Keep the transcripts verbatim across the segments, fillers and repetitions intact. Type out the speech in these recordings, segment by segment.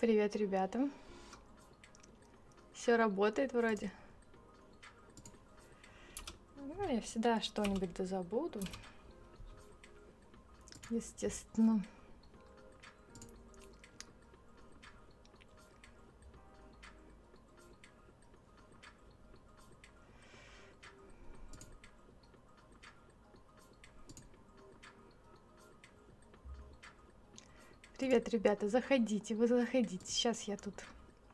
Привет, ребята. Все работает вроде. Ну, я всегда что-нибудь да забуду. Естественно. Привет, ребята, заходите, вы заходите. Сейчас я тут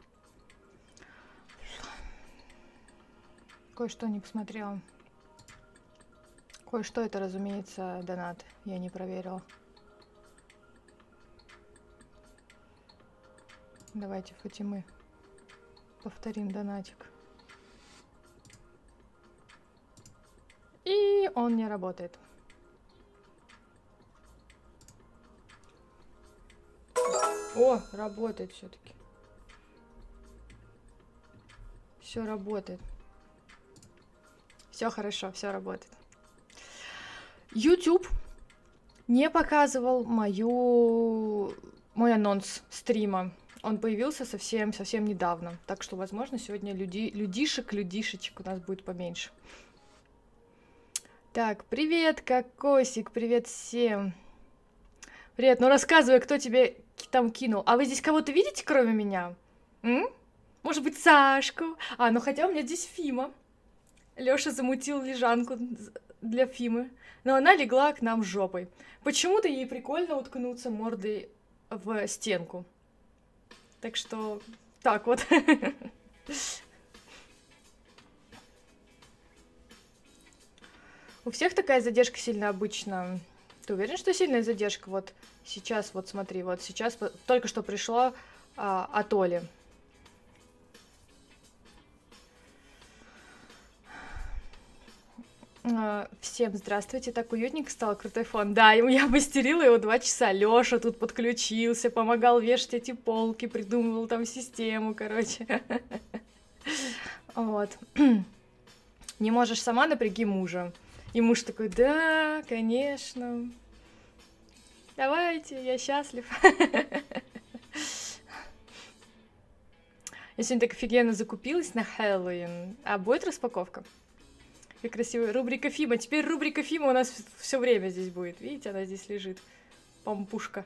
кое-что не посмотрела. Кое-что это, разумеется, донат. Я не проверила. Давайте, Фатимы, повторим донатик. И он не работает. О, работает все-таки. Все работает. Все хорошо, все работает. YouTube не показывал мою мой анонс стрима. Он появился совсем совсем недавно, так что, возможно, сегодня люди людишек людишечек у нас будет поменьше. Так, привет, Кокосик, привет всем. Привет, ну рассказывай, кто тебе там кинул. А вы здесь кого-то видите, кроме меня? М? Может быть, Сашку? А, ну хотя у меня здесь Фима. Лёша замутил лежанку для Фимы, но она легла к нам жопой. Почему-то ей прикольно уткнуться мордой в стенку. Так что так вот. У всех такая задержка сильно обычно. Ты уверен, что сильная задержка? Вот сейчас, вот смотри, вот сейчас только что пришло а, от Оли. А, всем здравствуйте, так уютненько стало, крутой фон. Да, я мастерила его два часа. Лёша тут подключился, помогал вешать эти полки, придумывал там систему, короче. Вот. Не можешь сама, напряги мужа. И муж такой: да, конечно. Давайте, я счастлив. Я сегодня так офигенно закупилась на Хэллоуин. А будет распаковка? Как красивая рубрика Фима. Теперь рубрика Фима у нас все время здесь будет. Видите, она здесь лежит. Помпушка.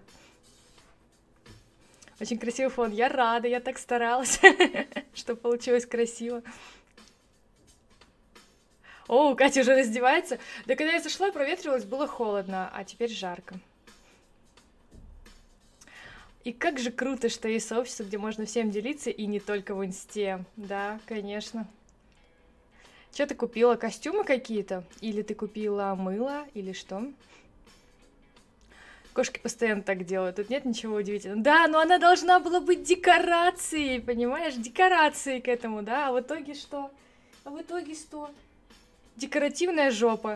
Очень красивый фон. Я рада, я так старалась, что получилось красиво. О, Катя уже раздевается. Да когда я зашла, проветривалось, было холодно, а теперь жарко. И как же круто, что есть сообщество, где можно всем делиться, и не только в инсте. Да, конечно. Что ты купила? Костюмы какие-то? Или ты купила мыло? Или что? Кошки постоянно так делают. Тут нет ничего удивительного. Да, но она должна была быть декорацией, понимаешь? Декорацией к этому, да? А в итоге что? А в итоге что? Декоративная жопа.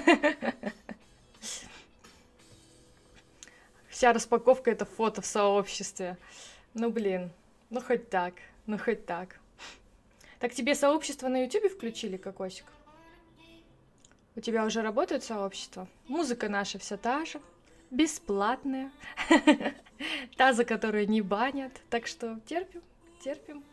Вся распаковка — это фото в сообществе. Ну, блин. Ну, хоть так. Ну, хоть так. Так тебе сообщество на ютубе включили, Кокосик? У тебя уже работает сообщество? Музыка наша вся та же. Бесплатная. Та, за которую не банят. Так что терпим, терпим.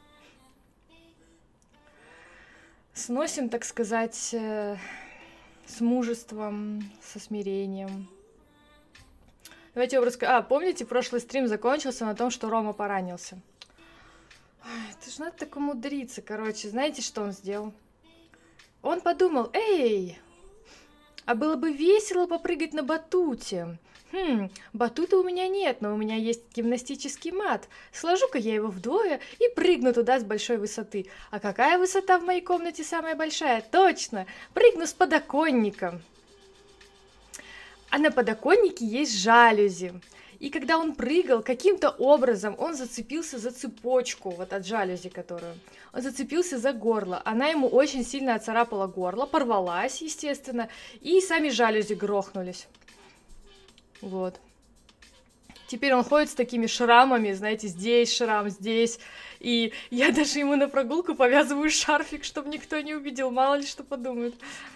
Сносим, так сказать, с мужеством, со смирением. Давайте образ... А, помните, прошлый стрим закончился на том, что Рома поранился. Ой, это же надо так умудриться, короче. Знаете, что он сделал? Он подумал: эй, а было бы весело попрыгать на батуте. Хм, батута у меня нет, но у меня есть гимнастический мат. Сложу-ка я его вдвое и прыгну туда с большой высоты. А какая высота в моей комнате самая большая? Точно, прыгну с подоконника. А на подоконнике есть жалюзи. И когда он прыгал, каким-то образом он зацепился за цепочку, вот от жалюзи, которую. Он зацепился за горло. Она ему очень сильно оцарапала горло, порвалась, естественно, и сами жалюзи грохнулись. Вот. Теперь он ходит с такими шрамами, знаете, здесь шрам, здесь. И я даже ему на прогулку повязываю шарфик, чтобы никто не увидел, мало ли что подумают.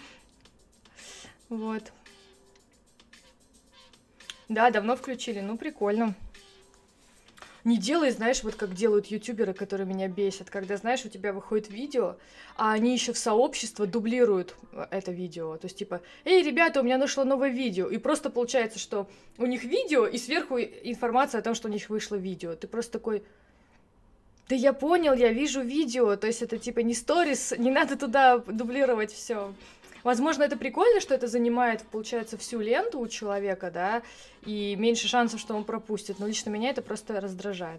Вот. Да, давно включили, ну прикольно. Не делай, знаешь, вот как делают ютуберы, которые меня бесят, когда, знаешь, у тебя выходит видео, а они еще в сообщество дублируют это видео. То есть, типа, эй, ребята, у меня нашло новое видео. И просто получается, что у них видео, и сверху информация о том, что у них вышло видео. Ты просто такой... Да я понял, я вижу видео. То есть это типа не сторис, не надо туда дублировать все. Возможно, это прикольно, что это занимает, получается, всю ленту у человека, да, и меньше шансов, что он пропустит. Но лично меня это просто раздражает.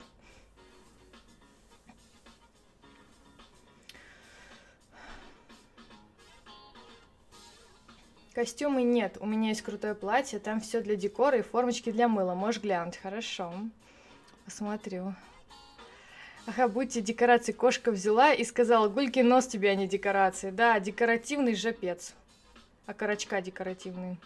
Костюмы нет. У меня есть крутое платье, там все для декора и формочки для мыла. Можешь глянуть. Хорошо. Посмотрю. Ага, будьте декорации. Кошка взяла и сказала, Гулькин нос тебе, а не декорации. Да, декоративный жопец. А корочка декоративные.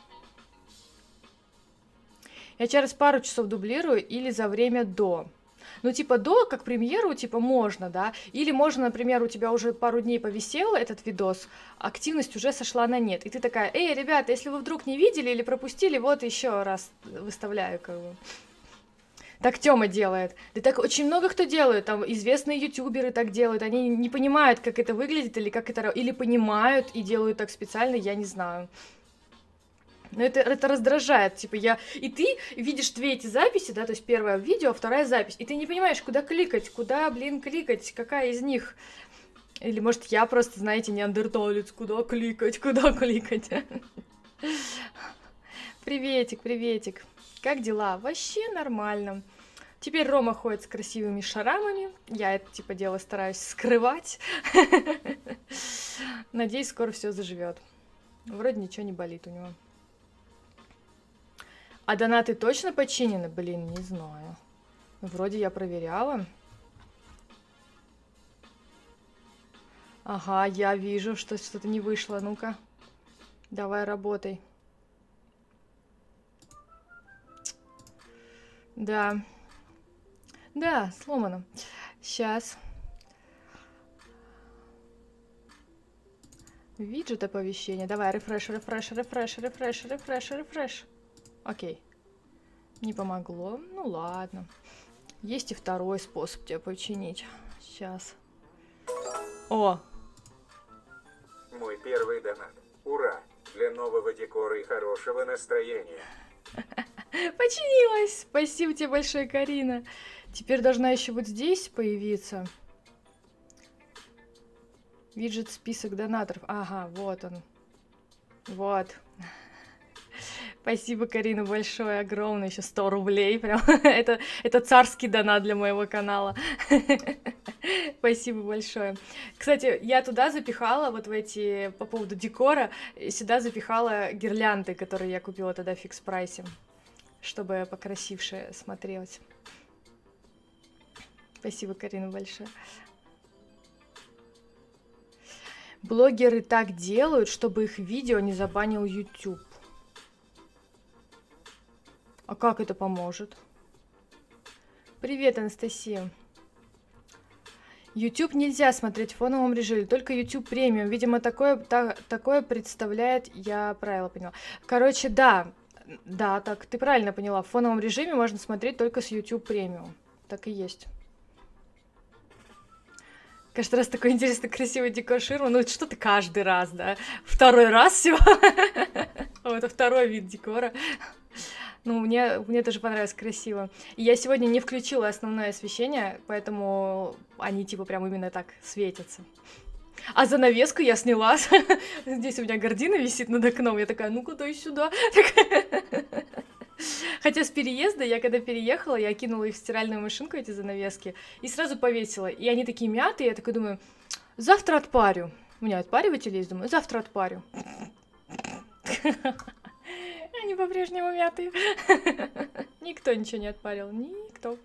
Я через пару часов дублирую или за время до. Ну, типа, до, как премьеру, типа, можно, да. Или можно, например, у тебя уже пару дней повисел этот видос, активность уже сошла на нет. И ты такая, эй, ребята, если вы вдруг не видели или пропустили, вот еще раз выставляю, как бы. Так Тёма делает. Да так очень много кто делает. Там известные ютуберы так делают. Они не понимают, как это выглядит, или как это... Или понимают и делают так специально, я не знаю. Но это, это раздражает. Типа я... И ты видишь две эти записи, да, то есть первое видео, вторая запись. И ты не понимаешь, куда кликать, куда, блин, кликать, какая из них. Или, может, я просто, знаете, неандерталец, куда кликать, куда кликать. Приветик, приветик. Как дела? Вообще нормально. Теперь Рома ходит с красивыми шрамами. Я это типа дело стараюсь скрывать. Надеюсь, скоро все заживет. Вроде ничего не болит у него. А донаты точно починены? Блин, не знаю. Вроде я проверяла. Ага, я вижу, что что-то не вышло. Ну-ка. Давай, работай. Да. Да, сломано. Сейчас. Виджет оповещения. Давай, рефреш, рефреш, рефреш, рефреш, рефреш, рефреш. Окей. Не помогло. Ну ладно. Есть и второй способ тебя починить. Сейчас. О! Мой первый донат. Ура! Для нового декора и хорошего настроения. Починилась! Спасибо тебе большое, Карина. Теперь должна еще вот здесь появиться. Виджет список донаторов. Ага, вот он. Вот. Спасибо, Карина, большое, огромное. Еще сто рублей. Прям. это, это царский донат для моего канала. Спасибо большое. Кстати, я туда запихала, вот в эти, по поводу декора, сюда запихала гирлянды, которые я купила тогда в фикс-прайсе, чтобы покрасивше смотрелось. Спасибо, Карина, большое. Блогеры так делают, чтобы их видео не забанил YouTube. А как это поможет? Привет, Анастасия. YouTube нельзя смотреть в фоновом режиме, только YouTube премиум. Видимо, такое, та, такое представляет... Я правильно поняла. Короче, да, да, так, ты правильно поняла. В фоновом режиме можно смотреть только с YouTube премиум. Так и есть. Каждый раз такой интересный, красивый декор ширмы. Ну, что ты каждый раз, да? Второй раз всего. Это второй вид декора. Ну, мне, мне тоже понравилось, красиво. И я сегодня не включила основное освещение, поэтому они типа прям именно так светятся. А занавеску я сняла. Здесь у меня гардина висит над окном. Я такая, ну-ка, дай сюда. Хотя с переезда, я когда переехала, я кинула их в стиральную машинку, эти занавески, и сразу повесила. И они такие мятые, я такая думаю, завтра отпарю. У меня отпариватель есть, думаю, завтра отпарю. Они по-прежнему мятые. Никто ничего не отпарил, никто.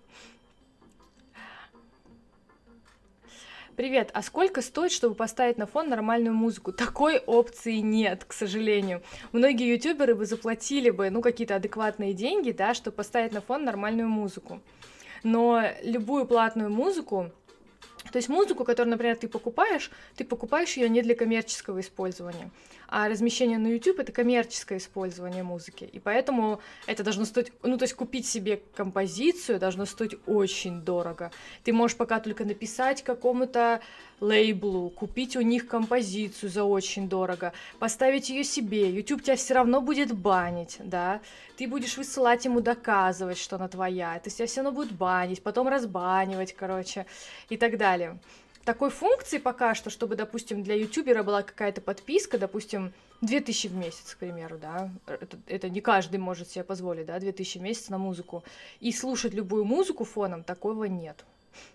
Привет, а сколько стоит, чтобы поставить на фон нормальную музыку? Такой опции нет, к сожалению. Многие ютуберы бы заплатили бы, ну, какие-то адекватные деньги, да, чтобы поставить на фон нормальную музыку. Но любую платную музыку То есть музыку, которую, например, ты покупаешь, ты покупаешь ее не для коммерческого использования, а размещение на YouTube — это коммерческое использование музыки, и поэтому это должно стоить, ну, то есть купить себе композицию должно стоить очень дорого. Ты можешь пока только написать какому-то лейблу, купить у них композицию за очень дорого, поставить ее себе, YouTube тебя все равно будет банить, да, ты будешь высылать ему, доказывать, что она твоя, то есть тебя все равно будет банить, потом разбанивать, короче, и так далее. Такой функции пока что, чтобы, допустим, для ютубера была какая-то подписка, допустим, две тысячи в месяц, к примеру, да, это, это не каждый может себе позволить, да, две тысячи в месяц на музыку, и слушать любую музыку фоном, такого нет.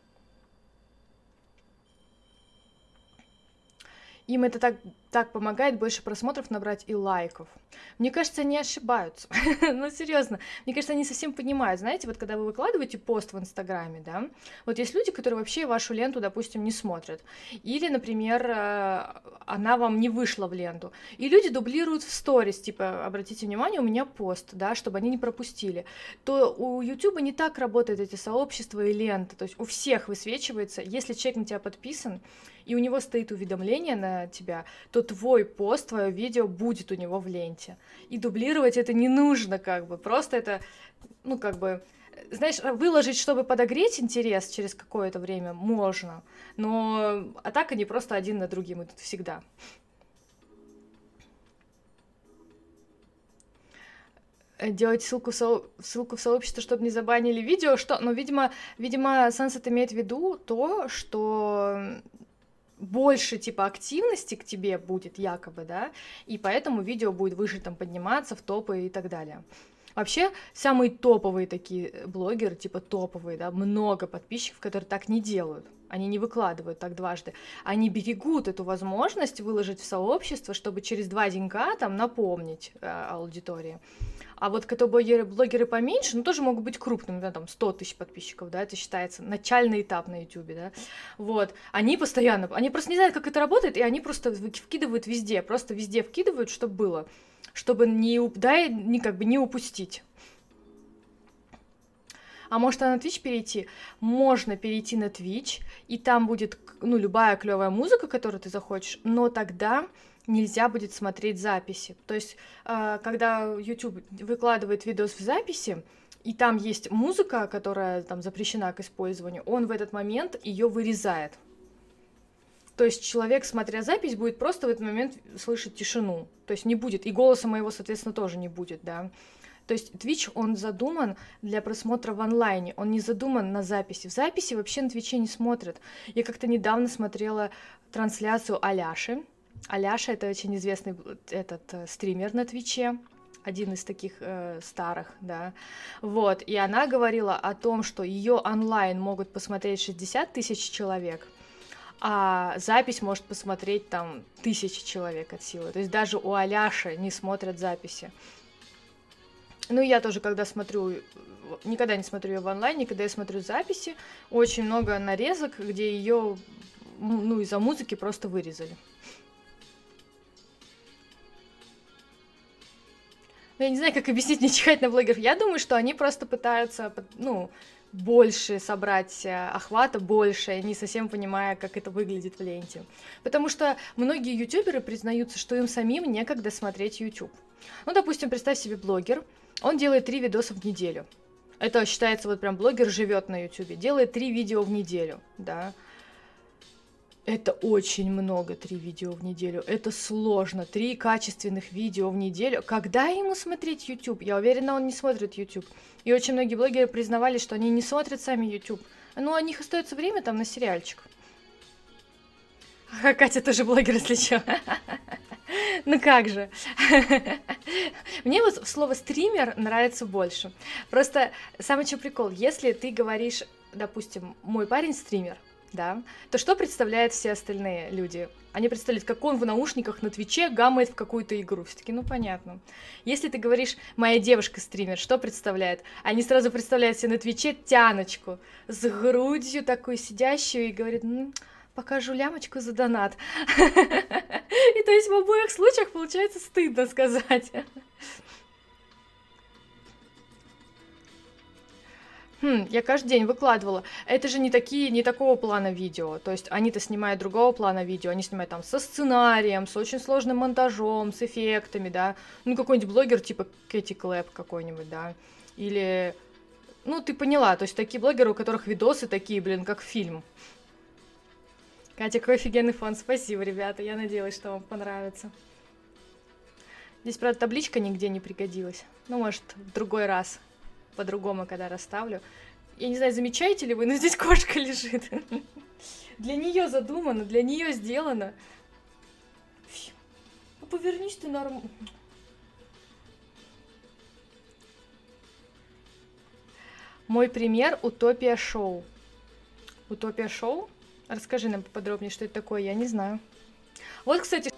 Им это так, так помогает больше просмотров набрать и лайков. Мне кажется, они ошибаются. Ну, серьезно. Мне кажется, они совсем понимают. Знаете, вот когда вы выкладываете пост в Инстаграме, да, вот есть люди, которые вообще вашу ленту, допустим, не смотрят. Или, например, она вам не вышла в ленту. И люди дублируют в сторис, типа, обратите внимание, у меня пост, да, чтобы они не пропустили. То у Ютуба не так работают эти сообщества и ленты. То есть у всех высвечивается, если человек на тебя подписан, и у него стоит уведомление на тебя, то твой пост, твое видео будет у него в ленте. И дублировать это не нужно, как бы, просто это, ну, как бы, знаешь, выложить, чтобы подогреть интерес через какое-то время можно, но а так они просто один на другим идут всегда. Делать ссылку в, со... ссылку в сообщество, чтобы не забанили видео, что, ну, видимо, видимо, Сансет имеет в виду то, что больше, типа, активности к тебе будет якобы, да, и поэтому видео будет выше там подниматься в топы и так далее. Вообще, самые топовые такие блогеры, типа топовые, да, много подписчиков, которые так не делают. Они не выкладывают так дважды. Они берегут эту возможность выложить в сообщество, чтобы через два денька там напомнить э, аудитории. А вот которые блогеры поменьше, ну, тоже могут быть крупными, да, там, сто тысяч подписчиков, да, это считается начальный этап на ютубе, да, вот, они постоянно, они просто не знают, как это работает, и они просто вкидывают везде, просто везде вкидывают, чтобы было, чтобы не, да, не, как бы не упустить. А может, на Twitch перейти? Можно перейти на Twitch, и там будет, ну, любая клевая музыка, которую ты захочешь, но тогда нельзя будет смотреть записи. То есть, когда YouTube выкладывает видос в записи, и там есть музыка, которая там запрещена к использованию, он в этот момент ее вырезает. То есть человек, смотря запись, будет просто в этот момент слышать тишину. То есть не будет, и голоса моего, соответственно, тоже не будет, да. То есть Twitch, он задуман для просмотра в онлайне, он не задуман на записи. В записи вообще на Твиче не смотрят. Я как-то недавно смотрела трансляцию Аляши. Аляша — это очень известный этот э, стример на Твиче, один из таких э, старых, да, вот, и она говорила о том, что ее онлайн могут посмотреть шестьдесят тысяч человек, а запись может посмотреть там тысячи человек от силы, то есть даже у Аляши не смотрят записи. Ну, я тоже, когда смотрю, никогда не смотрю ее в онлайне, когда я смотрю записи, очень много нарезок, где ее, ну, из-за музыки просто вырезали. Я не знаю, как объяснить, не чихать на блогеров. Я думаю, что они просто пытаются, ну, больше собрать охвата, больше, не совсем понимая, как это выглядит в ленте. Потому что многие ютуберы признаются, что им самим некогда смотреть YouTube. Ну, допустим, представь себе блогер, он делает три видоса в неделю. Это считается, вот прям блогер живет на ютубе, делает три видео в неделю, да. Это очень много, три видео в неделю. Это сложно. Три качественных видео в неделю. Когда ему смотреть YouTube? Я уверена, он не смотрит YouTube. И очень многие блогеры признавались, что они не смотрят сами YouTube. Но у них остается время там на сериальчик. А Катя тоже блогер, если что. Ну как же. Мне вот слово стример нравится больше. Просто самый что прикол, если ты говоришь, допустим, мой парень стример, да, то что представляют все остальные люди? Они представляют, как он в наушниках на Твиче гамает в какую-то игру. Все-таки, ну понятно. Если ты говоришь «моя девушка стример», что представляет? Они сразу представляют себе на Твиче тяночку с грудью такой сидящую и говорит: ну, покажу лямочку за донат. И то есть в обоих случаях получается стыдно сказать. Хм, я каждый день выкладывала. Это же не такие, не такого плана видео. То есть они-то снимают другого плана видео. Они снимают там со сценарием, с очень сложным монтажом, с эффектами, да. Ну, какой-нибудь блогер типа Кэти Клэп какой-нибудь, да. Или... Ну, ты поняла. То есть такие блогеры, у которых видосы такие, блин, как фильм. Катя, какой офигенный фон. Спасибо, ребята. Я надеялась, что вам понравится. Здесь, правда, табличка нигде не пригодилась. Ну, может, в другой раз. По-другому, когда расставлю. Я не знаю, замечаете ли вы, но здесь кошка лежит. Для нее задумано, для нее сделано. Ну, повернись ты норм... Мой пример — Утопия Шоу. Утопия Шоу? Расскажи нам поподробнее, что это такое, я не знаю. Вот, кстати...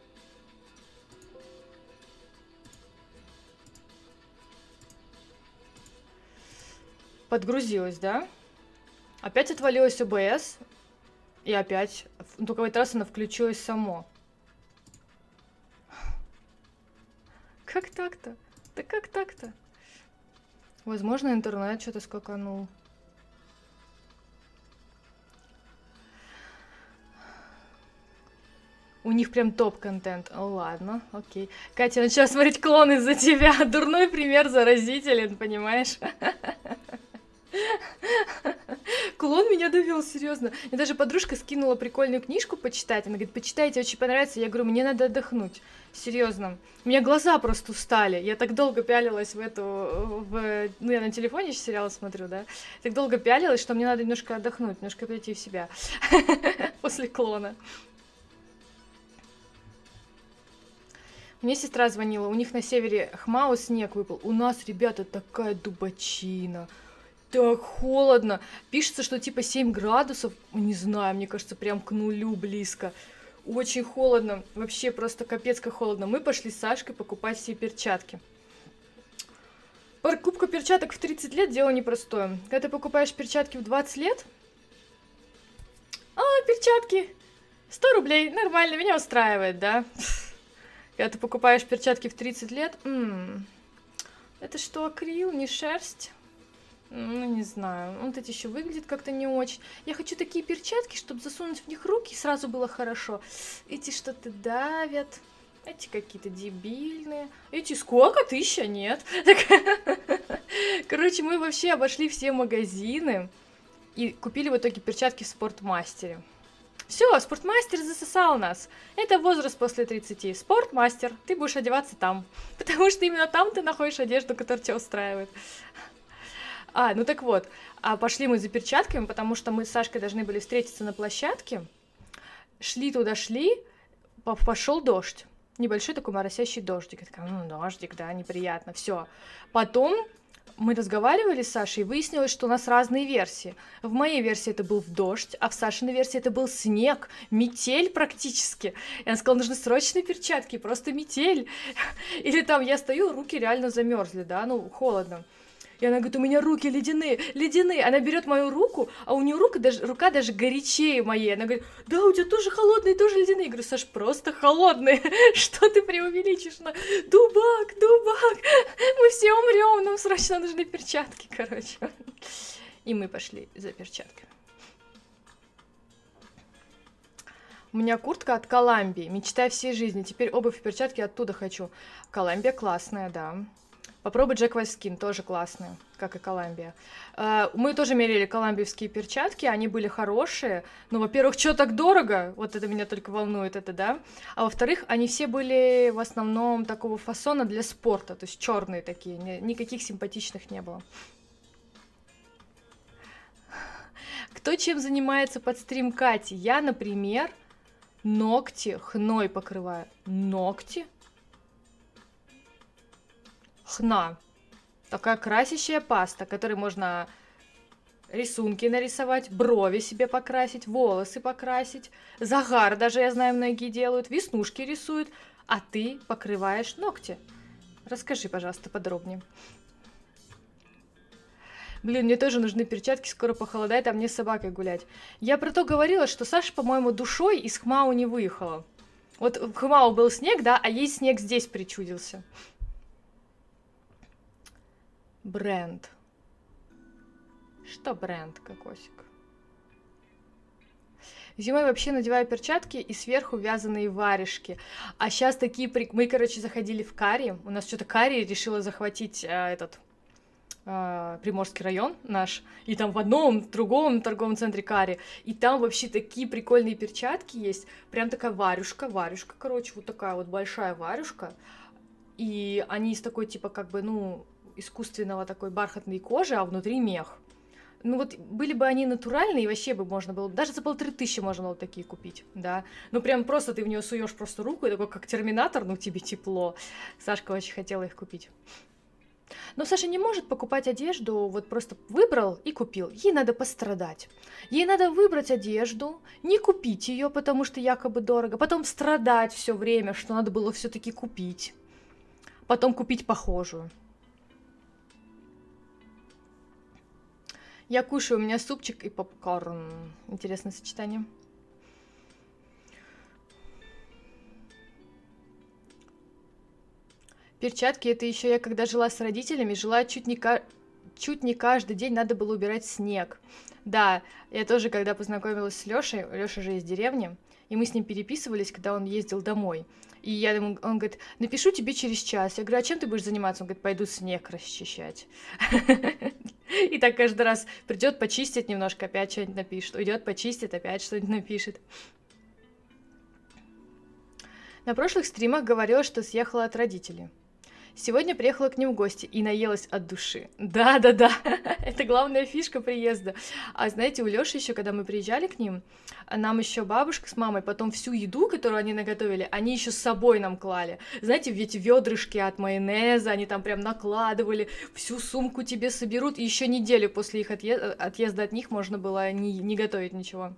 Подгрузилась, да? Опять отвалилась о бэ эс. И опять... Только в этот раз она включилась само. Как так-то? Да как так-то? Возможно, интернет что-то скаканул. У них прям топ-контент. Ладно, окей. Катя начала смотреть клон из-за тебя. Дурной пример заразителен, понимаешь? Клон меня довел, серьезно. Мне даже подружка скинула прикольную книжку почитать. Она говорит, почитайте, очень понравится. Я говорю, мне надо отдохнуть. Серьезно. У меня глаза просто устали. Я так долго пялилась в эту... В... Ну, я на телефоне еще сериалы смотрю, да? Так долго пялилась, что мне надо немножко отдохнуть, немножко прийти в себя. После клона. Мне сестра звонила. У них на севере Хмао снег выпал. У нас, ребята, такая дубачина. Так холодно. Пишется, что типа семь градусов. Не знаю, мне кажется, прям к нулю близко. Очень холодно. Вообще просто капец как холодно. Мы пошли с Сашкой покупать все перчатки. Покупка перчаток в тридцать лет дело непростое. Когда ты покупаешь перчатки в двадцать лет... А, перчатки! сто рублей. Нормально, меня устраивает, да? Когда ты покупаешь перчатки в тридцать лет... М-м, это что, акрил, не шерсть? Ну, не знаю. Вот эти еще выглядят как-то не очень. Я хочу такие перчатки, чтобы засунуть в них руки, и сразу было хорошо. Эти что-то давят. Эти какие-то дебильные. Эти сколько? Тысяча? Нет. Короче, мы вообще обошли все магазины и купили в итоге перчатки в Спортмастере. Все, Спортмастер засосал нас. Это возраст после тридцати. Спортмастер, ты будешь одеваться там. Потому что именно там ты находишь одежду, которая тебя устраивает. А, ну так вот, а пошли мы за перчатками, потому что мы с Сашкой должны были встретиться на площадке. Шли туда, шли, пошел дождь. Небольшой такой моросящий дождик. Я такая, ну, дождик, да, неприятно, все. Потом мы разговаривали с Сашей, и выяснилось, что у нас разные версии. В моей версии это был дождь, а в Сашиной версии это был снег, метель практически. И она сказала, нужны срочные перчатки, просто метель. Или там я стою, руки реально замерзли, да, ну, холодно. И она говорит, у меня руки ледяные, ледяные. Она берет мою руку, а у нее рука даже, рука даже горячее моей. Она говорит, да, у тебя тоже холодные, тоже ледяные. Я говорю, Саш, просто холодные. Что ты преувеличишь? На дубак, дубак, мы все умрем, нам срочно нужны перчатки, короче. И мы пошли за перчатками. У меня куртка от Коламбии, мечта всей жизни. Теперь обувь и перчатки оттуда хочу. Коламбия классная, да. Попробуй Jack White Skin, тоже классные, как и Коламбия. Мы тоже мерили колумбиевские перчатки, они были хорошие. Ну, во-первых, что так дорого? Вот это меня только волнует, это, да. А во-вторых, они все были в основном такого фасона для спорта, то есть черные такие, никаких симпатичных не было. Кто чем занимается под стрим Кати? Я, например, ногти хной покрываю. Ногти? Хна. Такая красящая паста, которой можно рисунки нарисовать, брови себе покрасить, волосы покрасить, загар даже, я знаю, многие делают, веснушки рисуют, а ты покрываешь ногти. Расскажи, пожалуйста, подробнее. Блин, мне тоже нужны перчатки, скоро похолодает, а мне с собакой гулять. Я про то говорила, что Саша, по-моему, душой из Хмао не выехала. Вот в Хмао был снег, да, а ей снег здесь причудился. Бренд. Что бренд, кокосик? Зимой вообще надеваю перчатки и сверху вязаные варежки. А сейчас такие... При... Мы, короче, заходили в Кари. У нас что-то Кари решила захватить э, этот... Приморский район наш, и там в одном, в другом торговом центре Кари, и там вообще такие прикольные перчатки есть, прям такая варюшка, варюшка, короче, вот такая вот большая варюшка, и они из такой, типа, как бы, ну, искусственного такой бархатной кожи, а внутри мех. Ну вот, были бы они натуральные, вообще бы можно было, даже за полторы тысячи можно было такие купить, да, ну прям просто ты в нее суешь просто руку, и такой, как терминатор, ну тебе тепло. Сашка очень хотела их купить. Но Саша не может покупать одежду, вот просто выбрал и купил. Ей надо пострадать. Ей надо выбрать одежду, не купить ее, потому что якобы дорого, потом страдать все время, что надо было все-таки купить, потом купить похожую. Я кушаю, у меня супчик и попкорн. Интересное сочетание. Перчатки, это еще я когда жила с родителями, жила чуть не, ка... чуть не каждый день надо было убирать снег. Да, я тоже, когда познакомилась с Лешей, Леша же из деревни, и мы с ним переписывались, когда он ездил домой. И я ему, он говорит, напишу тебе через час. Я говорю, а чем ты будешь заниматься? Он говорит, пойду снег расчищать. И так каждый раз придет почистит немножко, опять что-нибудь напишет. Уйдет, почистит, опять что-нибудь напишет. На прошлых стримах говорила, что съехала от родителей. Сегодня приехала к ним в гости и наелась от души. Да-да-да, это главная фишка приезда. А знаете, у Лёши еще, когда мы приезжали к ним, нам еще бабушка с мамой потом всю еду, которую они наготовили, они еще с собой нам клали. Знаете, эти ведрышки от майонеза, они там прям накладывали, всю сумку тебе соберут, и еще неделю после их отъезда, отъезда от них можно было не, не готовить ничего.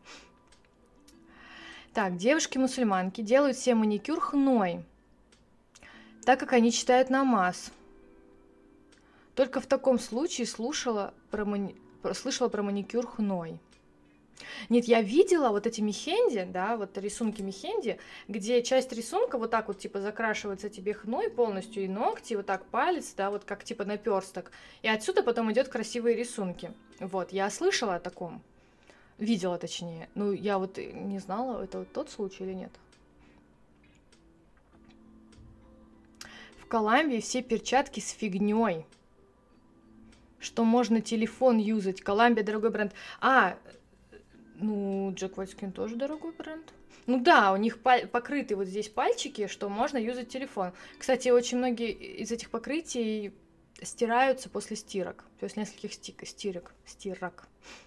Так, девушки-мусульманки делают себе маникюр хной, так как они читают намаз. Только в таком случае слушала про мани... слышала про маникюр хной. Нет, я видела вот эти мехенди, да, вот рисунки мехенди, где часть рисунка вот так вот типа закрашивается тебе хной полностью, и ногти, вот так палец, да, вот как типа наперсток. И отсюда потом идет красивые рисунки. Вот, я слышала о таком. Видела, точнее. Ну, я вот не знала, это вот тот случай или нет. В Колумбии все перчатки с фигней, что можно телефон юзать. Колумбия дорогой бренд. А, ну, Джек Вольскин тоже дорогой бренд. Ну да, у них паль- покрыты вот здесь пальчики, что можно юзать телефон. Кстати, очень многие из этих покрытий стираются после стирок. После нескольких стик- стирок. Стирок.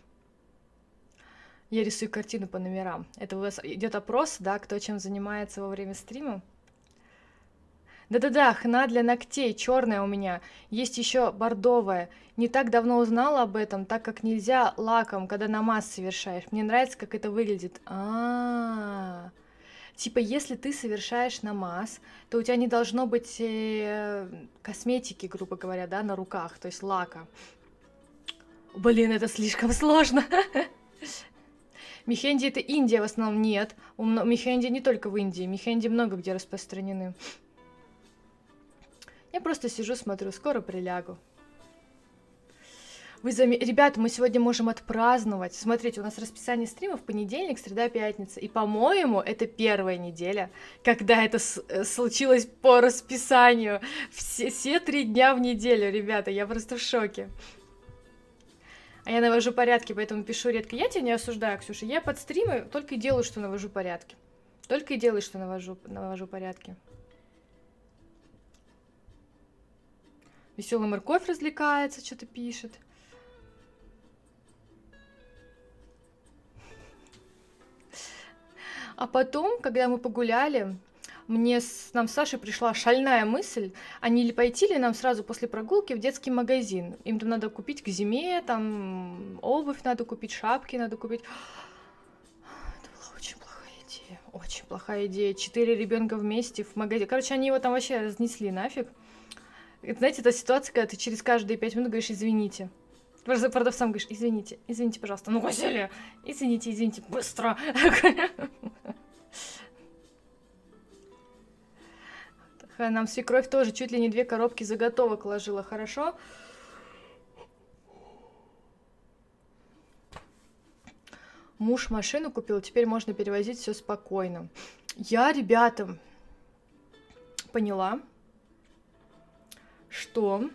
Я рисую картину по номерам. Это у вас идет опрос, да, кто чем занимается во время стрима. Да-да-да, хна для ногтей, черная у меня. Есть еще бордовая. Не так давно узнала об этом, так как нельзя лаком, когда намаз совершаешь. Мне нравится, как это выглядит. А-а-а. Типа, если ты совершаешь намаз, то у тебя не должно быть э, косметики, грубо говоря, да, на руках, то есть лака. Блин, это слишком сложно. Мехенди это Индия в основном, нет. У мехенди не только в Индии, мехенди много где распространены. Я просто сижу, смотрю, скоро прилягу. Вы зам... Ребята, мы сегодня можем отпраздновать. Смотрите, у нас расписание стримов понедельник, среда, пятница. И, по-моему, это первая неделя, когда это с... случилось по расписанию. Все... Все три дня в неделю, ребята, я просто в шоке. А я навожу порядки, поэтому пишу редко. Я тебя не осуждаю, Ксюша. Я под стримы только и делаю, что навожу порядки. Только и делаю, что навожу, навожу порядки. Веселый морковь развлекается, что-то пишет. А потом, когда мы погуляли, мне с, нам с Сашей пришла шальная мысль, а не ли пойти ли нам сразу после прогулки в детский магазин. Им там надо купить к зиме, там обувь надо купить, шапки надо купить. Это была очень плохая идея, очень плохая идея. Четыре ребенка вместе в магазин. Короче, они его там вообще разнесли нафиг. Это, знаете, это ситуация, когда ты через каждые пять минут говоришь «извините». Просто продавцам говоришь «извините, извините, пожалуйста». Ну, Василия, извините, извините, быстро. Нам свекровь тоже чуть ли не две коробки заготовок ложила, хорошо? Муж машину купил, теперь можно перевозить все спокойно. Я, ребята, поняла, что...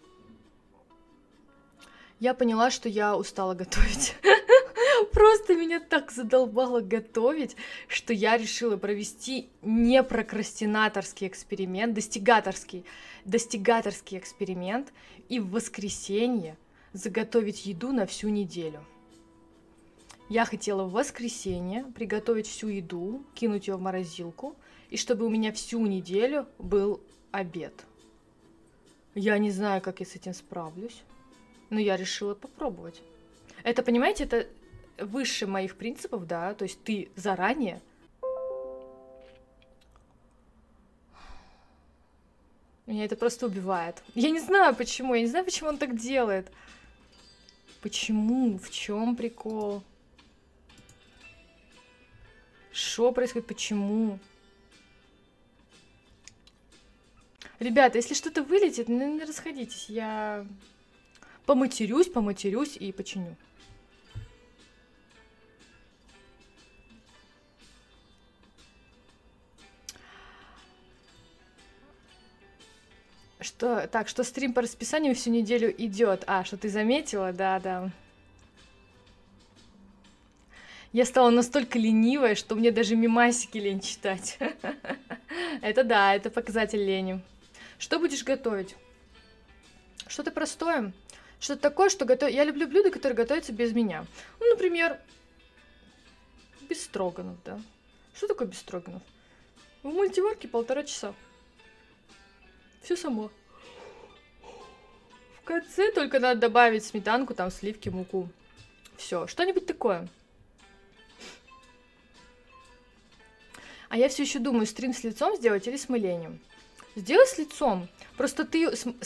Я поняла, что я устала готовить. Просто меня так задолбало готовить, что я решила провести не прокрастинаторский эксперимент, достигаторский, достигаторский эксперимент и в воскресенье заготовить еду на всю неделю. Я хотела в воскресенье приготовить всю еду, кинуть ее в морозилку, и чтобы у меня всю неделю был обед. Я не знаю, как я с этим справлюсь, но я решила попробовать. Это, понимаете, это выше моих принципов, да, то есть ты заранее... Меня это просто убивает. Я не знаю, почему, я не знаю, почему он так делает. Почему? В чем прикол? Что происходит? Почему? Ребята, если что-то вылетит, ну, не расходитесь. Я поматерюсь, поматерюсь и починю. Что, так, что стрим по расписанию всю неделю идет. А, что ты заметила? Да, да. Я стала настолько ленивой, что мне даже мемасики лень читать. Это да, это показатель лени. Что будешь готовить? Что-то простое. Что-то такое, что готовить. Я люблю блюда, которые готовятся без меня. Ну, например, без строганов, да. Что такое без строганов? В мультиварке полтора часа. Все само. В конце только надо добавить сметанку, там сливки, муку. Все, что-нибудь такое. А я все еще думаю, стрим с лицом сделать или с мылением. Сделай с лицом. Просто ты...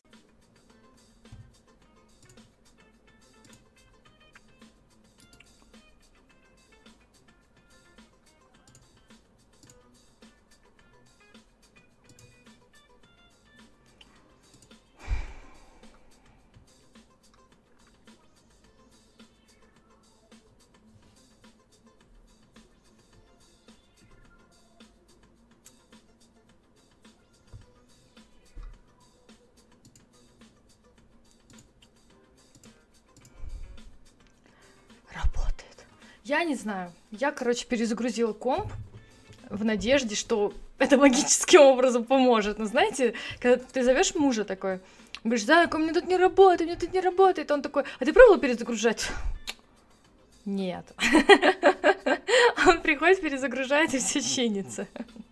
Я не знаю. Я, короче, перезагрузила комп в надежде, что это магическим образом поможет. Но знаете, когда ты зовешь мужа такой, говоришь, Зайка, у меня тут не работает, у меня тут не работает. Он такой, а ты пробовала перезагружать? Нет. Он приходит, перезагружает, и все чинится.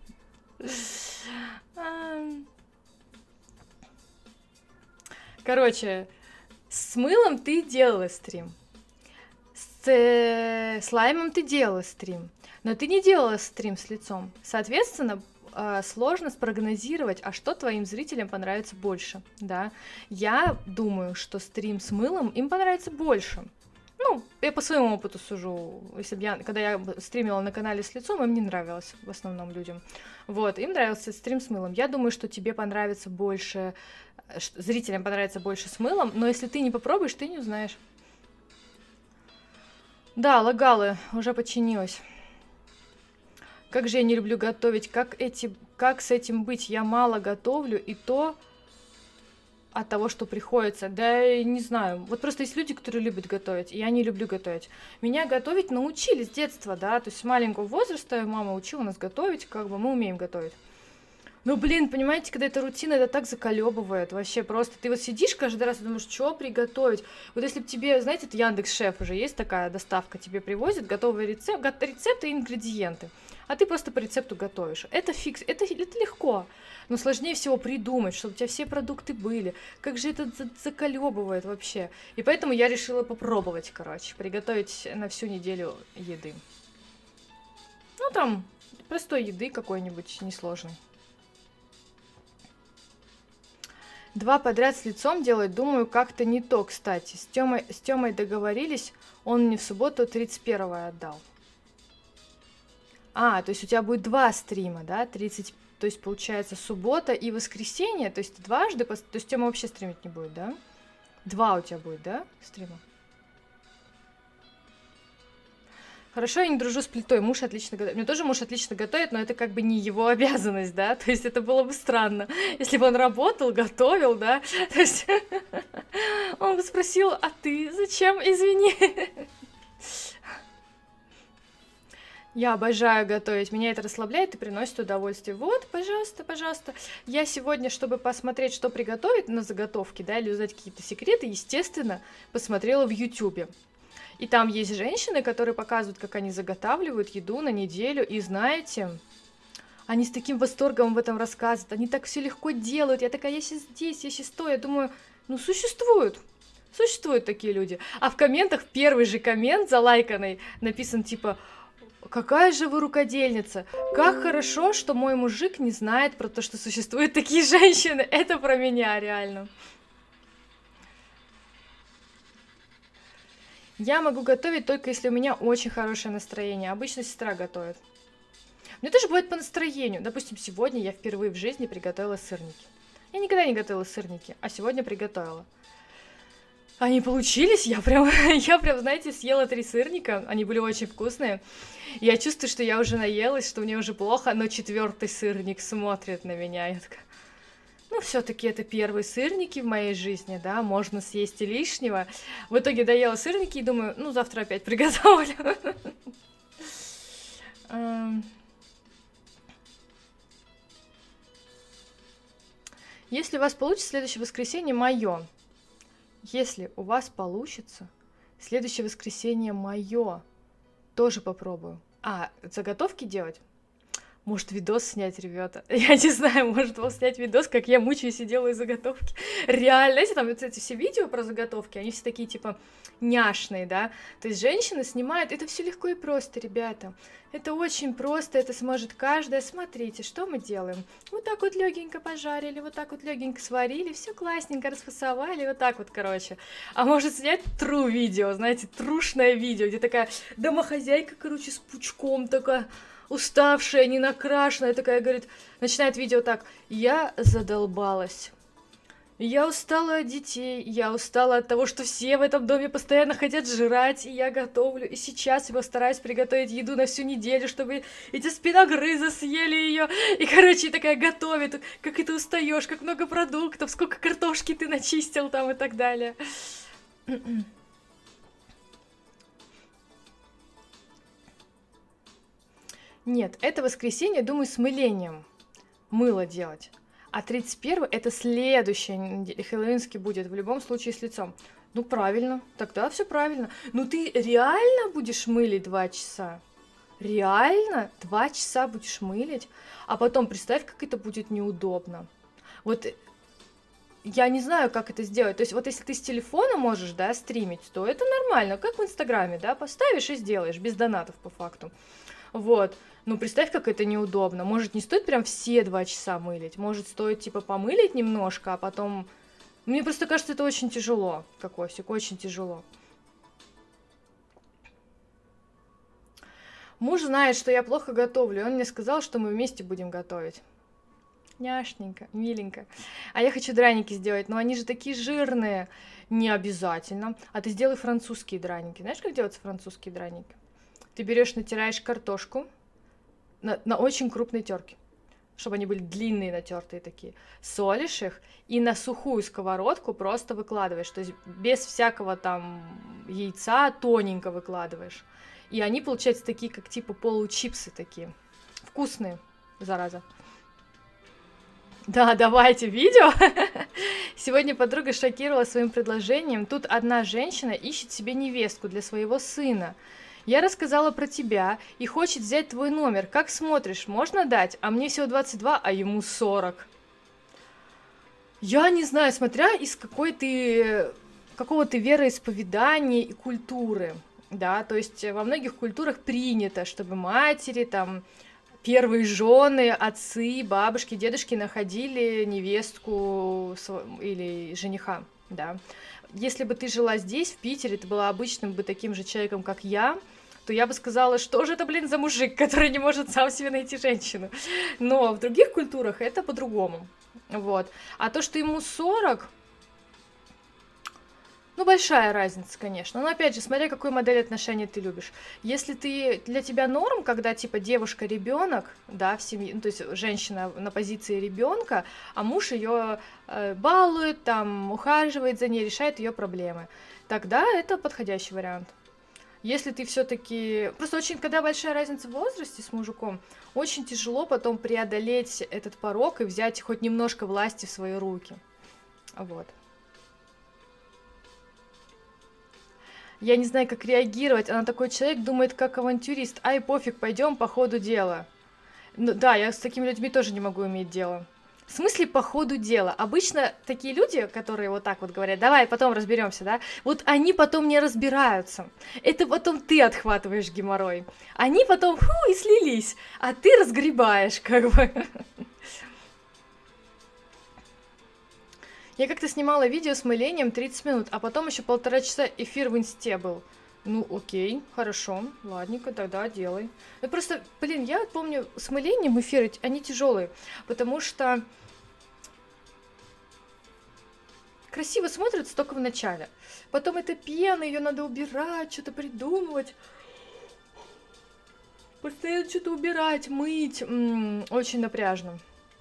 Короче, с мылом ты делала стрим. С слаймом ты делала стрим, но ты не делала стрим с лицом. Соответственно, сложно спрогнозировать, а что твоим зрителям понравится больше, да. Я думаю, что стрим с мылом им понравится больше. Ну, я по своему опыту сужу. Если бы я, когда я стримила на канале с лицом, им не нравилось в основном людям. Вот, им нравился стрим с мылом. Я думаю, что тебе понравится больше, зрителям понравится больше с мылом, но если ты не попробуешь, ты не узнаешь. Да, лагалы, уже починилось. Как же я не люблю готовить, как, эти, как с этим быть? Я мало готовлю, и то от того, что приходится. Да, не знаю. Вот просто есть люди, которые любят готовить, и я не люблю готовить. Меня готовить научили с детства, да, то есть с маленького возраста мама учила нас готовить, как бы мы умеем готовить. Ну, блин, понимаете, когда это рутина, это так заколебывает вообще просто. Ты вот сидишь каждый раз и думаешь, что приготовить. Вот если бы тебе, знаете, это Яндекс.Шеф уже есть такая доставка, тебе привозят готовые рецеп, рецепты и ингредиенты, а ты просто по рецепту готовишь. Это фикс, это, это легко, но сложнее всего придумать, чтобы у тебя все продукты были. Как же это заколебывает вообще. И поэтому я решила попробовать, короче, приготовить на всю неделю еды. Ну, там, простой еды какой-нибудь, несложной. Два подряд с лицом делать, думаю, как-то не то, кстати. С Тёмой, с Тёмой договорились, он мне в субботу тридцать первого отдал. А, то есть у тебя будет два стрима, да? тридцать, то есть получается суббота и воскресенье, то есть дважды, то есть Тёма вообще стримить не будет, да? Два у тебя будет, да, стрима? Хорошо, я не дружу с плитой, муж отлично готовит. Мне тоже муж отлично готовит, но это как бы не его обязанность, да, то есть это было бы странно, если бы он работал, готовил, да, то есть он бы спросил, а ты зачем, извини. Я обожаю готовить, меня это расслабляет и приносит удовольствие. Вот, пожалуйста, пожалуйста. Я сегодня, чтобы посмотреть, что приготовить на заготовке, да, или узнать какие-то секреты, естественно, посмотрела в Ютубе. И там есть женщины, которые показывают, как они заготавливают еду на неделю. И знаете, они с таким восторгом об этом рассказывают. Они так все легко делают. Я такая, я сейчас здесь, я сейчас то. Я думаю, ну существуют. Существуют такие люди. А в комментах первый же коммент залайканный написан типа... Какая же вы рукодельница? Как хорошо, что мой мужик не знает про то, что существуют такие женщины. Это про меня реально. Я могу готовить только если у меня очень хорошее настроение. Обычно сестра готовит. Мне тоже бывает по настроению. Допустим, сегодня я впервые в жизни приготовила сырники. Я никогда не готовила сырники, а сегодня приготовила. Они получились, я прям, я прям, знаете, съела три сырника, они были очень вкусные. Я чувствую, что я уже наелась, что мне уже плохо, но четвертый сырник смотрит на меня. Я такая, ну, все-таки это первые сырники в моей жизни, да, можно съесть и лишнего. В итоге доела сырники и думаю, ну, завтра опять приготовлю. Если у вас получится следующее воскресенье, мое. Если у вас получится, следующее воскресенье мое. Тоже попробую. А, заготовки делать? Может, видос снять, ребята? Я не знаю, может, вам снять видос, как я мучаюсь и делаю заготовки. Реально, знаете, там вот эти все видео про заготовки, они все такие, типа, няшные, да? То есть женщины снимают, это все легко и просто, ребята. Это очень просто, это сможет каждая. Смотрите, что мы делаем. Вот так вот легенько пожарили, вот так вот легенько сварили, все классненько расфасовали, вот так вот, короче. А может снять тру видео, знаете, трушное видео, где такая домохозяйка, короче, с пучком такая... уставшая, не накрашенная, такая, говорит, начинает видео так, я задолбалась, я устала от детей, я устала от того, что все в этом доме постоянно хотят жрать, и я готовлю, и сейчас я стараюсь приготовить еду на всю неделю, чтобы эти спиногрызы съели ее, и, короче, такая готовит, как ты устаешь, как много продуктов, сколько картошки ты начистил там и так далее. Нет, это воскресенье, думаю, с мылением. Мыло делать. А тридцать первое это следующая неделя. Хэллоуинский будет в любом случае с лицом. Ну, правильно. Тогда все правильно. Ну, ты реально будешь мылить два часа? Реально? Два часа будешь мылить? А потом представь, как это будет неудобно. Вот я не знаю, как это сделать. То есть вот если ты с телефона можешь, да, стримить, то это нормально. Как в Инстаграме, да, поставишь и сделаешь. Без донатов, по факту. Вот. Ну, представь, как это неудобно. Может, не стоит прям все два часа мылить. Может, стоит, типа, помылить немножко, а потом... Мне просто кажется, это очень тяжело, Кокосик, очень тяжело. Муж знает, что я плохо готовлю, и он мне сказал, что мы вместе будем готовить. Няшненько, миленько. А я хочу драники сделать, но они же такие жирные. Не обязательно. А ты сделай французские драники. Знаешь, как делаются французские драники? Ты берешь, натираешь картошку на, на очень крупной терке, чтобы они были длинные, натертые такие. Солишь их и на сухую сковородку просто выкладываешь. То есть без всякого там яйца тоненько выкладываешь. И они получаются такие, как типа получипсы такие. Вкусные, зараза. Да, давайте видео. Сегодня подруга шокировала своим предложением. Тут одна женщина ищет себе невестку для своего сына. Я рассказала про тебя и хочет взять твой номер. Как смотришь, можно дать? А мне всего двадцать два, а ему сорок. Я не знаю, смотря из какой ты, какого ты вероисповедания и культуры. Да, то есть во многих культурах принято, чтобы матери, там, первые жены, отцы, бабушки, дедушки находили невестку или жениха, да. Если бы ты жила здесь, в Питере, ты была обычным бы таким же человеком, как я, то я бы сказала, что же это, блин, за мужик, который не может сам себе найти женщину. Но в других культурах это по-другому. Вот. А то, что ему сорок, Ну, большая разница, конечно. Но опять же, смотря какой модель отношений ты любишь. Если ты для тебя норм, когда типа девушка ребенок, да, в семье, ну, то есть женщина на позиции ребенка, а муж ее э, балует, там, ухаживает за ней, решает ее проблемы, тогда это подходящий вариант. Если ты все-таки... Просто очень, когда большая разница в возрасте с мужиком, очень тяжело потом преодолеть этот порог и взять хоть немножко власти в свои руки. Вот. Я не знаю, как реагировать. Она такой человек, думает, как авантюрист. Ай, пофиг, пойдем по ходу дела. Ну, да, я с такими людьми тоже не могу иметь дело. В смысле по ходу дела? Обычно такие люди, которые вот так вот говорят, давай потом разберемся, да, вот они потом не разбираются. Это потом ты отхватываешь геморрой. Они потом фу, и слились, а ты разгребаешь, как бы. Я как-то снимала видео с мылением тридцать минут, а потом еще полтора часа эфир в инсте был. Ну, окей, хорошо, ладненько, тогда делай. Ну, просто, блин, я помню, с мылением эфиры, они тяжелые, потому что красиво смотрится только в начале. Потом эта пена, ее надо убирать, что-то придумывать. Постоянно что-то убирать, мыть. М-м, очень напряжно.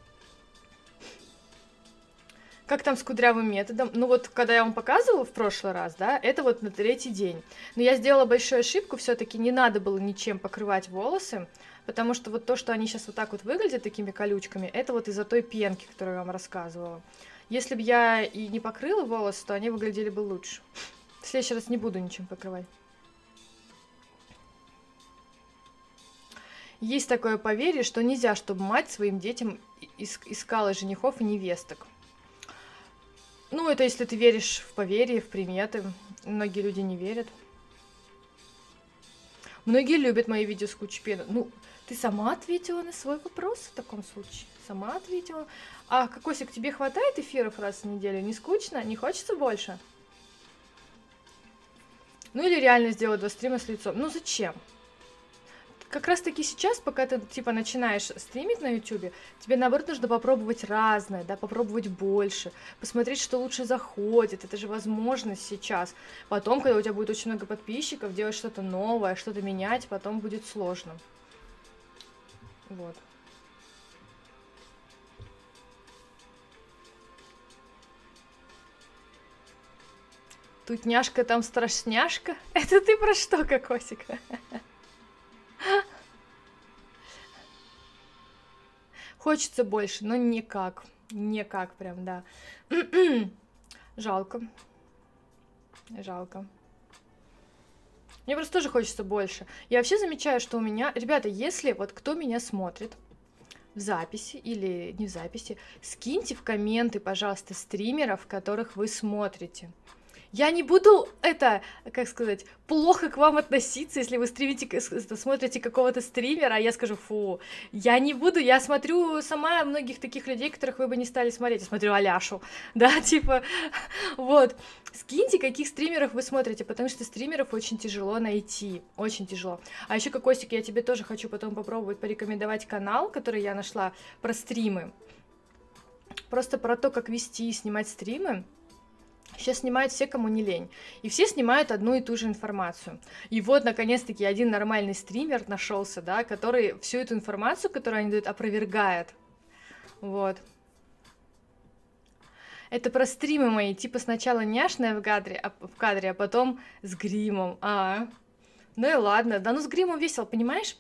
Как там с кудрявым методом? Ну вот, когда я вам показывала в прошлый раз, да, это вот на третий день. Но я сделала большую ошибку, все-таки не надо было ничем покрывать волосы, потому что вот то, что они сейчас вот так вот выглядят такими колючками, это вот из-за той пенки, которую я вам рассказывала. Если бы я и не покрыла волосы, то они выглядели бы лучше. В следующий раз не буду ничем покрывать. Есть такое поверье, что нельзя, чтобы мать своим детям искала женихов и невесток. Ну, это если ты веришь в поверье, в приметы. Многие люди не верят. Многие любят мои видео с кучей пены. Ну, ты сама ответила на свой вопрос в таком случае. Сама ответила. А, Кокосик, тебе хватает эфиров раз в неделю? Не скучно? Не хочется больше? Ну, или реально сделать два стрима с лицом. Ну, зачем? Как раз таки сейчас, пока ты, типа, начинаешь стримить на ютубе, тебе, наоборот, нужно попробовать разное, да, попробовать больше, посмотреть, что лучше заходит, это же возможность сейчас. Потом, когда у тебя будет очень много подписчиков, делать что-то новое, что-то менять, потом будет сложно. Вот. Тут няшка, там страшняшка. Это ты про что, Кокосик? Хочется больше, но никак. Никак прям, да. Жалко. Жалко. Мне просто тоже хочется больше. Я вообще замечаю, что у меня... Ребята, если вот кто меня смотрит в записи или не в записи, скиньте в комменты, пожалуйста, стримеров, которых вы смотрите. Я не буду, это, как сказать, плохо к вам относиться, если вы стримите, смотрите какого-то стримера, а я скажу, фу, я не буду, я смотрю сама многих таких людей, которых вы бы не стали смотреть, я смотрю Аляшу, да, типа, вот, скиньте, каких стримеров вы смотрите, потому что стримеров очень тяжело найти, очень тяжело. А еще, Кокосик, я тебе тоже хочу потом попробовать порекомендовать канал, который я нашла про стримы, просто про то, как вести и снимать стримы. Сейчас снимают все, кому не лень. И все снимают одну и ту же информацию. И вот, наконец-таки, один нормальный стример нашелся, да, который всю эту информацию, которую они дают, опровергает. Вот. Это про стримы мои. Типа сначала няшная в кадре, а, в кадре, а потом с гримом. А, ну и ладно. Да ну с гримом весело, понимаешь?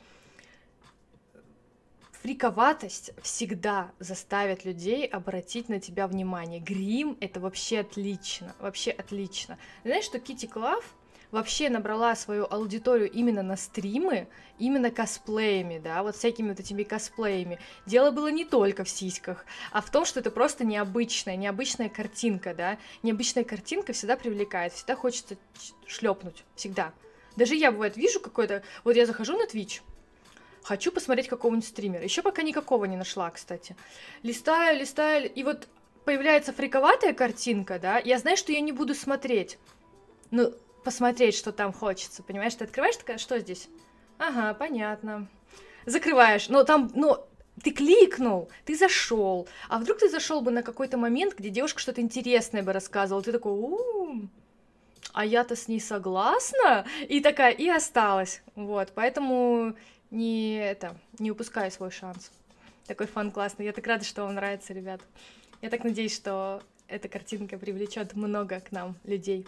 Фриковатость всегда заставит людей обратить на тебя внимание. Грим — это вообще отлично, вообще отлично. Знаешь, что Кити Клав вообще набрала свою аудиторию именно на стримы, именно косплеями, да, вот всякими вот этими косплеями. Дело было не только в сиськах, а в том, что это просто необычная, необычная картинка, да. Необычная картинка всегда привлекает, всегда хочется шлепнуть, всегда. Даже я, бывает, вижу какой-то... Вот я захожу на Twitch, хочу посмотреть какого-нибудь стримера. Еще пока никакого не нашла, кстати. Листаю, листаю, и вот появляется фриковатая картинка, да, я знаю, что я не буду смотреть. Ну, посмотреть, что там хочется, понимаешь? Ты открываешь, такая, что здесь? Ага, понятно. Закрываешь, но там, ну, ты кликнул, ты зашел. А вдруг ты зашел бы на какой-то момент, где девушка что-то интересное бы рассказывала, ты такой, у-у-у. а я-то с ней согласна, и такая, и осталась, вот, поэтому не, это, не упускай свой шанс. Такой фан классный, я так рада, что вам нравится, ребят. Я так надеюсь, что эта картинка привлечет много к нам людей.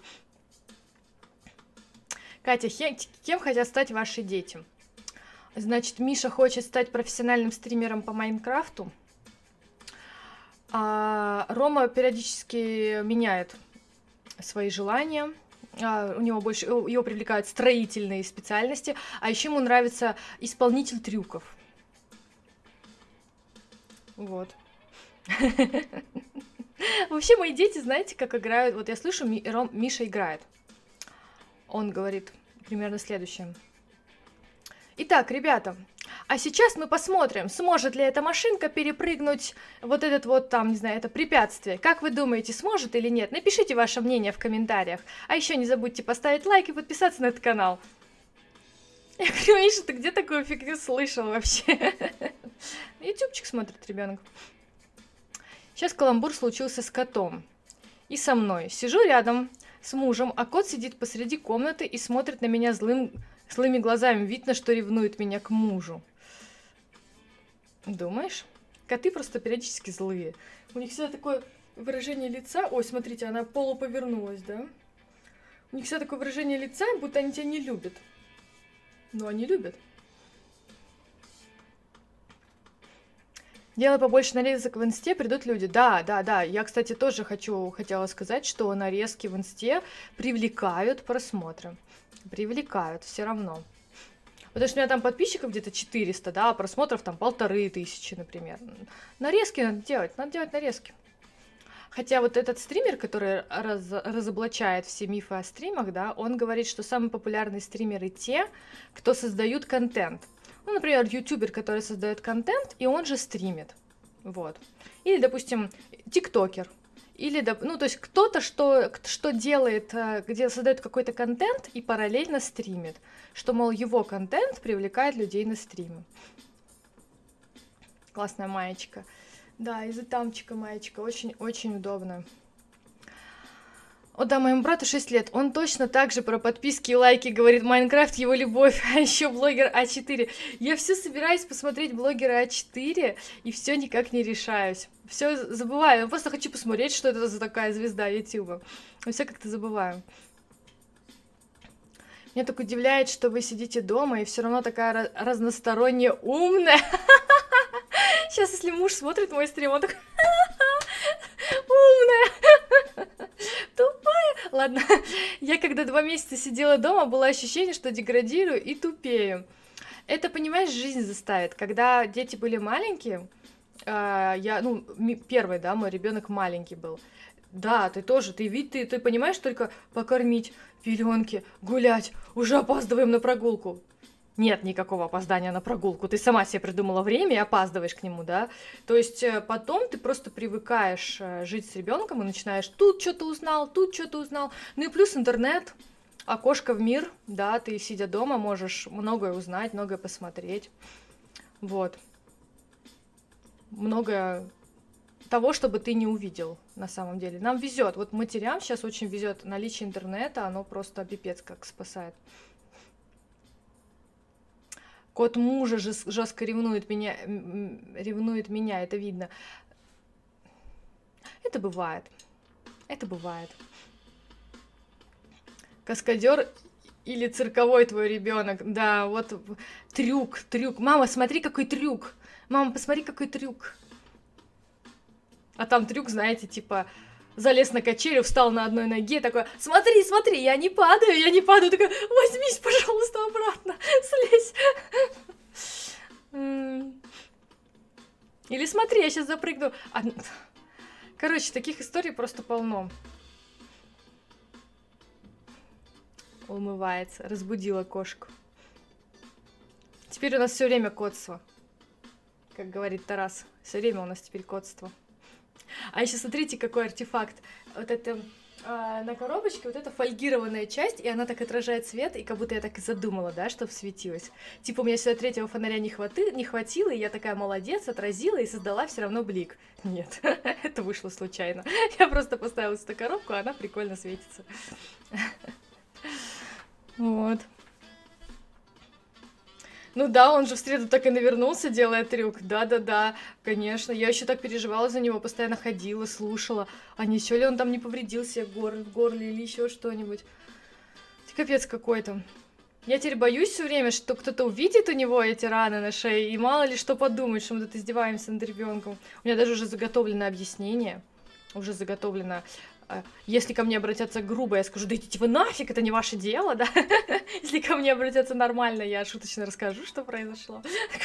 Катя, кем хотят стать ваши дети? Значит, Миша хочет стать профессиональным стримером по Майнкрафту, а Рома периодически меняет свои желания. У него больше, его привлекают строительные специальности, а еще ему нравится исполнитель трюков. Вот. Вообще, мои дети, знаете, как играют? Вот я слышу, Миша играет. Он говорит примерно следующее. Итак, ребята, а сейчас мы посмотрим, сможет ли эта машинка перепрыгнуть вот этот вот там, не знаю, это препятствие. Как вы думаете, сможет или нет? Напишите ваше мнение в комментариях. А еще не забудьте поставить лайк и подписаться на этот канал. Я говорю, Миша, ты где такую фигню слышал вообще? Ютубчик смотрит ребенок. Сейчас каламбур случился с котом. И со мной. Сижу рядом с мужем, а кот сидит посреди комнаты и смотрит на меня злым, злыми глазами. Видно, что ревнует меня к мужу. Думаешь? Коты просто периодически злые. У них всегда такое выражение лица. Ой, смотрите, она полуповернулась, да? У них всегда такое выражение лица, будто они тебя не любят. Но они любят. Делай побольше нарезок в инсте, придут люди. Да, да, да. Я, кстати, тоже хочу, хотела сказать, что нарезки в инсте привлекают просмотры. Привлекают все равно. Потому что у меня там подписчиков где-то четыреста, да, а просмотров там полторы тысячи, например. Нарезки надо делать, надо делать нарезки. Хотя вот этот стример, который раз, разоблачает все мифы о стримах, да, он говорит, что самые популярные стримеры те, кто создают контент. Ну, например, ютубер, который создает контент, и он же стримит. Вот. Или, допустим, тиктокер. Или, ну, то есть кто-то, что, что делает, где создает какой-то контент и параллельно стримит. Что, мол, его контент привлекает людей на стримы. Классная маечка. Да, из этамчика маечка. Очень-очень удобно. О, да, моему брату шесть лет. Он точно так же про подписки и лайки говорит. Майнкрафт его любовь, а еще блогер А четыре. Я все собираюсь посмотреть блогера А четыре и все никак не решаюсь. Все забываю. Я просто хочу посмотреть, что это за такая звезда Ютуба. Но все как-то забываю. Меня так удивляет, что вы сидите дома и все равно такая разносторонне умная. Сейчас, если муж смотрит мой стрим, он такой... Умная! Тупая! Ладно, я когда два месяца сидела дома, было ощущение, что деградирую и тупею. Это, понимаешь, жизнь заставит. Когда дети были маленькие, э, я, ну, первый, да, мой ребенок маленький был. Да, ты тоже, ты вид, ты, ты понимаешь, только покормить, пеленки, гулять, уже опаздываем на прогулку. Нет никакого опоздания на прогулку, ты сама себе придумала время и опаздываешь к нему, да? То есть потом ты просто привыкаешь жить с ребенком и начинаешь тут что-то узнал, тут что-то узнал. Ну и плюс интернет, окошко в мир, да, ты сидя дома можешь многое узнать, многое посмотреть, вот. Многое того, чтобы ты не увидел на самом деле. Нам везет, вот матерям сейчас очень везет наличие интернета, оно просто пипец как спасает. Кот мужа жестко ревнует меня, ревнует меня, это видно. Это бывает. Это бывает. Каскадер или цирковой твой ребенок. Да, вот трюк, трюк. Мама, смотри, какой трюк. Мама, посмотри, какой трюк. А там трюк, знаете, типа... Залез на качелю, встал на одной ноге, такой, смотри, смотри, я не падаю, я не падаю, такой, возьмись, пожалуйста, обратно, слезь. Или смотри, я сейчас запрыгну. Короче, таких историй просто полно. Умывается, разбудила кошку. Теперь у нас все время котство, как говорит Тарас, все время у нас теперь котство. А еще смотрите, какой артефакт. Вот это а, на коробочке вот эта фольгированная часть, и она так отражает свет, и как будто я так и задумала, да, чтобы светилось. Типа у меня сюда третьего фонаря не, хваты... не хватило, и я такая молодец, отразила и создала все равно блик. Нет, это вышло случайно. Я просто поставила сюда коробку, а она прикольно светится. Вот. Ну да, он же в среду так и навернулся, делая трюк. Да-да-да, конечно. Я еще так переживала за него, постоянно ходила, слушала. А не все ли он там не повредил себе гор... в горле или еще что-нибудь? Капец какой-то. Я теперь боюсь все время, что кто-то увидит у него эти раны на шее, и мало ли что подумает, что мы тут издеваемся над ребенком. У меня даже уже заготовлено объяснение. Уже заготовлено. Если ко мне обратятся грубо, я скажу, да идите вы нафиг, это не ваше дело, да? Если ко мне обратятся нормально, я шуточно расскажу, что произошло.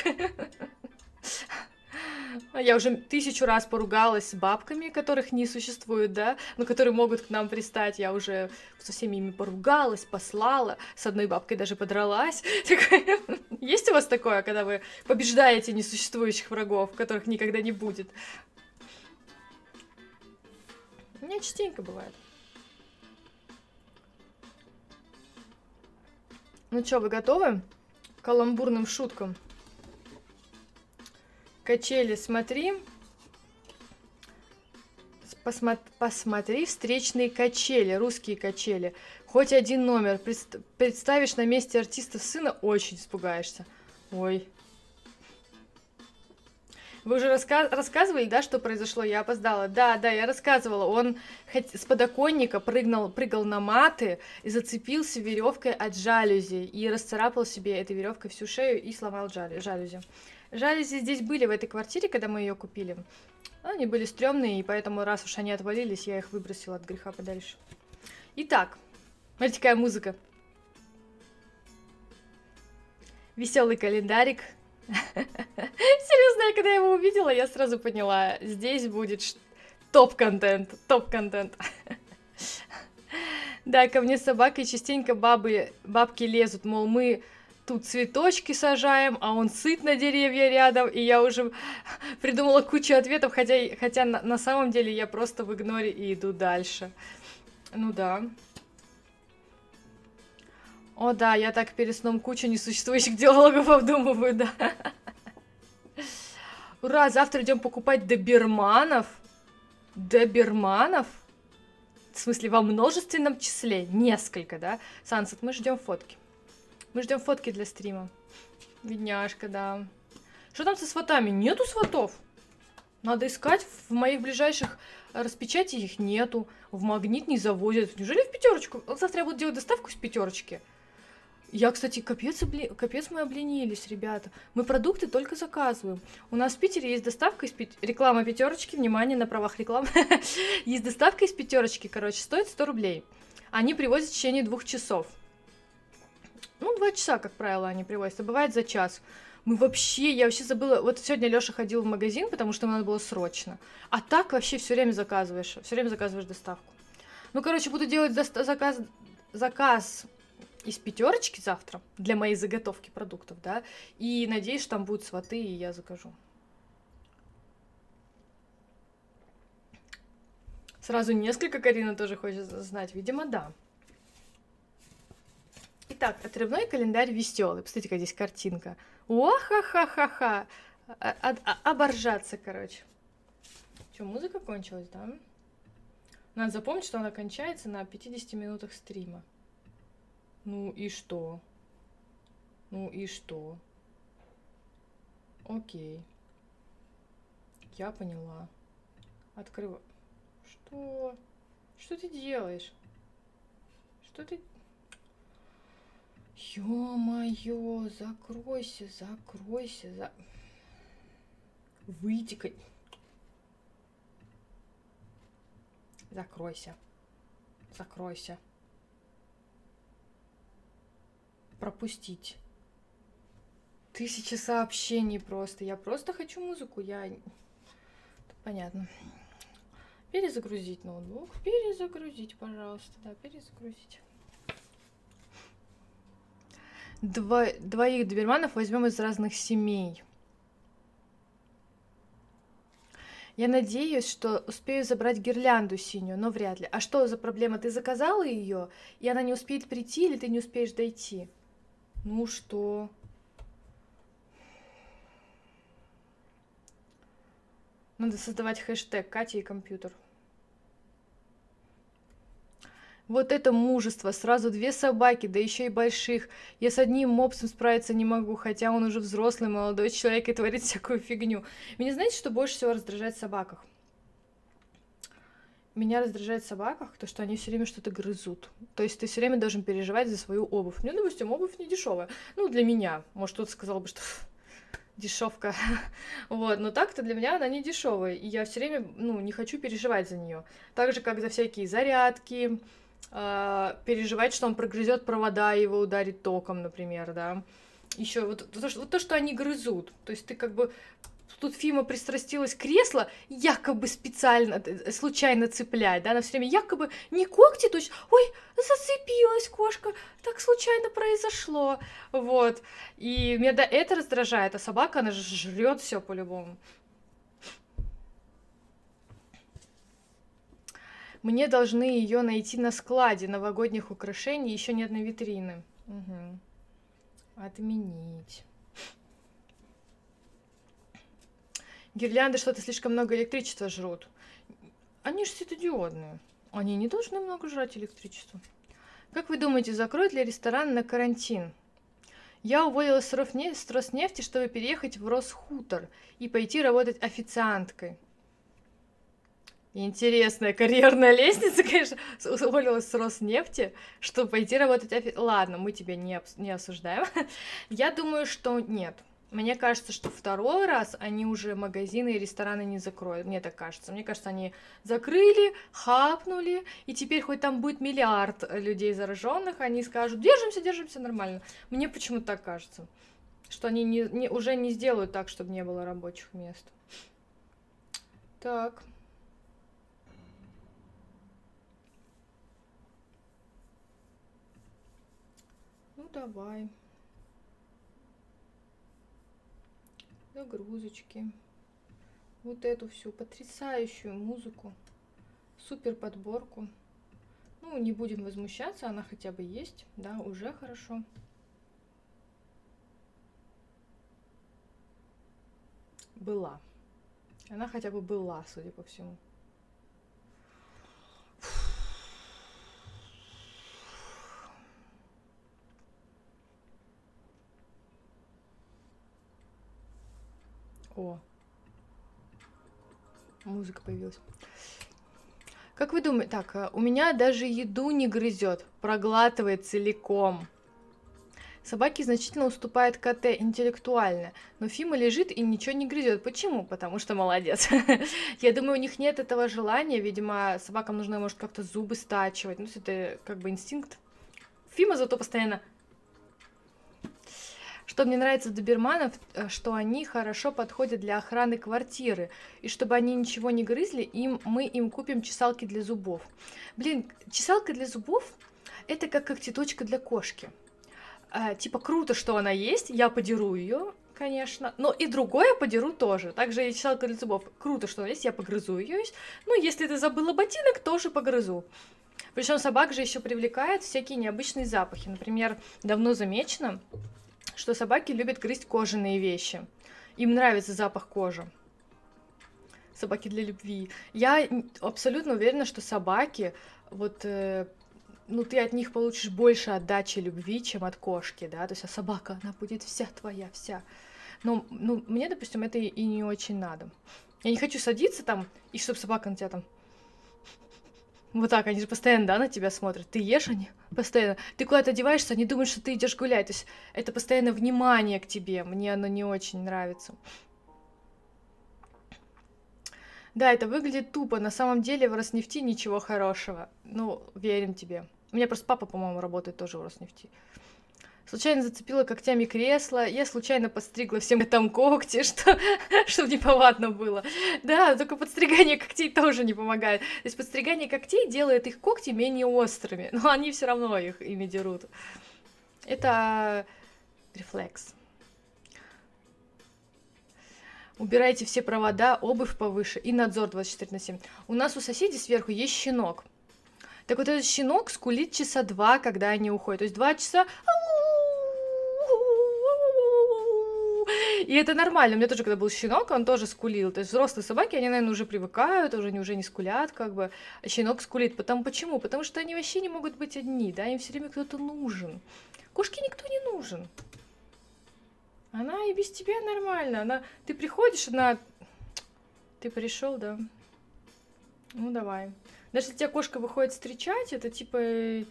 Я уже тысячу раз поругалась с бабками, которых не существует, да, но которые могут к нам пристать. Я уже со всеми ими поругалась, послала, с одной бабкой даже подралась. Есть у вас такое, когда вы побеждаете несуществующих врагов, которых никогда не будет? У меня частенько бывает. Ну чё, вы готовы к каламбурным шуткам? Качели смотри. Посмо... Посмотри встречные качели, русские качели. Хоть один номер. Пред... Представишь на месте артиста сына, очень испугаешься. Ой. Вы уже раска... рассказывали, да, что произошло? Я опоздала. Да, да, я рассказывала. Он хоть с подоконника прыгнул, прыгал на маты и зацепился веревкой от жалюзи. И расцарапал себе этой веревкой всю шею и сломал жалюзи. Жалюзи здесь были в этой квартире, когда мы ее купили. Они были стрёмные, и поэтому, раз уж они отвалились, я их выбросила от греха подальше. Итак, смотрите, какая музыка. Веселый календарик. Серьезно, я когда его увидела, я сразу поняла, здесь будет топ-контент, топ-контент. Да, ко мне с собакой частенько бабы, бабки лезут, мол, мы тут цветочки сажаем, а он сыт на деревья рядом, и я уже придумала кучу ответов, хотя, хотя на, на самом деле я просто в игноре и иду дальше. Ну да. О да, я так перед сном кучу несуществующих диалогов обдумываю, да. Ура, завтра идем покупать доберманов. Доберманов? В смысле, во множественном числе. Несколько, да? Сансет, мы ждем фотки. Мы ждем фотки для стрима. Бедняжка, да. Что там со сватами? Нету сватов. Надо искать. В моих ближайших распечатиях их нету. В Магнит не завозят. Неужели в пятерочку? Завтра я буду делать доставку с пятерочки. Я, кстати, капец, обли... капец мы обленились, ребята. Мы продукты только заказываем. У нас в Питере есть доставка из Пит... реклама пятерочки. Внимание, на правах рекламы. Есть доставка из пятерочки, короче, стоит сто рублей. Они привозят в течение двух часов. Ну, два часа, как правило, они привозят. А бывает за час. Мы вообще, я вообще забыла. Вот сегодня Лёша ходил в магазин, потому что ему надо было срочно. А так вообще все время заказываешь. Все время заказываешь доставку. Ну, короче, буду делать доста- заказ, заказ из пятерочки завтра для моей заготовки продуктов, да. И надеюсь, что там будут сваты, и я закажу. Сразу несколько, Карина тоже хочет знать. Видимо, да. Итак, отрывной календарь веселый. Посмотрите, какая здесь картинка. О-ха-ха-ха-ха. Оборжаться, короче. Что, музыка кончилась, да? Надо запомнить, что она кончается на пятидесяти минутах стрима. Ну и что? Ну и что? Окей. Я поняла. Открываю. Что? Что ты делаешь? Что ты... Ё-моё, закройся, закройся, за... Выйди-ка. Закройся. Закройся. Пропустить. Тысяча сообщений просто. Я просто хочу музыку. Я... Понятно. Перезагрузить ноутбук. Перезагрузить, пожалуйста. Да, перезагрузить. Дво... Двоих доберманов возьмем из разных семей. Я надеюсь, что успею забрать гирлянду синюю, но вряд ли. А что за проблема? Ты заказала ее, и она не успеет прийти, или ты не успеешь дойти? Ну что? Надо создавать хэштег Катя и компьютер. Вот это мужество, сразу две собаки, да еще и больших. Я с одним мопсом справиться не могу, хотя он уже взрослый молодой человек и творит всякую фигню. Меня знаете, что больше всего раздражает в собаках? Меня раздражает в собаках то, что они все время что-то грызут. То есть ты все время должен переживать за свою обувь. Ну, допустим, обувь не дешевая. Ну, для меня. Может, кто-то сказал бы, что дешевка. Вот, но так-то для меня она не дешевая. И я все время, ну, не хочу переживать за нее. Так же, как за всякие зарядки, переживать, что он прогрызет провода и его ударит током, например, да. Еще вот, вот, вот то, что они грызут. То есть ты как бы... Тут Фима пристрастилась к креслу, якобы специально, случайно цеплять, да, она все время якобы не когти, то есть, ой, зацепилась кошка, так случайно произошло, вот. И меня да, это раздражает, а собака, она же жрет все по-любому. Мне должны ее найти на складе новогодних украшений, еще нет на витрины. Угу. Отменить. Гирлянды что-то слишком много электричества жрут. Они же светодиодные. Они не должны много жрать электричество. Как вы думаете, закроют ли ресторан на карантин? Я уволилась с Роснефти, чтобы переехать в Росхутор и пойти работать официанткой. Интересная карьерная лестница, конечно. Уволилась с Роснефти, чтобы пойти работать офи... Ладно, мы тебя не, обс... не осуждаем. Я думаю, что нет. Мне кажется, что второй раз они уже магазины и рестораны не закроют. Мне так кажется. Мне кажется, они закрыли, хапнули, и теперь хоть там будет миллиард людей зараженных, они скажут, держимся, держимся нормально. Мне почему-то так кажется, что они не, не, уже не сделают так, чтобы не было рабочих мест. Так. Ну, давай. Загрузочки. Вот эту всю потрясающую музыку. Супер подборку. Ну, не будем возмущаться, она хотя бы есть. Да, уже хорошо. Была. Она хотя бы была, судя по всему. О, музыка появилась. Как вы думаете? Так, у меня даже еду не грызет, проглатывает целиком. Собаки значительно уступают коте интеллектуально, но Фима лежит и ничего не грызет. Почему? Потому что молодец. Я думаю, у них нет этого желания. Видимо, собакам нужно, может, как-то зубы стачивать. Ну, это как бы инстинкт. Фима зато постоянно... Что мне нравится в доберманов, что они хорошо подходят для охраны квартиры. И чтобы они ничего не грызли, им, мы им купим чесалки для зубов. Блин, чесалка для зубов — это как когтеточка для кошки. А, типа круто, что она есть, я подеру ее, конечно. Но и другое подеру тоже. Также и чесалка для зубов. Круто, что она есть, я погрызу ее. Ну, если ты забыла ботинок, тоже погрызу. Причем собак же еще привлекают всякие необычные запахи. Например, давно замечено, что собаки любят грызть кожаные вещи. Им нравится запах кожи. Собаки для любви. Я абсолютно уверена, что собаки, вот, э, ну, ты от них получишь больше отдачи любви, чем от кошки, да, то есть, а собака, она будет вся твоя, вся. Но, ну, мне, допустим, это и не очень надо. Я не хочу садиться там, и чтобы собака на тебя там... Вот так, они же постоянно, да, на тебя смотрят. Ты ешь, они постоянно. Ты куда-то одеваешься, они думают, что ты идешь гулять. То есть это постоянно внимание к тебе. Мне оно не очень нравится. Да, это выглядит тупо. На самом деле в Роснефти ничего хорошего. Ну, верим тебе. У меня просто папа, по-моему, работает тоже в Роснефти. Случайно зацепила когтями кресло. Я случайно подстригла всем там когти, что... чтобы неповадно было. Да, только подстригание когтей тоже не помогает. То есть подстригание когтей делает их когти менее острыми, но они все равно их ими дерут. Это рефлекс. Убирайте все провода, обувь повыше и надзор двадцать четыре на семь. У нас у соседей сверху есть щенок. Так вот этот щенок скулит часа два, когда они уходят. То есть два часа... И это нормально. У меня тоже, когда был щенок, он тоже скулил. То есть взрослые собаки, они, наверное, уже привыкают, уже, они уже не скулят, как бы. А щенок скулит. Потому, почему? Потому что они вообще не могут быть одни, да, им все время кто-то нужен. Кошке никто не нужен. Она и без тебя нормально. Она... Ты приходишь, она... Ты пришел, да? Ну, давай. Даже если тебя кошка выходит встречать, это типа...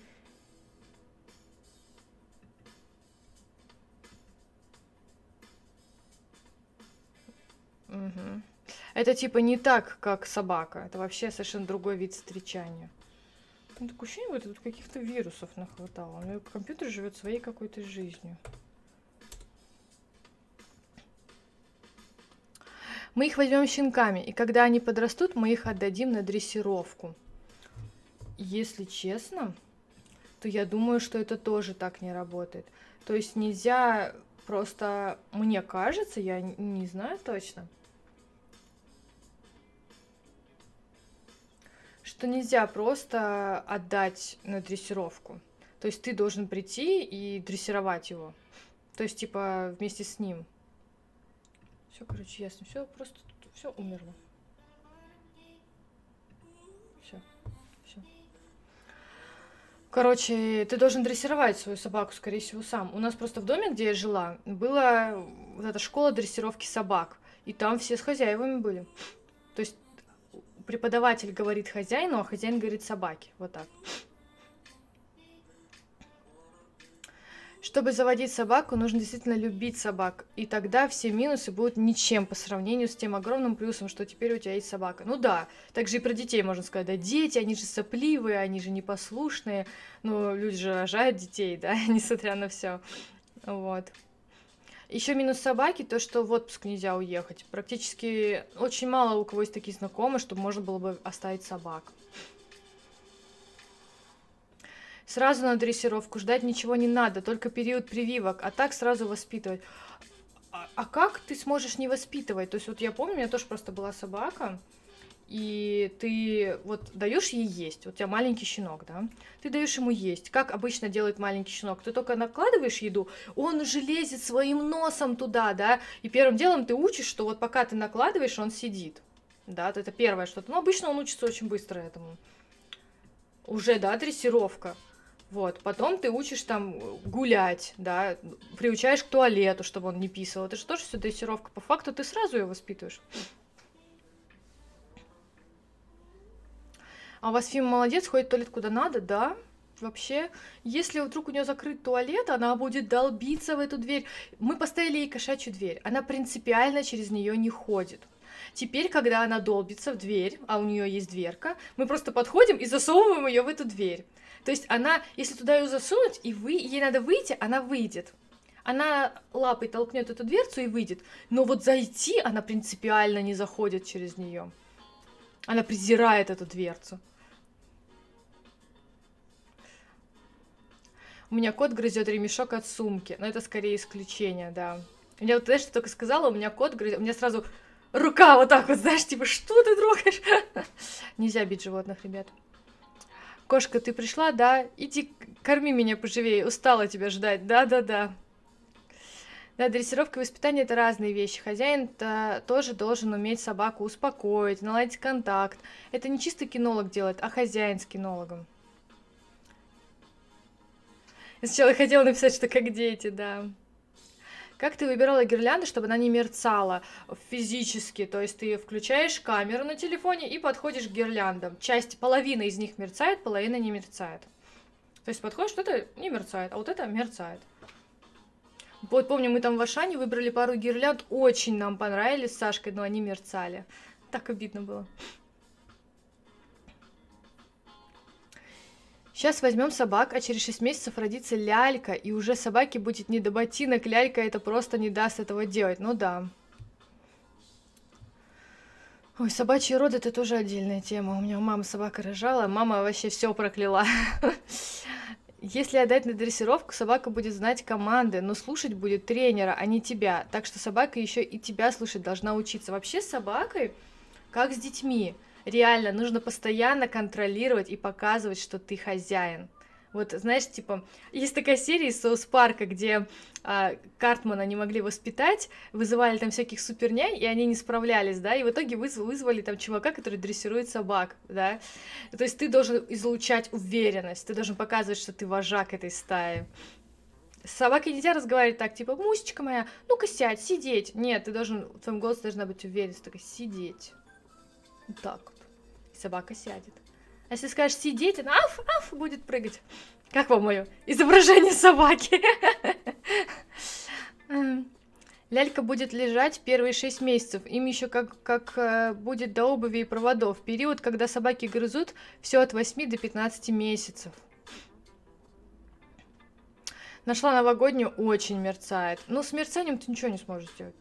Угу. Это типа не так, как собака. Это вообще совершенно другой вид встречания. Там такое ощущение, вот тут каких-то вирусов нахватало. У меня компьютер живет своей какой-то жизнью. Мы их возьмем щенками, и когда они подрастут, мы их отдадим на дрессировку. Если честно, то я думаю, что это тоже так не работает. То есть нельзя просто, мне кажется, я не знаю точно, что нельзя просто отдать на дрессировку. То есть ты должен прийти и дрессировать его. То есть, типа, вместе с ним. Все, короче, ясно. Все просто все умерло. Все. Все. Короче, ты должен дрессировать свою собаку, скорее всего, сам. У нас просто в доме, где я жила, была вот эта школа дрессировки собак. И там все с хозяевами были. То есть преподаватель говорит хозяину, а хозяин говорит собаке. Вот так. Чтобы заводить собаку, нужно действительно любить собак. И тогда все минусы будут ничем по сравнению с тем огромным плюсом, что теперь у тебя есть собака. Ну да, также и про детей можно сказать. Да, дети, они же сопливые, они же непослушные. Ну, люди же рожают детей, да, несмотря на все. Вот. Еще минус собаки, то, что в отпуск нельзя уехать. Практически очень мало у кого есть такие знакомые, чтобы можно было бы оставить собак. Сразу на дрессировку ждать ничего не надо, только период прививок, а так сразу воспитывать. А, а как ты сможешь не воспитывать? То есть вот я помню, у меня тоже просто была собака, и ты вот даешь ей есть, вот у тебя маленький щенок, да, ты даешь ему есть. Как обычно делает маленький щенок? Ты только накладываешь еду, он уже лезет своим носом туда, да, и первым делом ты учишь, что вот пока ты накладываешь, он сидит, да, это первое что-то. Но обычно он учится очень быстро этому. Уже, да, дрессировка. Вот, потом ты учишь там гулять, да, приучаешь к туалету, чтобы он не писал. Это же тоже все дрессировка. По факту ты сразу ее воспитываешь. А у вас Фима молодец, ходит в туалет куда надо, да? Вообще, если вдруг у нее закрыт туалет, она будет долбиться в эту дверь. Мы поставили ей кошачью дверь, она принципиально через нее не ходит. Теперь, когда она долбится в дверь, а у нее есть дверка, мы просто подходим и засовываем ее в эту дверь. То есть она, если туда ее засунуть, и вы, ей надо выйти, она выйдет. Она лапой толкнет эту дверцу и выйдет. Но вот зайти она принципиально не заходит через нее. Она презирает эту дверцу. У меня кот грызет ремешок от сумки. Но это скорее исключение, да. У меня вот, знаешь, что только сказала, у меня кот грызет. У меня сразу рука вот так вот, знаешь, типа, что ты трогаешь? Нельзя бить животных, ребят. Кошка, ты пришла, да? Иди корми меня поживее, устала тебя ждать. Да-да-да. Да, дрессировка и воспитание — это разные вещи. Хозяин-то тоже должен уметь собаку успокоить, наладить контакт. Это не чисто кинолог делает, а хозяин с кинологом. Я сначала хотела написать, что как дети, да. Как ты выбирала гирлянду, чтобы она не мерцала физически? То есть ты включаешь камеру на телефоне и подходишь к гирляндам. Часть, половина из них мерцает, половина не мерцает. То есть подходишь, что-то не мерцает, а вот это мерцает. Вот помню, мы там в Ашане выбрали пару гирлянд, очень нам понравились с Сашкой, но они мерцали. Так обидно было. Сейчас возьмем собак, а через шесть месяцев родится лялька, и уже собаке будет не до ботинок, лялька это просто не даст этого делать. Ну да. Ой, собачьи роды — это тоже отдельная тема. У меня мама собака рожала, мама вообще все прокляла. Если отдать на дрессировку, собака будет знать команды, но слушать будет тренера, а не тебя. Так что собака еще и тебя слушать должна учиться. Вообще с собакой, как с детьми, реально нужно постоянно контролировать и показывать, что ты хозяин. Вот, знаешь, типа, есть такая серия из Соус Парка, где а, Картмана не могли воспитать, вызывали там всяких супернянь, и они не справлялись, да, и в итоге вызв- вызвали там чувака, который дрессирует собак, да. То есть ты должен излучать уверенность, ты должен показывать, что ты вожак этой стаи. С собакой нельзя разговаривать так, типа, мусечка моя, ну-ка сядь, сидеть. Нет, ты должен, в твоем голосе должна быть уверенность, такая, сидеть. Вот так вот. И собака сядет. А если скажешь сидеть, она аф, аф, будет прыгать. Как вам мое изображение собаки? Лялька будет лежать первые шесть месяцев. Им еще как, как э, будет до обуви и проводов. Период, когда собаки грызут, все от восьми до пятнадцати месяцев. Нашла новогоднюю, очень мерцает. Ну, с мерцанием ты ничего не сможешь сделать.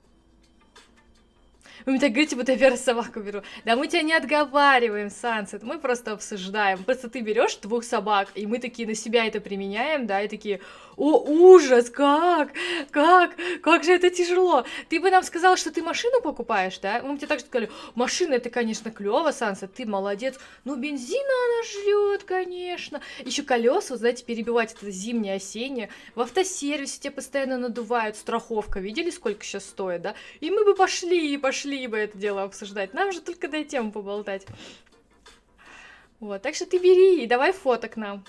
Вы мне так говорите, будто я первую собаку беру. Да мы тебя не отговариваем, Сансет, мы просто обсуждаем. Просто ты берешь двух собак, и мы такие на себя это применяем, да, и такие, о, ужас, как, как, как же это тяжело. Ты бы нам сказал, что ты машину покупаешь, да? Мы бы тебе так же сказали, машина, это, конечно, клево, Сансет, ты молодец. Ну, бензина она жрет, конечно. Еще колеса, вот, знаете, перебивать это зимнее, осеннее. В автосервисе тебя постоянно надувают, страховка, видели, сколько сейчас стоит, да? И мы бы пошли, пошли бы это дело обсуждать. Нам же только дай тему поболтать. Вот, так что ты бери и давай фото к нам.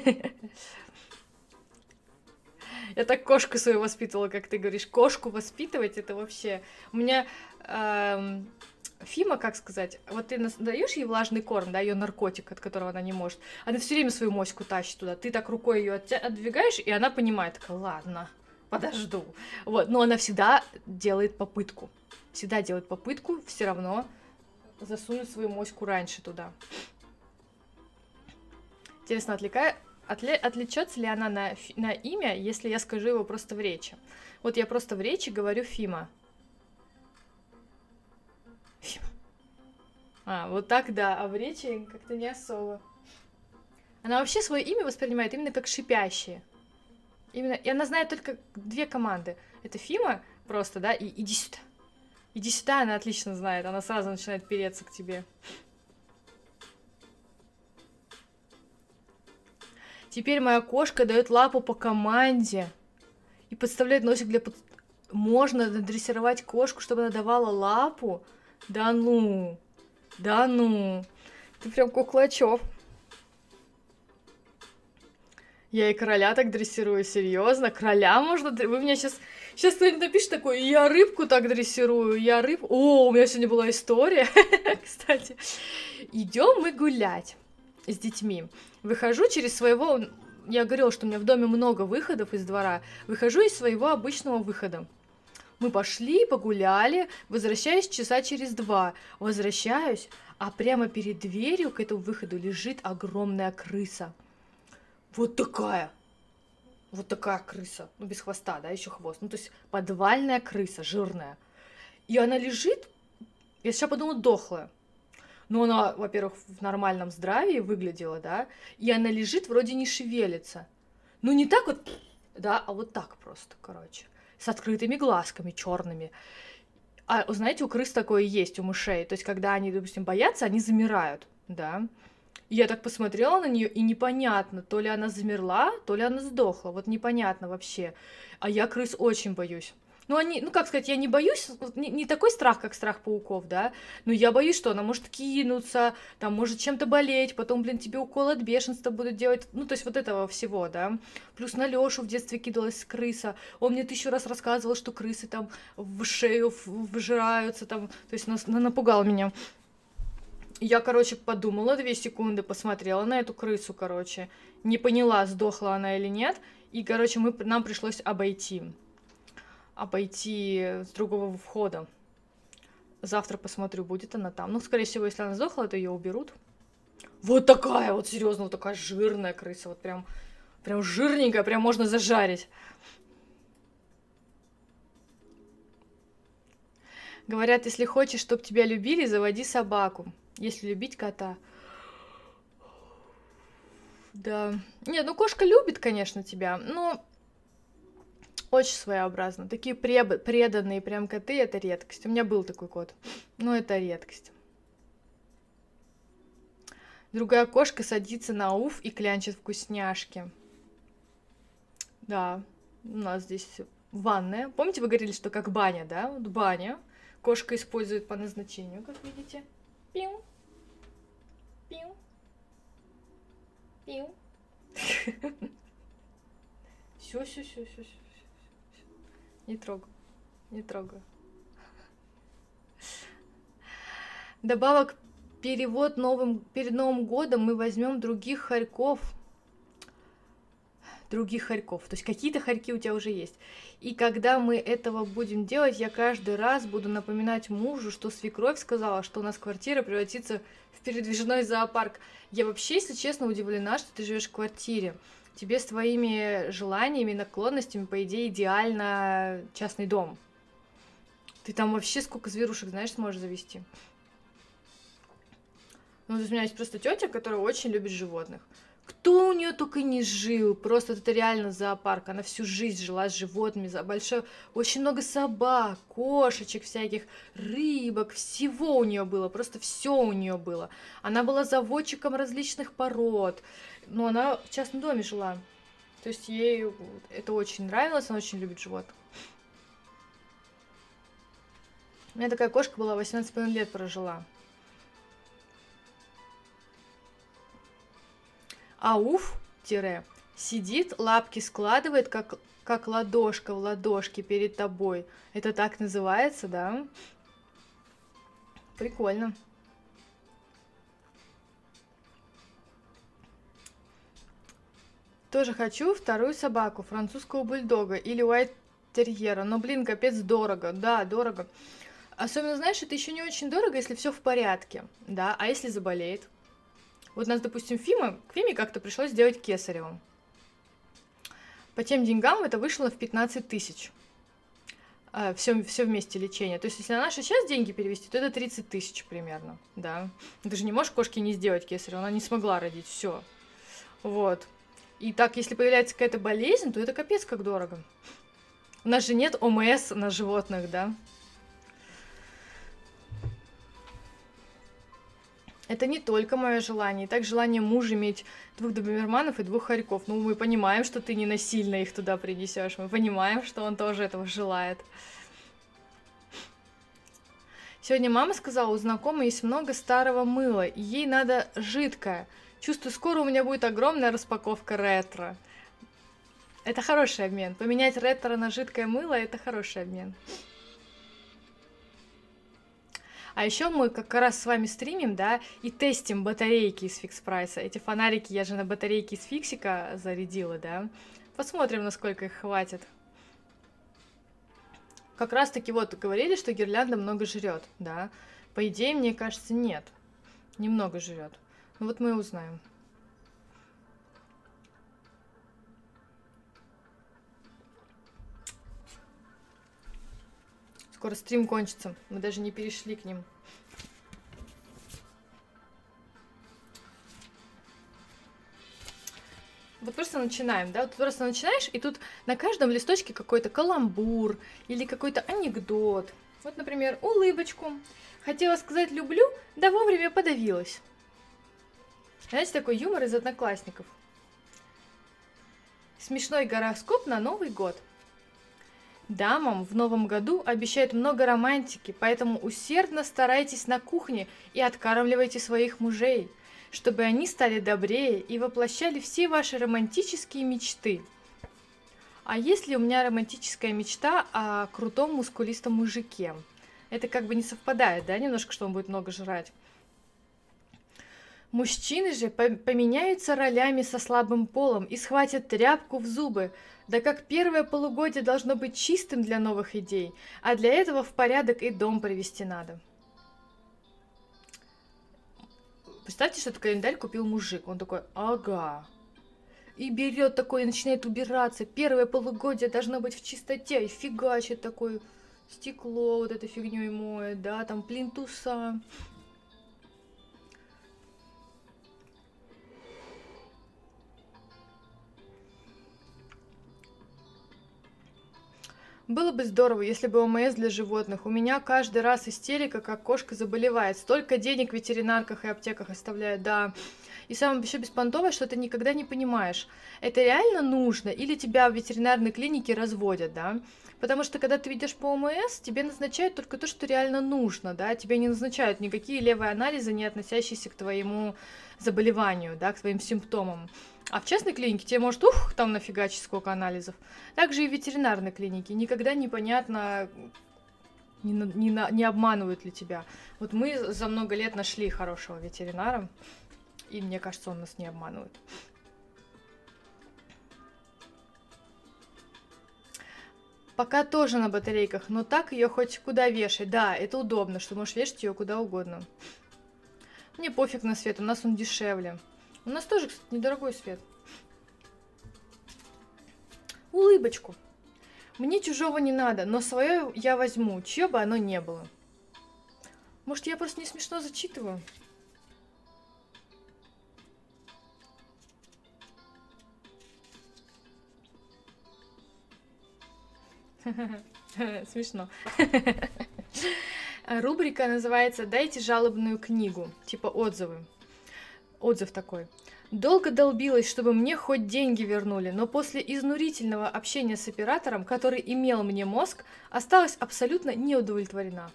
Я так кошку свою воспитывала, как ты говоришь. Кошку воспитывать это вообще... У меня эм, Фима, как сказать, вот ты даешь ей влажный корм, да, ее наркотик, от которого она не может. Она все время свою моську тащит туда. Ты так рукой ее отдвигаешь, и она понимает, такая, ладно, подожду. Вот, но она всегда делает попытку. Всегда делает попытку все равно засунуть свою моську раньше туда. Интересно, отвлекаю... Отли... Отличется ли она на, фи... на имя, если я скажу его просто в речи? Вот я просто в речи говорю Фима. Фима. А, вот так да, а в речи как-то не особо. Она вообще свое имя воспринимает именно как шипящее. Именно... И она знает только две команды. Это Фима просто, да, и иди сюда. Иди сюда, она отлично знает. Она сразу начинает переться к тебе. Теперь моя кошка дает лапу по команде и подставляет носик для... Под... Можно надрессировать кошку, чтобы она давала лапу? Да ну, да ну. Ты прям куклачев. Я и короля так дрессирую, серьезно? Короля можно... Вы меня сейчас... Сейчас кто-нибудь напишет такое, я рыбку так дрессирую, я рыбку... О, у меня сегодня была история, кстати. Идем мы гулять с детьми. Выхожу через своего... Я говорила, что у меня в доме много выходов из двора. Выхожу из своего обычного выхода. Мы пошли, погуляли, возвращаюсь часа через два. Возвращаюсь, а прямо перед дверью к этому выходу лежит огромная крыса. Вот такая. Вот такая крыса. Ну, без хвоста, да, еще хвост. Ну, то есть подвальная крыса, жирная. И она лежит... Я сейчас подумала, дохлая. Но она, во-первых, в нормальном здравии выглядела, да, и она лежит, вроде не шевелится. Ну, не так вот, да, а вот так просто, короче, с открытыми глазками черными. А, знаете, у крыс такое есть, у мышей. То есть, когда они, допустим, боятся, они замирают, да. И я так посмотрела на нее, и непонятно, то ли она замерла, то ли она сдохла. Вот непонятно вообще. А я крыс очень боюсь. Ну, они, ну, как сказать, я не боюсь, не, не такой страх, как страх пауков, да, но я боюсь, что она может кинуться, там, может чем-то болеть, потом, блин, тебе укол от бешенства будут делать, ну, то есть вот этого всего, да. Плюс на Лёшу в детстве кидалась крыса, он мне тысячу раз рассказывал, что крысы там в шею вжираются, там, то есть нас, напугал меня. Я, короче, подумала две секунды, посмотрела на эту крысу, короче, не поняла, сдохла она или нет, и, короче, мы, нам пришлось обойти. обойти с другого входа. Завтра посмотрю, будет она там. Ну, скорее всего, если она сдохла, то ее уберут. Вот такая вот, серьезно, вот такая жирная крыса. Вот прям, прям жирненькая, прям можно зажарить. Говорят, если хочешь, чтобы тебя любили, заводи собаку. Если любить кота. Да. Нет, ну кошка любит, конечно, тебя, но очень своеобразно. Такие преб- преданные прям коты — это редкость. У меня был такой кот, но это редкость. Другая кошка садится на уф и клянчит вкусняшки. Да, у нас здесь ванная. Помните, вы говорили, что как баня, да? Вот баня. Кошка использует по назначению, как видите. Пиу. Пиу. Пиу. Все, все, все, все, все. Не трогаю. Не трогаю. Добавок перевод новым, перед Новым годом мы возьмем других хорьков. Других хорьков. То есть какие-то хорьки у тебя уже есть. И когда мы этого будем делать, я каждый раз буду напоминать мужу, что свекровь сказала, что у нас квартира превратится в передвижной зоопарк. Я вообще, если честно, удивлена, что ты живешь в квартире. Тебе с твоими желаниями, наклонностями, по идее, идеально частный дом. Ты там вообще сколько зверушек, знаешь, сможешь завести. Ну, вот у меня есть просто тетя, которая очень любит животных. Кто у нее только не жил, просто это реально зоопарк. Она всю жизнь жила с животными, за большое, очень много собак, кошечек всяких, рыбок, всего у нее было, просто все у нее было. Она была заводчиком различных пород, но она в частном доме жила. То есть ей это очень нравилось, она очень любит животных. У меня такая кошка была, восемнадцать с половиной лет прожила. Ауф, тире, сидит, лапки складывает, как, как ладошка в ладошке перед тобой. Это так называется, да? Прикольно. Тоже хочу вторую собаку, французского бульдога или уайт-терьера. Но, блин, капец дорого. Да, дорого. Особенно, знаешь, это еще не очень дорого, если все в порядке, да? А если заболеет? Вот у нас, допустим, Фима, к Фиме как-то пришлось сделать кесарево. По тем деньгам это вышло в пятнадцать тысяч. Все, все вместе лечение. То есть, если на наши сейчас деньги перевести, то это тридцать тысяч примерно, да. Ты же не можешь кошке не сделать кесарево, она не смогла родить, все. Вот. И так, если появляется какая-то болезнь, то это капец как дорого. У нас же нет ОМС на животных, да. Это не только мое желание, и так желание мужа иметь двух доберманов и двух хорьков. Ну, мы понимаем, что ты не насильно их туда принесешь. Мы понимаем, что он тоже этого желает. Сегодня мама сказала, у знакомой есть много старого мыла, и ей надо жидкое. Чувствую, скоро у меня будет огромная распаковка ретро. Это хороший обмен. Поменять ретро на жидкое мыло – это хороший обмен. А еще мы как раз с вами стримим, да, и тестим батарейки из фикс прайса. Эти фонарики я же на батарейки из фиксика зарядила, да. Посмотрим, насколько их хватит. Как раз таки вот говорили, что гирлянда много жрет, да. По идее, мне кажется, нет. Немного жрет. Ну вот мы и узнаем. Скоро стрим кончится. Мы даже не перешли к ним. Вот просто начинаем, да? Вот просто начинаешь, и тут на каждом листочке какой-то каламбур или какой-то анекдот. Вот, например, улыбочку. Хотела сказать «люблю», да вовремя подавилась. Знаете, такой юмор из Одноклассников. Смешной гороскоп на Новый год. Дамам в новом году обещают много романтики, поэтому усердно старайтесь на кухне и откармливайте своих мужей, чтобы они стали добрее и воплощали все ваши романтические мечты. А если у меня романтическая мечта о крутом мускулистом мужике? Это как бы не совпадает, да, немножко, что он будет много жрать. Мужчины же поменяются ролями со слабым полом и схватят тряпку в зубы. Да как первое полугодие должно быть чистым для новых идей, а для этого в порядок и дом привести надо. Представьте, что этот календарь купил мужик. Он такой, ага. И берет такой, и начинает убираться. Первое полугодие должно быть в чистоте. И фигачит такое стекло вот этой фигней моет, да, там плинтуса. Было бы здорово, если бы ОМС для животных. У меня каждый раз истерика, как кошка заболевает. Столько денег в ветеринарках и аптеках оставляют, да. И самое еще беспонтовое, что ты никогда не понимаешь, это реально нужно или тебя в ветеринарной клинике разводят, да. Потому что когда ты идешь по ОМС, тебе назначают только то, что реально нужно, да. Тебе не назначают никакие левые анализы, не относящиеся к твоему заболеванию, да, к твоим симптомам. А в частной клинике тебе может, ух, там нафигачить сколько анализов. Также и в ветеринарной клинике. Никогда непонятно, не, не, не обманывают ли тебя. Вот мы за много лет нашли хорошего ветеринара, и мне кажется, он нас не обманывает. Пока тоже на батарейках, но так ее хоть куда вешать. Да, это удобно, что можешь вешать ее куда угодно. Мне пофиг на свет, у нас он дешевле. У нас тоже, кстати, недорогой свет. Улыбочку. Мне чужого не надо, но свое я возьму, чье бы оно не было. Может, я просто не смешно зачитываю? Смешно. Рубрика называется «Дайте жалобную книгу», типа отзывы. Отзыв такой. Долго долбилась, чтобы мне хоть деньги вернули, но после изнурительного общения с оператором, который имел мне мозг, осталась абсолютно неудовлетворена.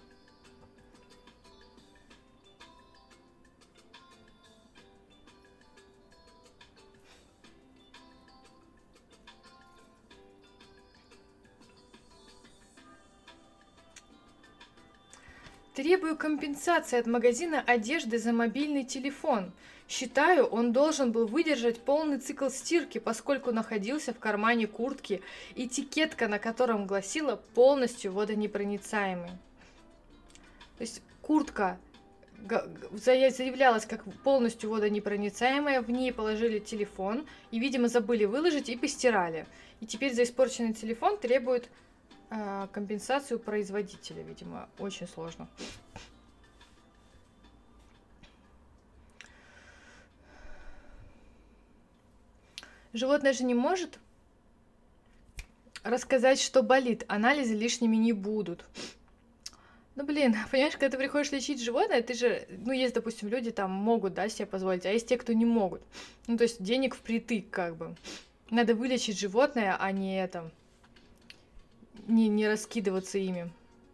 Требую компенсации от магазина одежды за мобильный телефон. Считаю, он должен был выдержать полный цикл стирки, поскольку находился в кармане куртки, этикетка на котором гласила «полностью водонепроницаемый». То есть куртка заявлялась как полностью водонепроницаемая, в ней положили телефон и, видимо, забыли выложить и постирали. И теперь за испорченный телефон требуют э, компенсацию производителя, видимо, очень сложно. Животное же не может рассказать, что болит. Анализы лишними не будут. Ну, блин, понимаешь, когда ты приходишь лечить животное, ты же, ну, есть, допустим, люди там могут, да, себе позволить, а есть те, кто не могут. Ну, то есть денег впритык, как бы. Надо вылечить животное, а не это, не, не раскидываться ими.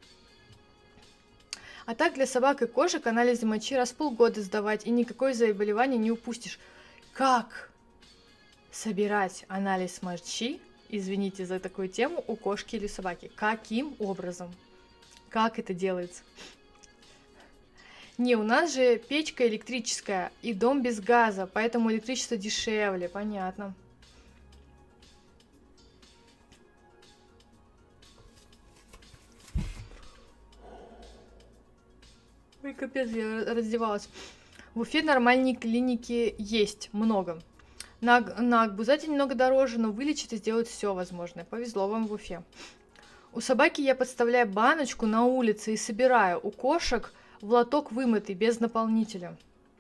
А так для собак и кошек анализы мочи раз в полгода сдавать, и никакое заболевание не упустишь. Как собирать анализ мочи, извините за такую тему, у кошки или собаки? Каким образом? Как это делается? Не, у нас же печка электрическая и дом без газа, поэтому электричество дешевле, понятно. Ой, капец, я раздевалась. В Уфе нормальные клиники есть, много. На, на Акбузате немного дороже, но вылечить и сделать все возможное. Повезло вам в Уфе. У собаки я подставляю баночку на улице и собираю. У кошек в лоток вымытый, без наполнителя.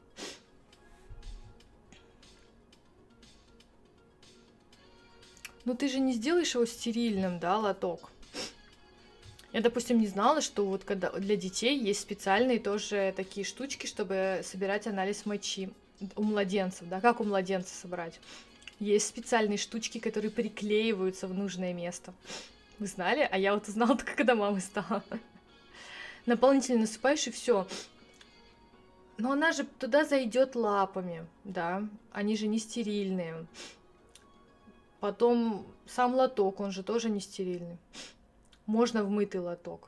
Ну ты же не сделаешь его стерильным, да, лоток? Я, допустим, не знала, что вот когда для детей есть специальные тоже такие штучки, чтобы собирать анализ мочи у младенцев, да, как у младенца собрать. Есть специальные штучки, которые приклеиваются в нужное место. Вы знали? А я вот узнала только когда мамой стала. Наполнитель насыпаешь и все. Но она же туда зайдет лапами, да. Они же не стерильные. Потом сам лоток, он же тоже не стерильный. Можно в мытый лоток.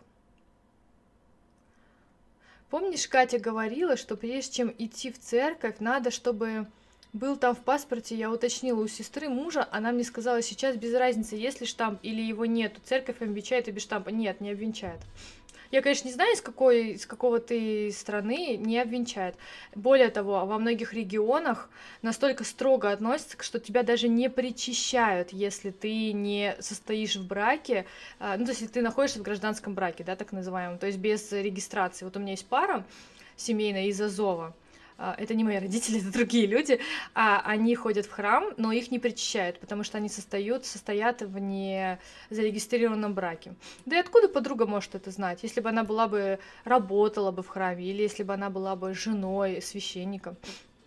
Помнишь, Катя говорила, что прежде чем идти в церковь, надо, чтобы был там в паспорте, я уточнила у сестры мужа, она мне сказала, сейчас без разницы, есть ли штамп или его нету, церковь обвенчает и без штампа. Нет, не обвенчает. Я, конечно, не знаю, из какой, из какого ты страны, не обвенчает. Более того, во многих регионах настолько строго относятся, что тебя даже не причащают, если ты не состоишь в браке, ну, то есть, если ты находишься в гражданском браке, да, так называемом, то есть без регистрации. Вот у меня есть пара семейная из Азова, а, это не мои родители, это другие люди, а они ходят в храм, но их не причащают, потому что они состоят, состоят в незарегистрированном браке. Да и откуда подруга может это знать, если бы она была бы, работала бы в храме, или если бы она была бы женой священника?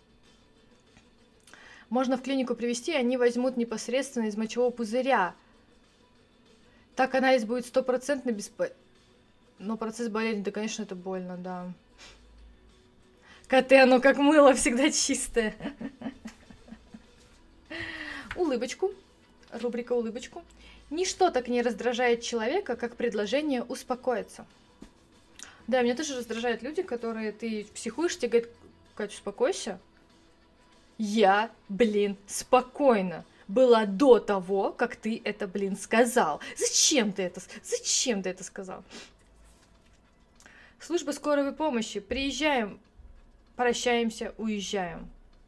Можно в клинику привезти, они возьмут непосредственно из мочевого пузыря. Так анализ будет стопроцентно бесполезен. Но процесс болезни, да, конечно, это больно, да. Коты, оно как мыло, всегда чистое. Улыбочку. Рубрика «Улыбочку». Ничто так не раздражает человека, как предложение успокоиться. Да, меня тоже раздражают люди, которые ты психуешь, тебе говорят: Кать, успокойся. Я, блин, спокойно была до того, как ты это, блин, сказал. Зачем ты это, зачем ты это сказал? Служба скорой помощи. Приезжаем, прощаемся, уезжаем.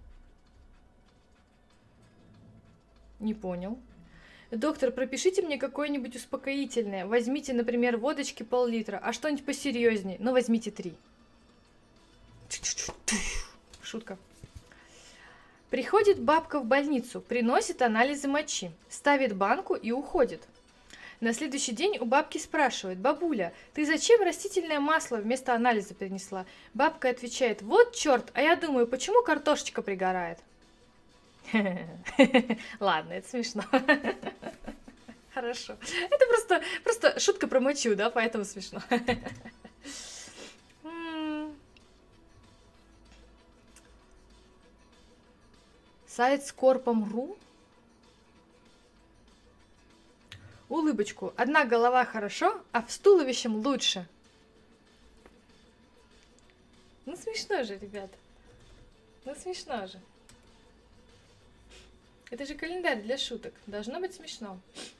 Не понял. Доктор, пропишите мне какое-нибудь успокоительное. Возьмите, например, водочки пол-литра, а что-нибудь посерьезнее. Ну, возьмите три. Шутка. Приходит бабка в больницу, приносит анализы мочи, ставит банку и уходит. На следующий день у бабки спрашивают: бабуля, ты зачем растительное масло вместо анализа принесла? Бабка отвечает: вот черт, а я думаю, почему картошечка пригорает? Ладно, это смешно. Хорошо. Это просто, просто шутка про мочу, да, поэтому смешно. Сайт скорпом точка ру. Улыбочку. Одна голова хорошо, а с туловищем лучше. Ну смешно же, ребята. Ну смешно же. Это же календарь для шуток. Должно быть смешно.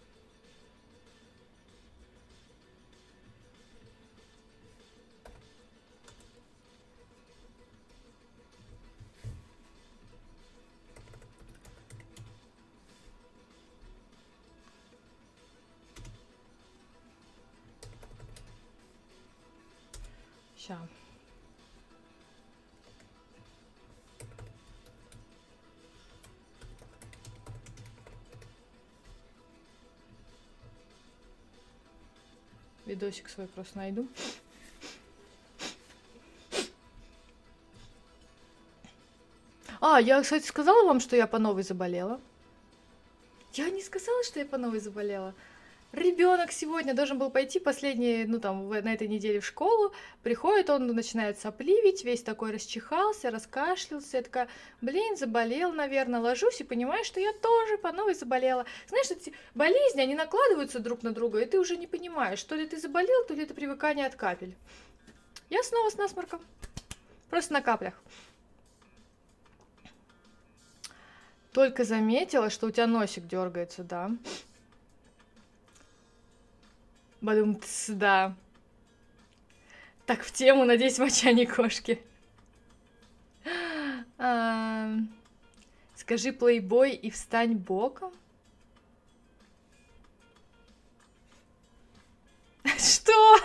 Ща. Видосик свой просто найду. А, я, кстати, сказала вам, что я по новой заболела. Я не сказала, что я по новой заболела. Ребенок сегодня должен был пойти последний, ну там, на этой неделе в школу. Приходит он, начинает сопливить, весь такой расчихался, раскашлялся. Я такая: блин, заболел, наверное. Ложусь и понимаю, что я тоже по новой заболела. Знаешь, эти болезни, они накладываются друг на друга, и ты уже не понимаешь, то ли ты заболел, то ли это привыкание от капель. Я снова с насморком. Просто на каплях. Только заметила, что у тебя носик дергается, да? Бадум-тс, да. Так, в тему, надеюсь, моча не кошки. А, скажи плейбой и встань боком. Что?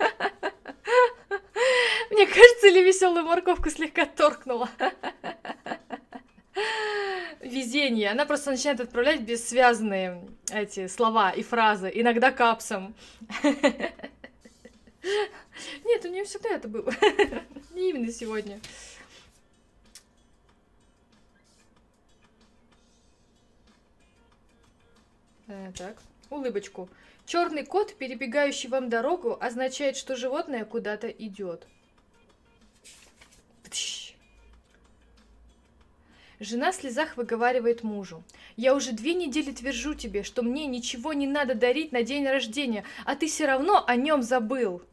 Мне кажется, или веселую морковку слегка торкнула. Везение. Она просто начинает отправлять бессвязные эти слова и фразы, иногда капсом. Нет, у нее всегда это было. Не именно сегодня. Так, улыбочку. Черный кот, перебегающий вам дорогу, означает, что животное куда-то идет. Жена в слезах выговаривает мужу: я уже две недели твержу тебе, что мне ничего не надо дарить на день рождения, а ты все равно о нем забыл.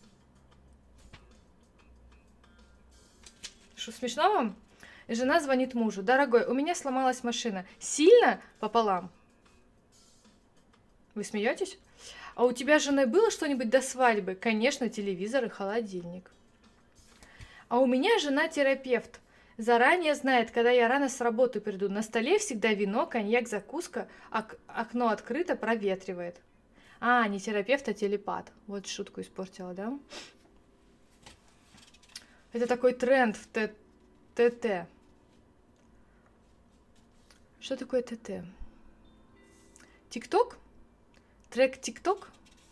Что, смешно вам? Жена звонит мужу: дорогой, у меня сломалась машина. Сильно? Пополам. Вы смеетесь? А у тебя с женой было что-нибудь до свадьбы? Конечно, телевизор и холодильник. А у меня жена терапевт. Заранее знает, когда я рано с работы приду. На столе всегда вино, коньяк, закуска, ок- окно открыто, проветривает. А, не терапевт, а телепат. Вот шутку испортила, да? Это такой тренд в Т ТТ. Что такое ТТ? ТикТок? Трек ТикТок?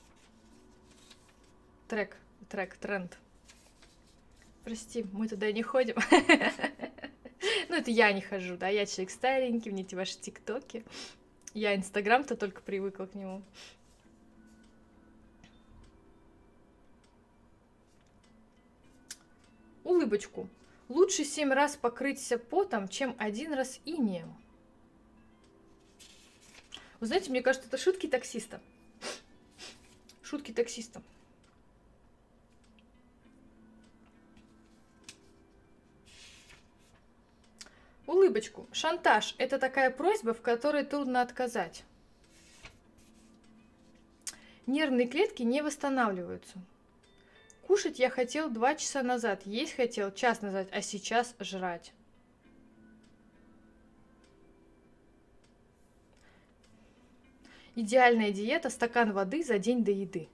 Трек, трек, тренд. Прости, мы туда не ходим. Ну, это я не хожу, да, я человек старенький, мне эти ваши ТикТоки. Я Инстаграм-то только привыкла к нему. Улыбочку. Лучше семь раз покрыться потом, чем один раз инеем. Вы знаете, мне кажется, это шутки таксиста. Шутки таксиста. Улыбочку. Шантаж – это такая просьба, в которой трудно отказать. Нервные клетки не восстанавливаются. Кушать я хотел два часа назад, есть хотел час назад, а сейчас жрать. Идеальная диета – стакан воды за день до еды.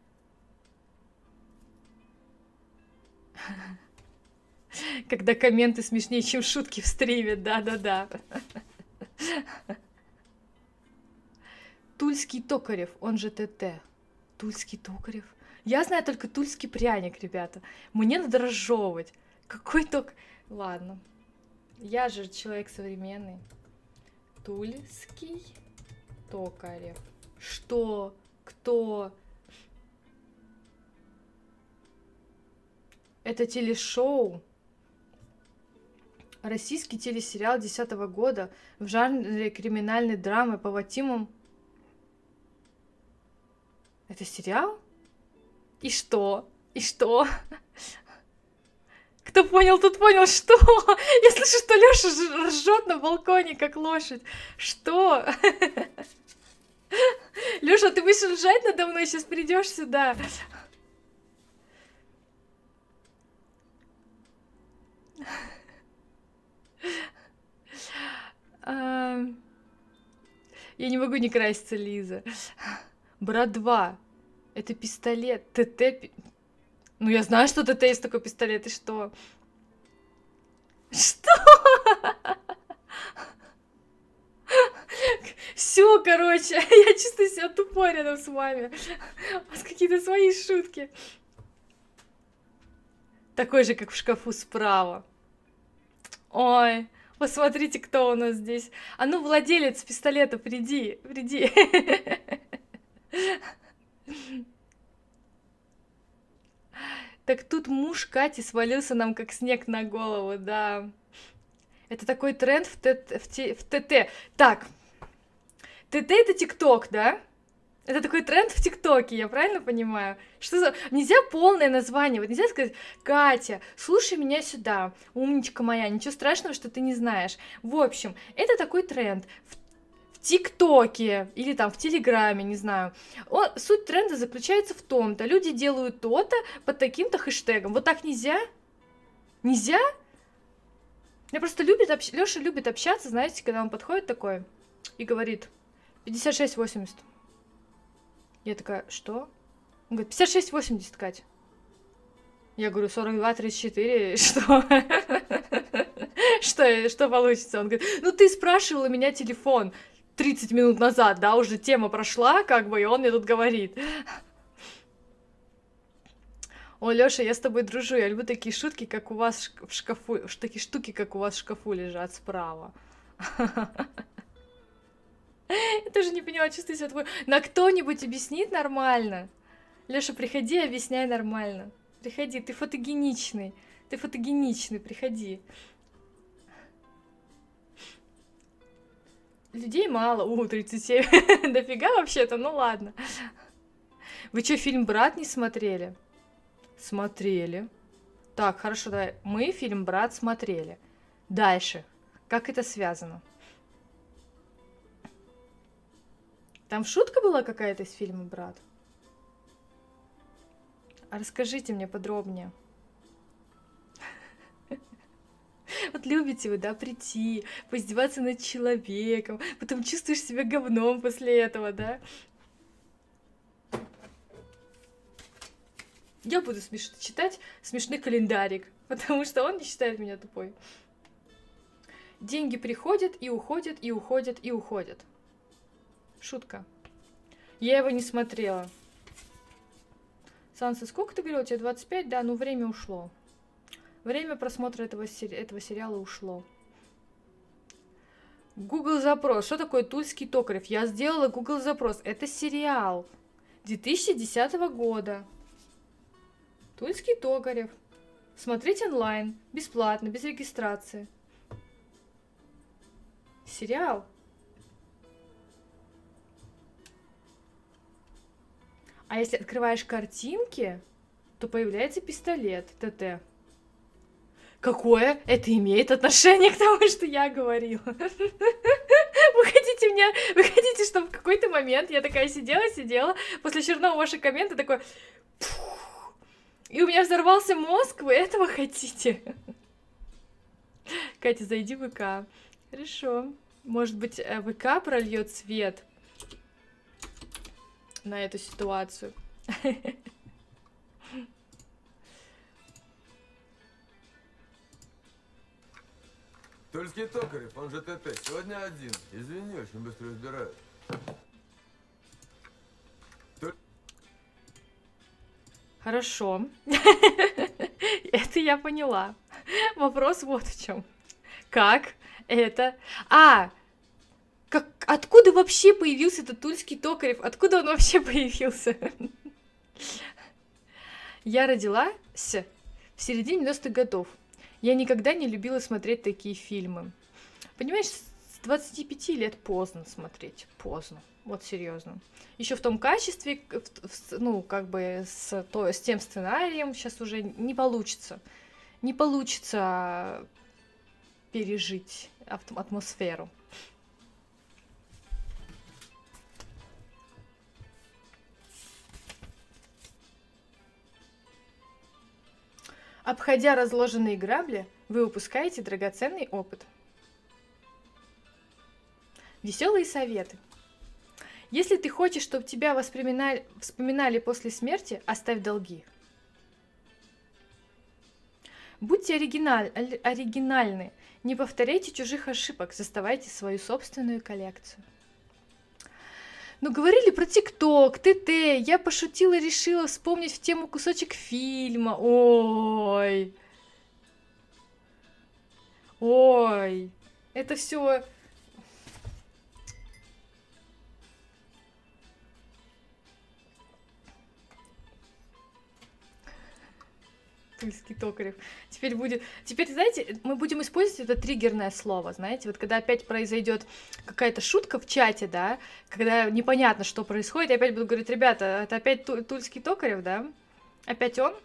Когда комменты смешнее, чем шутки в стриме, да-да-да. Тульский Токарев, он же ТТ. Тульский Токарев. Я знаю только тульский пряник, ребята. Мне надо разжевывать. Какой ток... Ладно. Я же человек современный. Тульский Токарев. Что? Кто? Это телешоу. Российский телесериал десятого года в жанре криминальной драмы по мотивам. Это сериал? И что? И что? Кто понял, тот понял, что? Я слышу, что Лёша ржет на балконе, как лошадь. Что? Лёша, ты будешь ржать надо мной, сейчас придешь сюда. А... Я не могу не краситься, Лиза. Брат два. Это пистолет. ТТ... Ну, я знаю, что ТТ есть такой пистолет. И что? Что? Все, короче. Я чувствую себя тупой рядом с вами. У вас какие-то свои шутки. Такой же, как в шкафу справа. Ой, посмотрите, кто у нас здесь. А ну, владелец пистолета, приди, приди. Так тут муж Кати свалился нам как снег на голову, да. Это такой тренд в, т- в, т- в ТТ. Так, ТТ это ТикТок, да? Это такой тренд в ТикТоке, я правильно понимаю? Что за... Нельзя полное название, вот нельзя сказать: Катя, слушай меня сюда, умничка моя, ничего страшного, что ты не знаешь. В общем, это такой тренд в в ТикТоке или там в Телеграме, не знаю. Он, суть тренда заключается в том-то, люди делают то-то под таким-то хэштегом. Вот так нельзя? Нельзя? Я просто любит общ... Лёша любит общаться, знаете, когда он подходит такой и говорит пятьдесят шесть восемьдесят. Я такая: что? Он говорит: пятьдесят шесть восемьдесят, Катя. Я говорю: сорок два тридцать четыре, что? Что, что получится? Он говорит: ну ты спрашивала меня телефон тридцать минут назад, да, уже тема прошла, как бы, и он мне тут говорит. О, Лёша, я с тобой дружу, я люблю такие шутки, как у вас в шкафу, такие штуки, как у вас в шкафу лежат справа. Я тоже не поняла, чувствую себя твой... На кто-нибудь объяснит нормально? Лёша, приходи, объясняй нормально. Приходи, ты фотогеничный, ты фотогеничный, приходи. Людей мало. У, тридцать семь. Дофига вообще-то, ну ладно. Вы что, фильм «Брат» не смотрели? Смотрели. Так, хорошо, давай. Мы фильм «Брат» смотрели. Дальше. Как это связано? Там шутка была какая-то из фильма «Брат»? А расскажите мне подробнее. Вот любите вы, да, прийти, поиздеваться над человеком, потом чувствуешь себя говном после этого, да? Я буду смеш... читать смешный календарик, потому что он не считает меня тупой. Деньги приходят и уходят, и уходят, и уходят. Шутка. Я его не смотрела. Санса, сколько ты говорила? У тебя двадцать пять? Да, ну время ушло. Время просмотра этого, сери... этого сериала ушло. Google запрос. Что такое Тульский Токарев? Я сделала Google запрос. Это сериал две тысячи десятого года. Тульский Токарев. Смотреть онлайн. Бесплатно, без регистрации. Сериал. А если открываешь картинки, то появляется пистолет ТТ. Какое это имеет отношение к тому, что я говорила? Вы хотите меня... Вы хотите, чтобы в какой-то момент я такая сидела, сидела, после очередного вашего коммента такой... И у меня взорвался мозг, вы этого хотите? Катя, зайди в ВК. Хорошо. Может быть, ВК прольет свет на эту ситуацию. Тульский Токарев, он же ТТ, сегодня один. Извини, очень быстро разбирают. Туль... Хорошо. Это я поняла. Вопрос вот в чем. Как это... А! Как... Откуда вообще появился этот Тульский Токарев? Откуда он вообще появился? Я родилась в середине девяностых годов. Я никогда не любила смотреть такие фильмы. Понимаешь, с двадцати пяти лет поздно смотреть. Поздно. Вот серьезно. Еще в том качестве, ну, как бы с, то, с тем сценарием сейчас уже не получится. Не получится пережить атмосферу. Обходя разложенные грабли, вы упускаете драгоценный опыт. Веселые советы. Если ты хочешь, чтобы тебя воспоминали, вспоминали после смерти, оставь долги. Будьте оригиналь, оригинальны, не повторяйте чужих ошибок, создавайте свою собственную коллекцию. Ну, говорили про ТикТок, ТТ, я пошутила, решила вспомнить в тему кусочек фильма. Ой. Ой. Это все. Тульский Токарев. Теперь будет... Теперь, знаете, мы будем использовать это триггерное слово, знаете, вот когда опять произойдет какая-то шутка в чате, да, когда непонятно, что происходит, я опять буду говорить, ребята, это опять Тульский Токарев, да? Опять он?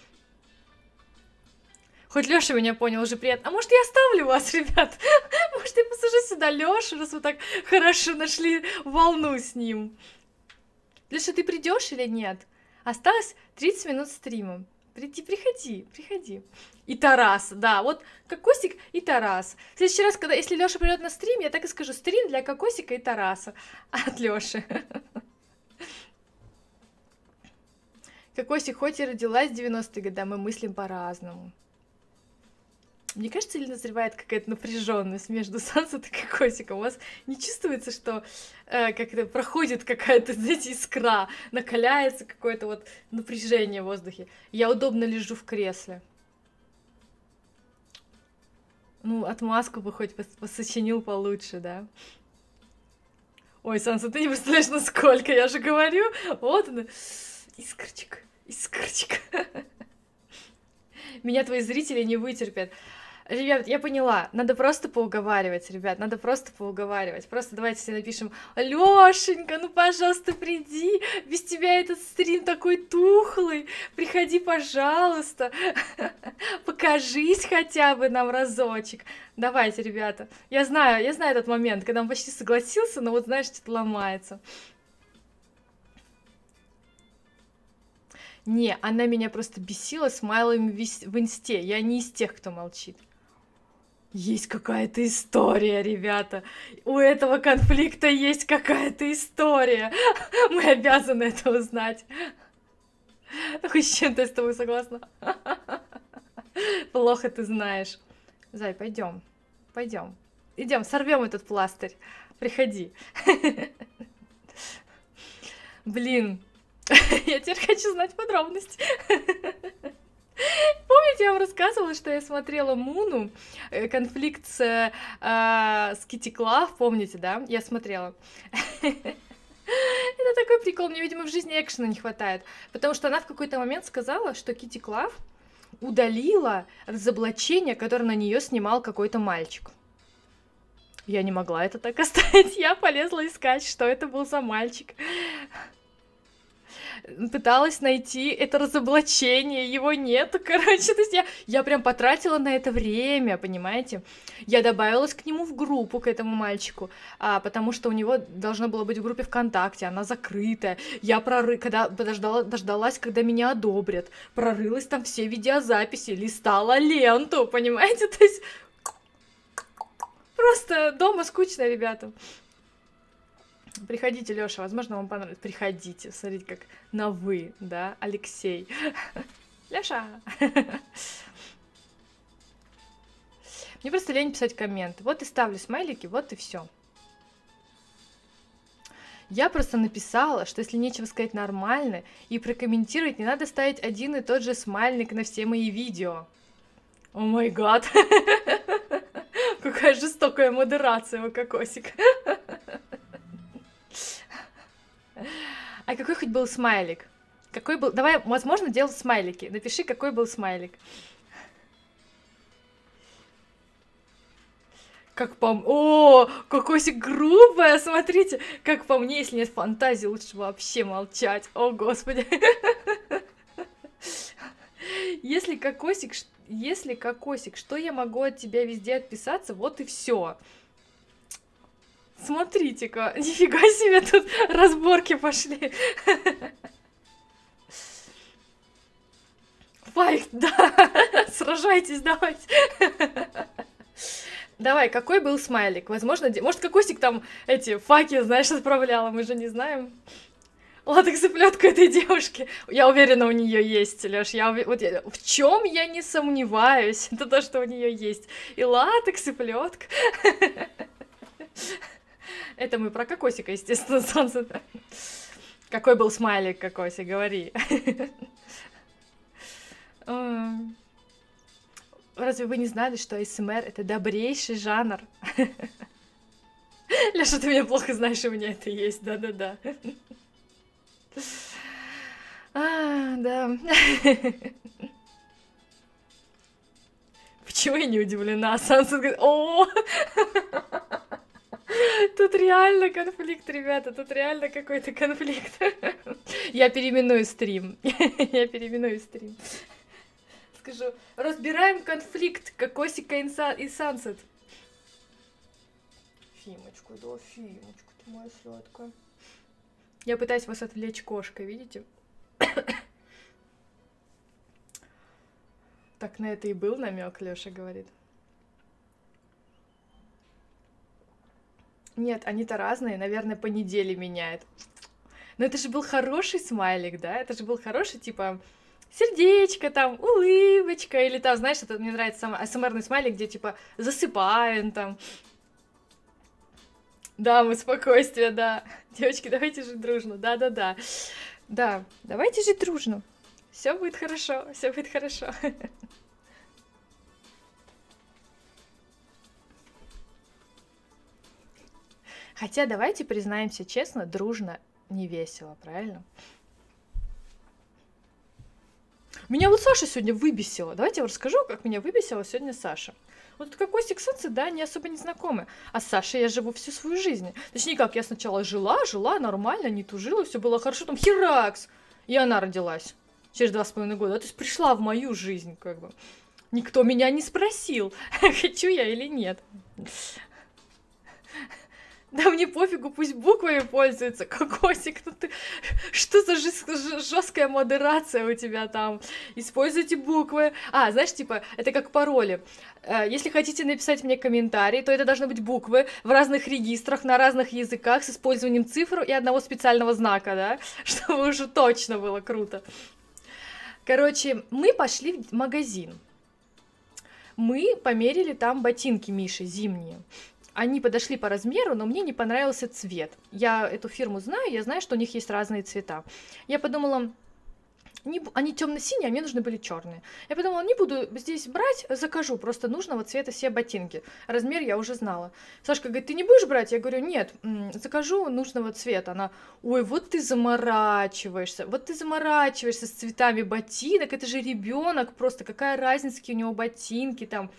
Хоть Лёша меня понял, уже приятно. А может, я оставлю вас, ребят? Может, я посажу сюда Лёшу, раз вы так хорошо нашли волну с ним? Лёша, ты придешь или нет? Осталось тридцать минут стрима. Приди, приходи, приходи. И Тарас, да, вот Кокосик и Тарас. В следующий раз, когда, если Лёша придет на стрим, я так и скажу, стрим для Кокосика и Тараса от Лёши. Кокосик хоть и родилась в девяностые годы, мы мыслим по-разному. Мне кажется, или назревает какая-то напряженность между Сансой и Кокосиком? У вас не чувствуется, что э, как-то проходит какая-то, знаете, искра, накаляется какое-то вот напряжение в воздухе? Я удобно лежу в кресле. Ну, отмазку бы хоть посочинил получше, да? Ой, Санса, ты не представляешь, насколько, я же говорю. Вот она, искорчик, искорчик. Меня твои зрители не вытерпят. Ребят, я поняла, надо просто поуговаривать, ребят, надо просто поуговаривать. Просто давайте все напишем: Лёшенька, ну, пожалуйста, приди, без тебя этот стрим такой тухлый, приходи, пожалуйста, покажись хотя бы нам разочек. Давайте, ребята, я знаю, я знаю этот момент, когда он почти согласился, но вот, знаешь, что-то ломается. Не, она меня просто бесила смайлами в инсте, я не из тех, кто молчит. Есть какая-то история, ребята. У этого конфликта есть какая-то история. Мы обязаны это узнать. Хоть с чем-то я с тобой согласна. Плохо ты знаешь. Зай, пойдем. Пойдем. Идем, сорвем этот пластырь. Приходи. Блин. Я теперь хочу знать подробности. Помните, я вам рассказывала, что я смотрела Муну, конфликт с, э, с Китти Клав, помните, да? Я смотрела. Это такой прикол, мне, видимо, в жизни экшена не хватает, потому что она в какой-то момент сказала, что Китти Клав удалила разоблачение, которое на нее снимал какой-то мальчик. Я не могла это так оставить, я полезла искать, что это был за мальчик. Пыталась найти это разоблачение, его нету, короче, то есть я, я прям потратила на это время, понимаете? Я добавилась к нему в группу, к этому мальчику, а, потому что у него должно было быть в группе ВКонтакте, она закрытая. Я проры... когда подождала, дождалась, когда меня одобрят, прорылась там все видеозаписи, листала ленту, понимаете? То есть просто дома скучно, ребята. Приходите, Лёша, возможно, вам понравится. Приходите, смотрите, как на вы, да, Алексей. Лёша! Мне просто лень писать комменты. Вот и ставлю смайлики, вот и все. Я просто написала, что если нечего сказать нормально и прокомментировать, не надо ставить один и тот же смайлик на все мои видео. О май гад! Какая жестокая модерация у кокосика. А какой хоть был смайлик? Какой был... Давай, возможно, делать смайлики. Напиши, какой был смайлик. Как по... О, кокосик грубая, смотрите. Как по мне, если нет фантазии, лучше вообще молчать. О, господи. Если кокосик... Если кокосик, что я могу от тебя везде отписаться, вот и все. Смотрите-ка, нифига себе, тут разборки пошли. Файт, да, сражайтесь, давайте. Давай, какой был смайлик? Возможно, может, кокосик там эти факи, знаешь, отправляла, мы же не знаем. Латексоплетка этой девушки. Я уверена, у нее есть, Лёш. Я ув... вот я... В чем я не сомневаюсь, это то, что у нее есть. И латексоплетка. Это мы про кокосика, естественно, солнце. Какой был смайлик, кокосик, говори. Разве вы не знали, что а эс эм эр это добрейший жанр? Леша, ты меня плохо знаешь, у меня это есть, да-да-да. А, да. Почему я не удивлена? Санса говорит, о! Тут реально конфликт, ребята, тут реально какой-то конфликт. Я переименую стрим. Я переименую стрим. Скажу, разбираем конфликт кокосика и Сансет. Фимочку, да, Фимочку, ты моя сладкая. Я пытаюсь вас отвлечь кошкой, видите? Так на это и был намек, Лёша говорит. Нет, они-то разные, наверное, по неделе меняет. Но это же был хороший смайлик, да? Это же был хороший, типа, сердечко там, улыбочка, или там, знаешь, это мне нравится сам эс эм эр-ный смайлик, где, типа, засыпаем там. Да, мы спокойствие, да. Девочки, давайте жить дружно, да-да-да. Да, давайте жить дружно. Все будет хорошо, все будет хорошо. Хотя давайте признаемся честно, дружно не весело, правильно? Меня вот Саша сегодня выбесила. Давайте я вам расскажу, как меня выбесила сегодня Саша. Вот кокосик Санса, да, не особо не знакомы. А с Сашей я живу всю свою жизнь. Точнее, как, я сначала жила, жила нормально, не тужила, все было хорошо, там херакс. И она родилась через два с половиной года. То есть пришла в мою жизнь, как бы. Никто меня не спросил, хочу я или нет. Да мне пофигу, пусть буквами пользуются. Кокосик, ну ты... Что за жесткая модерация у тебя там? Используйте буквы. А, знаешь, типа, это как пароли. Если хотите написать мне комментарий, то это должны быть буквы в разных регистрах, на разных языках, с использованием цифр и одного специального знака, да? Чтобы уже точно было круто. Короче, мы пошли в магазин. Мы померили там ботинки Миши зимние. Они подошли по размеру, но мне не понравился цвет. Я эту фирму знаю, я знаю, что у них есть разные цвета. Я подумала, не, они темно-синие, а мне нужны были черные. Я подумала, не буду здесь брать, закажу, просто нужного цвета все ботинки. Размер я уже знала. Сашка говорит, ты не будешь брать? Я говорю, нет, закажу нужного цвета. Она, ой, вот ты заморачиваешься, вот ты заморачиваешься с цветами ботинок, это же ребенок, просто какая разница, какие у него ботинки там.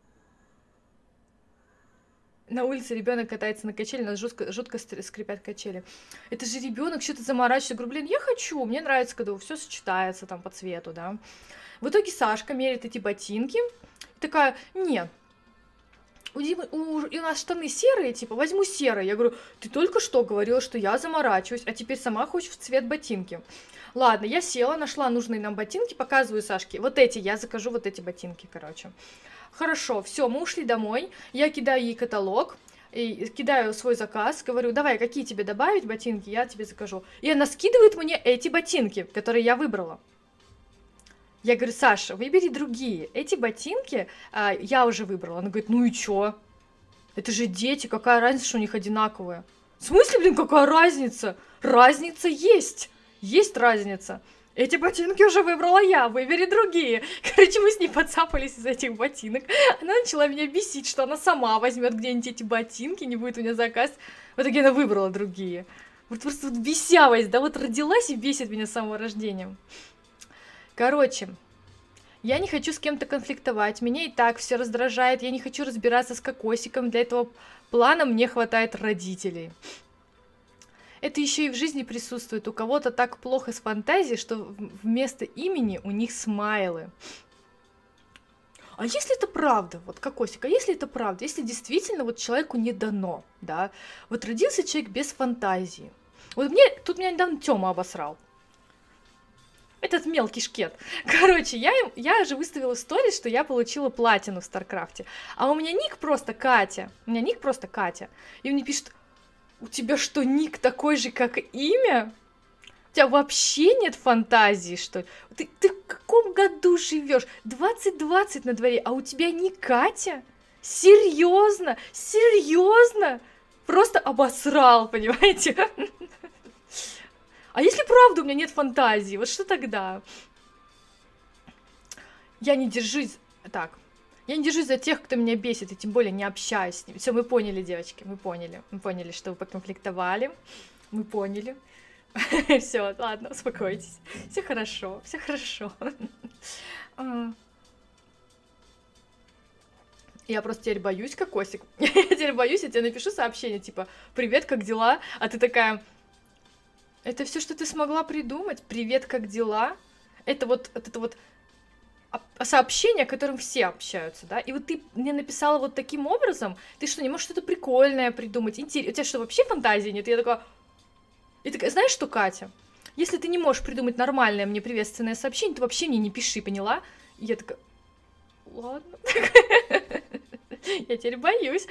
На улице ребенок катается на качели, у нас жутко, жутко скрипят качели. Это же ребенок, что-то заморачивается. Я говорю, блин, я хочу, мне нравится, когда все сочетается там по цвету, да. В итоге Сашка меряет эти ботинки. И такая, нет, у, Димы, у, у нас штаны серые, типа, возьму серые. Я говорю, ты только что говорила, что я заморачиваюсь, а теперь сама хочешь в цвет ботинки. Ладно, я села, нашла нужные нам ботинки, показываю Сашке. Вот эти, я закажу вот эти ботинки, короче. Хорошо, все, мы ушли домой, я кидаю ей каталог, и кидаю свой заказ, говорю, давай, какие тебе добавить ботинки, я тебе закажу. И она скидывает мне эти ботинки, которые я выбрала. Я говорю, Саша, выбери другие, эти ботинки а, я уже выбрала. Она говорит, ну и чё? Это же дети, какая разница, что у них одинаковые? В смысле, блин, какая разница? Разница есть, есть разница. Эти ботинки уже выбрала я, выбери другие. Короче, мы с ней подцапались из этих ботинок. Она начала меня бесить, что она сама возьмет где-нибудь эти ботинки, не будет у меня заказ. В итоге она выбрала другие. Вот просто вот бесявость, да, вот родилась и бесит меня с самого рождения. Короче, я не хочу с кем-то конфликтовать, меня и так все раздражает, я не хочу разбираться с кокосиком, для этого плана мне хватает родителей. Это еще и в жизни присутствует. У кого-то так плохо с фантазией, что вместо имени у них смайлы. А если это правда, вот кокосик, а если это правда, если действительно вот человеку не дано, да, вот родился человек без фантазии. Вот мне, тут меня недавно Тёма обосрал. Этот мелкий шкет. Короче, я, я же выставила сторис, что я получила платину в Старкрафте. А у меня ник просто Катя. У меня ник просто Катя. И он мне пишет, у тебя что, ник такой же, как имя? У тебя вообще нет фантазии, что ли? Ты, ты в каком году живешь? двадцать двадцать на дворе, а у тебя не Катя? Серьезно? Серьезно? Просто обосрал, понимаете? А если правда у меня нет фантазии, вот что тогда? Я не держусь... Так, я не держусь за тех, кто меня бесит, и тем более не общаюсь с ним. Все, мы поняли, девочки, мы поняли. Мы поняли, что вы поконфликтовали. Мы поняли. Все, ладно, успокойтесь. Все хорошо, все хорошо. Я просто теперь боюсь, кокосик. Я теперь боюсь, я тебе напишу сообщение, типа, привет, как дела? А ты такая, это все, что ты смогла придумать? Привет, как дела? Это вот, вот это вот сообщение, которым все общаются, да? И вот ты мне написала вот таким образом, ты что, не можешь что-то прикольное придумать? Интересно. У тебя что, вообще фантазии нет? И я такая, и такая, знаешь что, Катя? Если ты не можешь придумать нормальное мне приветственное сообщение, ты вообще мне не пиши, поняла? И я такая, ладно. Я теперь боюсь.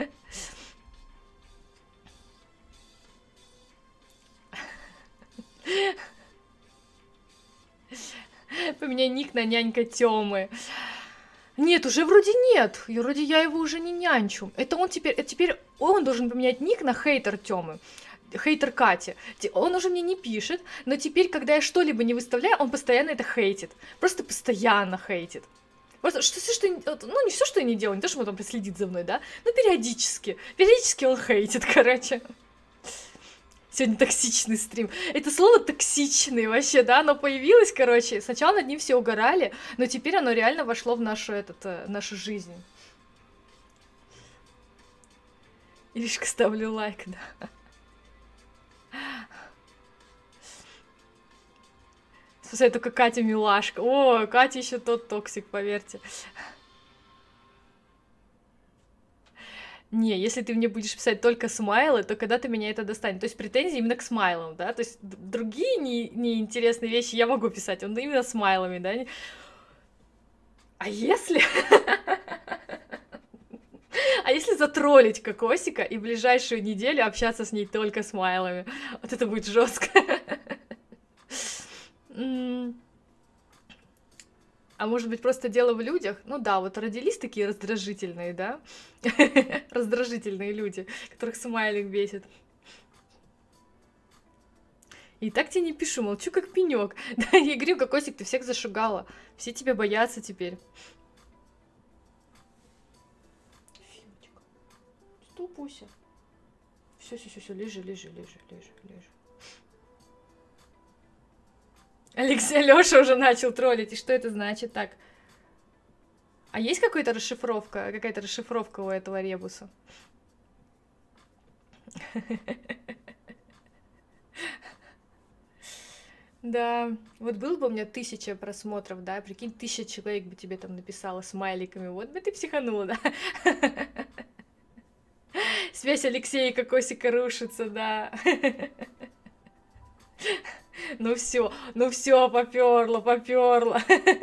Поменяй ник на нянька Тёмы. Нет, уже вроде нет. И вроде я его уже не нянчу. Это он теперь... Это теперь он должен поменять ник на хейтер Тёмы. Хейтер Кати. Он уже мне не пишет, но теперь, когда я что-либо не выставляю, он постоянно это хейтит. Просто постоянно хейтит. Просто что, что, ну, не все, что я не делаю, не то, что он там следит за мной, да, но периодически. Периодически он хейтит, короче. Сегодня токсичный стрим. Это слово токсичный вообще, да, оно появилось, короче. Сначала над ним все угорали, но теперь оно реально вошло в нашу, этот, нашу жизнь. Иришка, ставлю лайк, да. Слушай, только Катя милашка. О, Катя еще тот токсик, поверьте. Не, если ты мне будешь писать только смайлы, то когда ты меня это достанет? То есть претензии именно к смайлам, да? То есть другие не, неинтересные вещи я могу писать, он именно смайлами, да? А если... А если затроллить кокосика и в ближайшую неделю общаться с ней только смайлами? Вот это будет жестко. А может быть, просто дело в людях? Ну да, вот родились такие раздражительные, да? Раздражительные люди, которых смайлик бесит. И так тебе не пишу, молчу как пенек. Да, я говорю, Кокосик, ты всех зашугала. Все тебя боятся теперь. Фимочка, ступуся. Все, все, все, все, лежи, лежи, лежи, лежи, лежи. Алексей, Лёша уже начал троллить. И что это значит? Так. А есть какая-то расшифровка? Какая-то расшифровка у этого ребуса? Да, вот было бы у меня тысяча просмотров, да, прикинь, тысяча человек бы тебе там написала смайликами, вот бы ты психанула, да. Связь Алексея и Кокосика рушится, да. Ну все, ну все, попёрло, попёрло.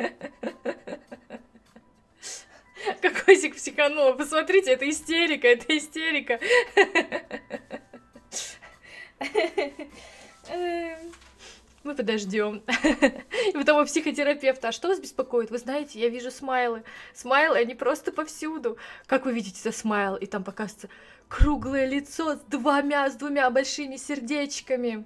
Кокосик психанула, посмотрите, это истерика, это истерика. Мы подождем. И потом у психотерапевта. А что вас беспокоит? Вы знаете, я вижу смайлы. Смайлы, они просто повсюду. Как вы видите за смайл? И там показывается круглое лицо с двумя, с двумя большими сердечками.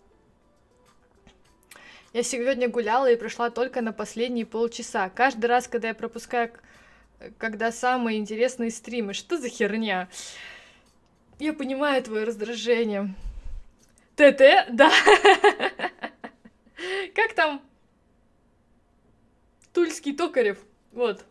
Я сегодня гуляла и прошла только на последние полчаса. Каждый раз, когда я пропускаю, когда самые интересные стримы. Что за херня? Я понимаю твое раздражение. ТТ? Да. Как там? Тульский Токарев. Вот.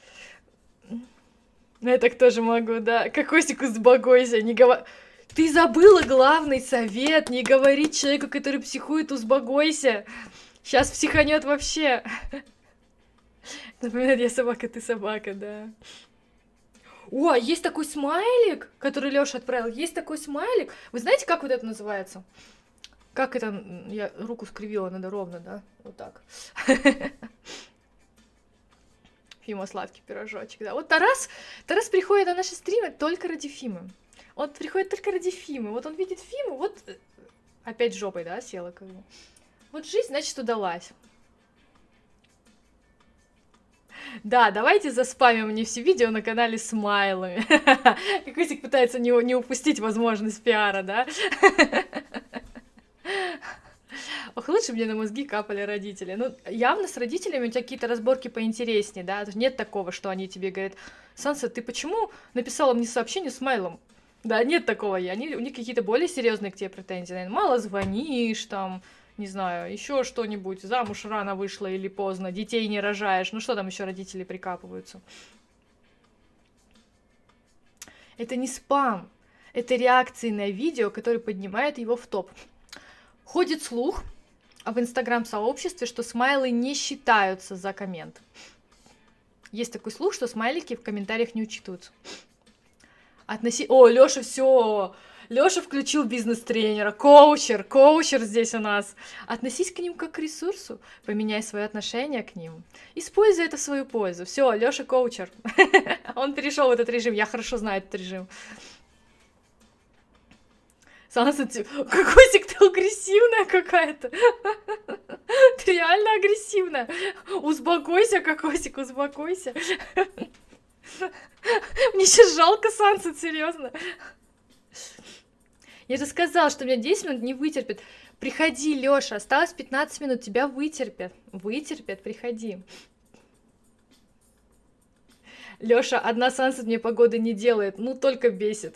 Я так тоже могу, да. Кокосику сбогойся, не говори. Ты забыла главный совет. Не говорить человеку, который психует, узбогойся. Сейчас психанет вообще. Напоминает, я собака, ты собака, да. О, есть такой смайлик, который Лёша отправил. Есть такой смайлик. Вы знаете, как вот это называется? Как это? Я руку скривила, надо ровно, да? Вот так. Фима сладкий пирожочек, да. Вот Тарас, Тарас приходит на наши стримы только ради Фимы. Он приходит только ради Фимы. Вот он видит Фиму, вот опять жопой, да, села как бы. Вот жизнь, значит, удалась. Да, давайте заспамим мне все видео на канале смайлами. Кокосик пытается не, не упустить возможность пиара, да? Ох, лучше мне на мозги капали родители. Ну, явно с родителями у тебя какие-то разборки поинтереснее, да? Нет такого, что они тебе говорят: Санса, ты почему написала мне сообщение смайлом? Да, нет такого. Они, у них какие-то более серьезные к тебе претензии. Наверное, мало звонишь, там, не знаю, еще что-нибудь, замуж рано вышла или поздно, детей не рожаешь. Ну что там еще родители прикапываются? Это не спам. Это реакции на видео, которые поднимают его в топ. Ходит слух в инстаграм-сообществе, что смайлы не считаются за коммент. Есть такой слух, что смайлики в комментариях не учитываются. Относи... О, Лёша, все. Лёша включил бизнес-тренера. Коучер, коучер здесь у нас. Относись к ним как к ресурсу. Поменяй свое отношение к ним. Используй это в свою пользу. Все, Лёша коучер. Он перешел в этот режим. Я хорошо знаю этот режим. Санса, Кокосик, ты агрессивная какая-то. Ты реально агрессивная. Успокойся, Кокосик, успокойся. Мне сейчас жалко Санса, серьезно. Я же сказала, что меня десять минут не вытерпит. Приходи, Лёша, осталось пятнадцать минут, тебя вытерпят. Вытерпят, приходи. Лёша, одна Санса мне погоды не делает, ну только бесит.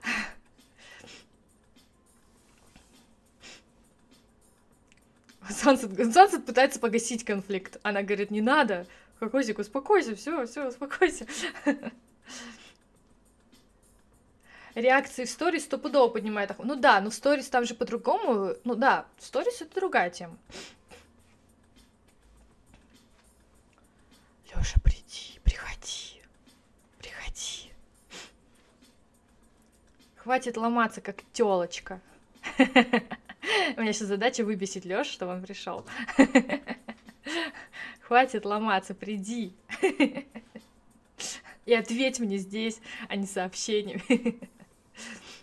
Сансет, Сансет пытается погасить конфликт. Она говорит, не надо. Кокосик, успокойся, все, все, успокойся. Реакции в сторис стопудово поднимает. Ну да, но в сторис там же по-другому. Ну да, в сторис это другая тема. Лёша, приди, приходи, приходи. Хватит ломаться, как тёлочка. У меня сейчас задача выбесить Лёшу, чтобы он пришел. Хватит ломаться, приди. И ответь мне здесь, а не сообщениями.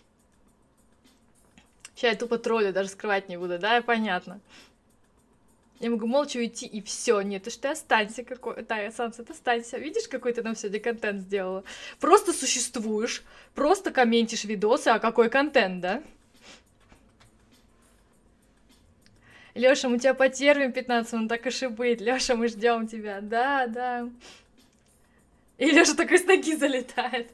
Сейчас я тупо троллю, даже скрывать не буду, да, понятно. Я могу молча уйти, и все. Нет, ты ж ты останься какой... Да, Сансет, останься. Видишь, какой ты нам сегодня контент сделала? Просто существуешь, просто комментишь видосы, а какой контент, да? Лёша, мы тебя потерпим пятнадцать минут, так и быть. Лёша, мы ждем тебя. Да, да. И Лёша такой с ноги залетает.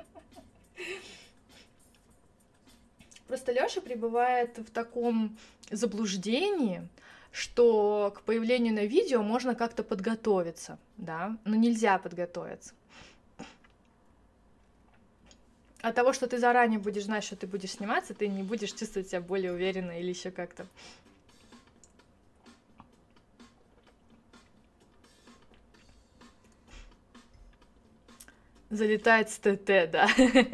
Просто Лёша пребывает в таком заблуждении, что к появлению на видео можно как-то подготовиться, да, но нельзя подготовиться. От того, что ты заранее будешь знать, что ты будешь сниматься, ты не будешь чувствовать себя более уверенно или еще как-то. Залетает с ТТ, да.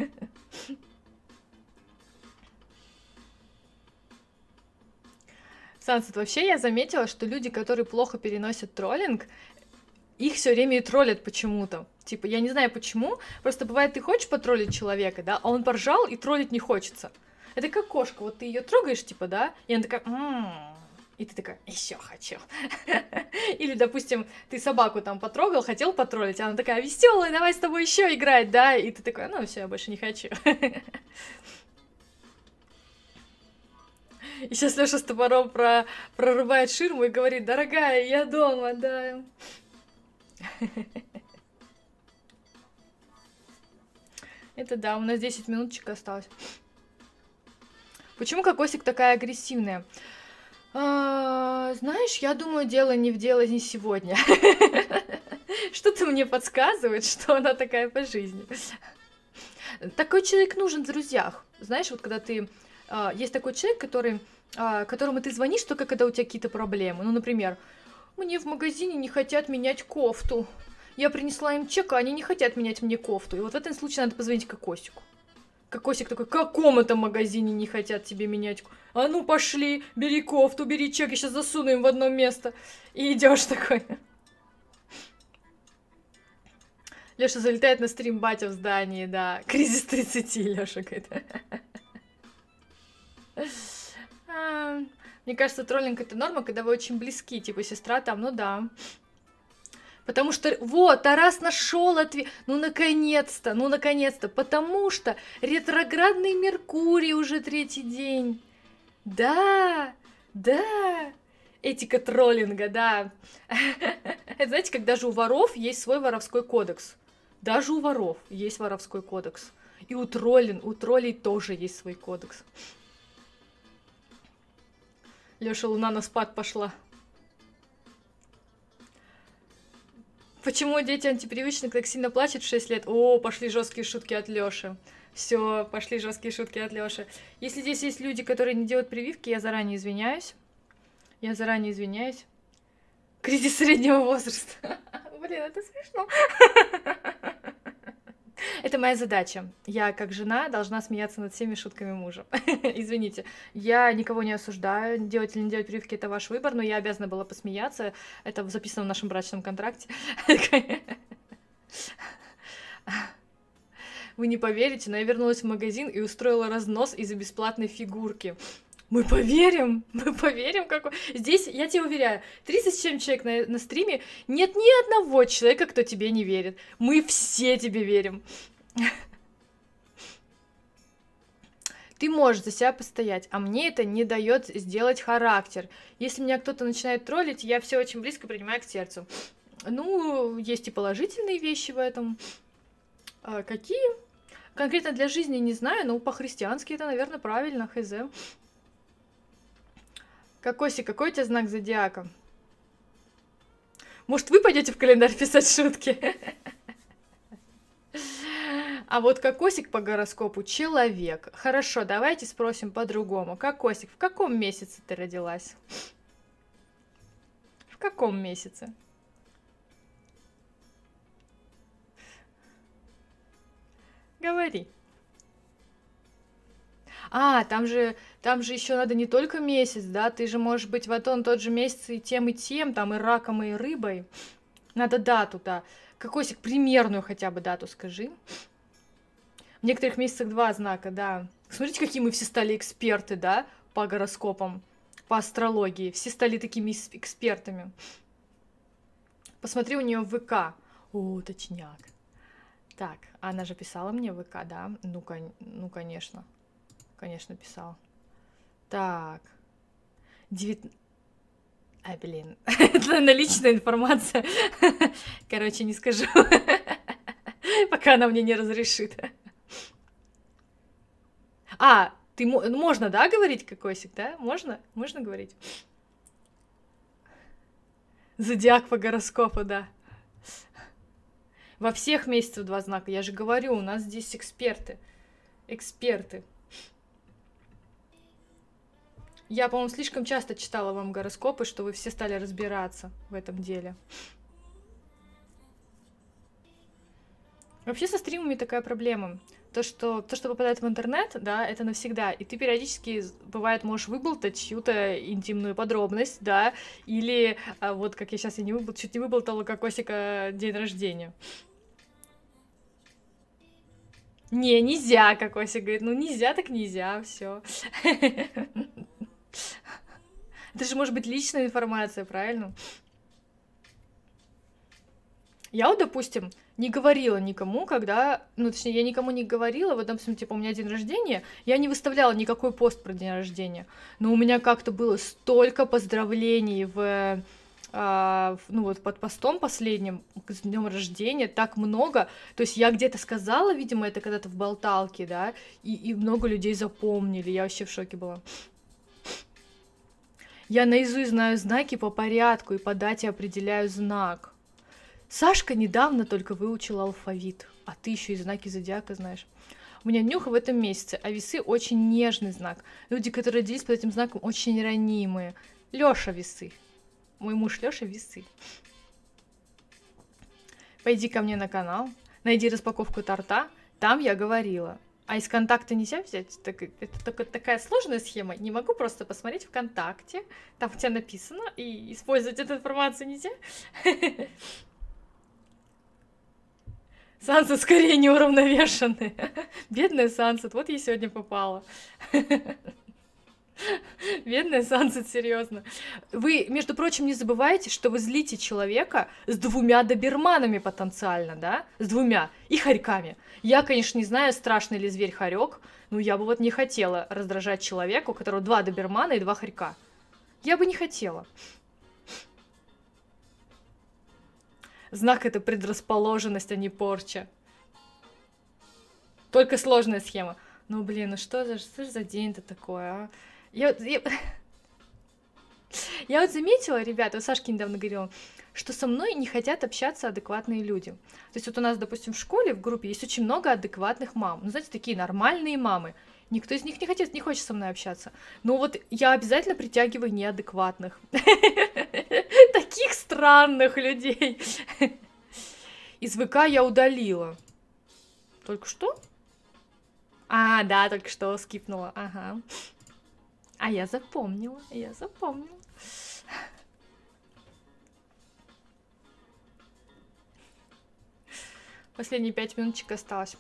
Сансет, вообще я заметила, что люди, которые плохо переносят троллинг, их все время и троллят почему-то. Типа, я не знаю почему, просто бывает, ты хочешь потроллить человека, да, а он поржал, и троллить не хочется. Это как кошка, вот ты ее трогаешь, типа, да, и она такая, м-м-м", и ты такая, еще хочу. Или, допустим, ты собаку там потрогал, хотел потроллить, а она такая, веселая, давай с тобой еще играть, да, и ты такой, ну все, я больше не хочу. И сейчас Лёша с топором про... прорывает ширму и говорит, дорогая, я дома, да. Это да, у нас десять минуточек осталось. Почему Кокосик такая агрессивная? А, знаешь, я думаю, дело не в дело не сегодня. Что-то мне подсказывает, что она такая по жизни. Такой человек нужен в друзьях. Знаешь, вот когда ты... Есть такой человек, который, которому ты звонишь только когда у тебя какие-то проблемы. Ну, например, мне в магазине не хотят менять кофту. Я принесла им чек, а они не хотят менять мне кофту. И вот в этом случае надо позвонить Кокосику. Кокосик такой, в каком это магазине не хотят тебе менять кофту? А ну пошли, бери кофту, бери чек, я сейчас засуну им в одно место. И идешь такой. Лёша залетает на стрим, батя в здании, да. Кризис тридцати, Лёша говорит. Мне кажется, троллинг это норма, когда вы очень близки, типа сестра там, ну да. Потому что, вот, Тарас нашел ответ, ну наконец-то, ну наконец-то, потому что ретроградный Меркурий уже третий день. Да, да, этика троллинга, да. Это знаете, как даже у воров есть свой воровской кодекс. Даже у воров есть воровской кодекс. И у троллин, у троллей тоже есть свой кодекс. Лёша, луна на спад пошла. Почему дети антипривычных так сильно плачут в шесть лет? О, пошли жесткие шутки от Лёши. Все, пошли жесткие шутки от Лёши. Если здесь есть люди, которые не делают прививки, я заранее извиняюсь. Я заранее извиняюсь. Кризис среднего возраста. Блин, это смешно. Это моя задача. Я, как жена, должна смеяться над всеми шутками мужа. Извините, я никого не осуждаю. Делать или не делать прививки — это ваш выбор, но я обязана была посмеяться. Это записано в нашем брачном контракте. Вы не поверите, но я вернулась в магазин и устроила разнос из-за бесплатной фигурки. Мы поверим, мы поверим, какой... Здесь, я тебе уверяю, тридцать семь человек на, на стриме, нет ни одного человека, кто тебе не верит. Мы все тебе верим. Ты можешь за себя постоять, а мне это не дает сделать характер. Если меня кто-то начинает троллить, я все очень близко принимаю к сердцу. Ну, есть и положительные вещи в этом. А какие? Конкретно для жизни не знаю, но по-христиански это, наверное, правильно, хз. Кокосик, какой у тебя знак зодиака? Может, вы пойдете в календарь писать шутки? А вот Кокосик по гороскопу человек. Хорошо, давайте спросим по-другому. Кокосик, в каком месяце ты родилась? В каком месяце? Говори. А, там же, там же еще надо не только месяц, да? Ты же можешь быть в один тот же месяц и тем, и тем, там и раком, и рыбой. Надо дату, да. Кокосик, примерную хотя бы дату скажи. В некоторых месяцах два знака, да. Смотрите, какие мы все стали эксперты, да, по гороскопам. по астрологии. Все стали такими экспертами. Посмотри у нее в ВК. О, точняк. Так, она же писала мне в ВК, да? Ну, кон... ну конечно. Конечно, писала. Так. Девят... А, блин. Это наличная информация. Короче, не скажу. Пока она мне не разрешит. А, ты... Можно, да, говорить, кокосик, да? Можно? Можно говорить? Зодиак по гороскопу, да. Во всех месяцах два знака. Я же говорю, у нас здесь эксперты. Эксперты. Я, по-моему, слишком часто читала вам гороскопы, что вы все стали разбираться в этом деле. Вообще со стримами такая проблема. То, что, то, что попадает в интернет, да, это навсегда. И ты периодически, бывает, можешь выболтать чью-то интимную подробность, да, или а, вот как я сейчас и не выбол... чуть не выболтала кокосика день рождения. Не, нельзя, кокосик говорит, ну нельзя, так нельзя, все. Это же может быть личная информация, правильно? Я вот, допустим, не говорила никому, когда... Ну, точнее, я никому не говорила, вот, допустим, типа, у меня день рождения, я не выставляла никакой пост про день рождения, но у меня как-то было столько поздравлений в... А, ну, вот под постом последним, с днем рождения, так много, то есть я где-то сказала, видимо, это когда-то в болталке, да, и, и много людей запомнили, я вообще в шоке была. Я наизусть знаю знаки по порядку и по дате определяю знак. Сашка недавно только выучила алфавит, а ты еще и знаки зодиака знаешь. У меня нюх в этом месяце, а весы очень нежный знак. Люди, которые родились под этим знаком, очень ранимые. Лёша весы. Мой муж Лёша весы. Пойди ко мне на канал, найди распаковку торта, там я говорила. А из контакта нельзя взять? Так, это только такая сложная схема. Не могу просто посмотреть ВКонтакте, там у тебя написано, и использовать эту информацию нельзя. Сансет скорее неуравновешенный. Бедная Сансет, вот ей сегодня попала. Бедная Сансет, серьезно. Вы, между прочим, не забывайте, что вы злите человека с двумя доберманами потенциально, да? С двумя. И хорьками. Я, конечно, не знаю, страшный ли зверь хорек, но я бы вот не хотела раздражать человека, у которого два добермана и два хорька. Я бы не хотела. Знак — это предрасположенность, а не порча. Только сложная схема. Ну, блин, ну что за, что за день-то такой, а? Я, я... я вот заметила, ребята, вот Сашке недавно говорила, что со мной не хотят общаться адекватные люди. То есть вот у нас, допустим, в школе, в группе есть очень много адекватных мам. Ну, знаете, такие нормальные мамы. Никто из них не хочет, не хочет со мной общаться. Но вот я обязательно притягиваю неадекватных. Таких странных людей. Из ВК я удалила. Только что? А, да, только что скипнула. Ага. А я запомнила, я запомнила. Последние пять минуточек осталось.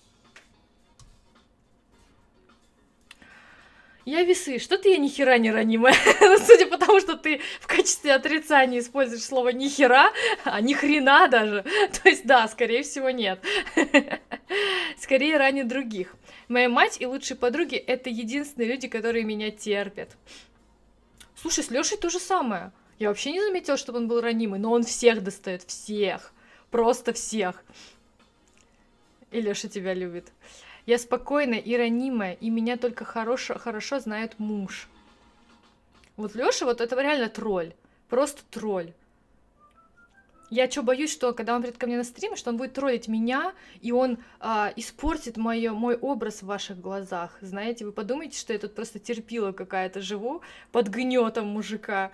Я весы, что-то я нихера не ранимая. Судя по тому, что ты в качестве отрицания используешь слово нихера, а ни хрена даже. То есть да, скорее всего нет. Скорее ранит других. Моя мать и лучшие подруги — это единственные люди, которые меня терпят. Слушай, с Лёшей то же самое. Я вообще не заметила, чтобы он был ранимый, но он всех достает, всех. Просто всех. И Лёша тебя любит. Я спокойная и ранимая, и меня только хорошо, хорошо знает муж. Вот Лёша, вот это реально тролль. Просто тролль. Я что боюсь, что когда он придет ко мне на стрим, что он будет троллить меня, и он а, испортит моё, мой образ в ваших глазах. Знаете, вы подумаете, что я тут просто терпила какая-то, живу под гнетом мужика.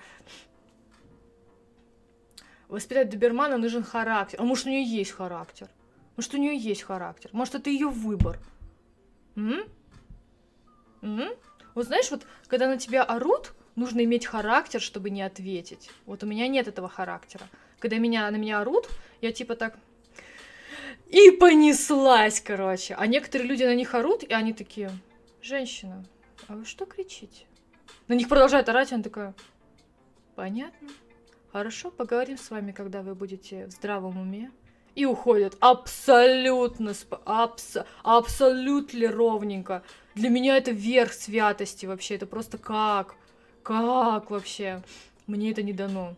Воспитать добермана нужен характер. А может, у нее есть характер? Может, у нее есть характер? Может, это ее выбор? М? М? Вот знаешь, вот когда на тебя орут, нужно иметь характер, чтобы не ответить. Вот у меня нет этого характера. Когда меня, на меня орут, я типа так... И понеслась, короче. А некоторые люди на них орут, и они такие: женщина, а вы что кричите? На них продолжает орать, она такая, понятно, хорошо, поговорим с вами, когда вы будете в здравом уме. И уходят абсолютно, абс, абсолютно ровненько. Для меня это верх святости вообще, это просто как, как вообще, мне это не дано.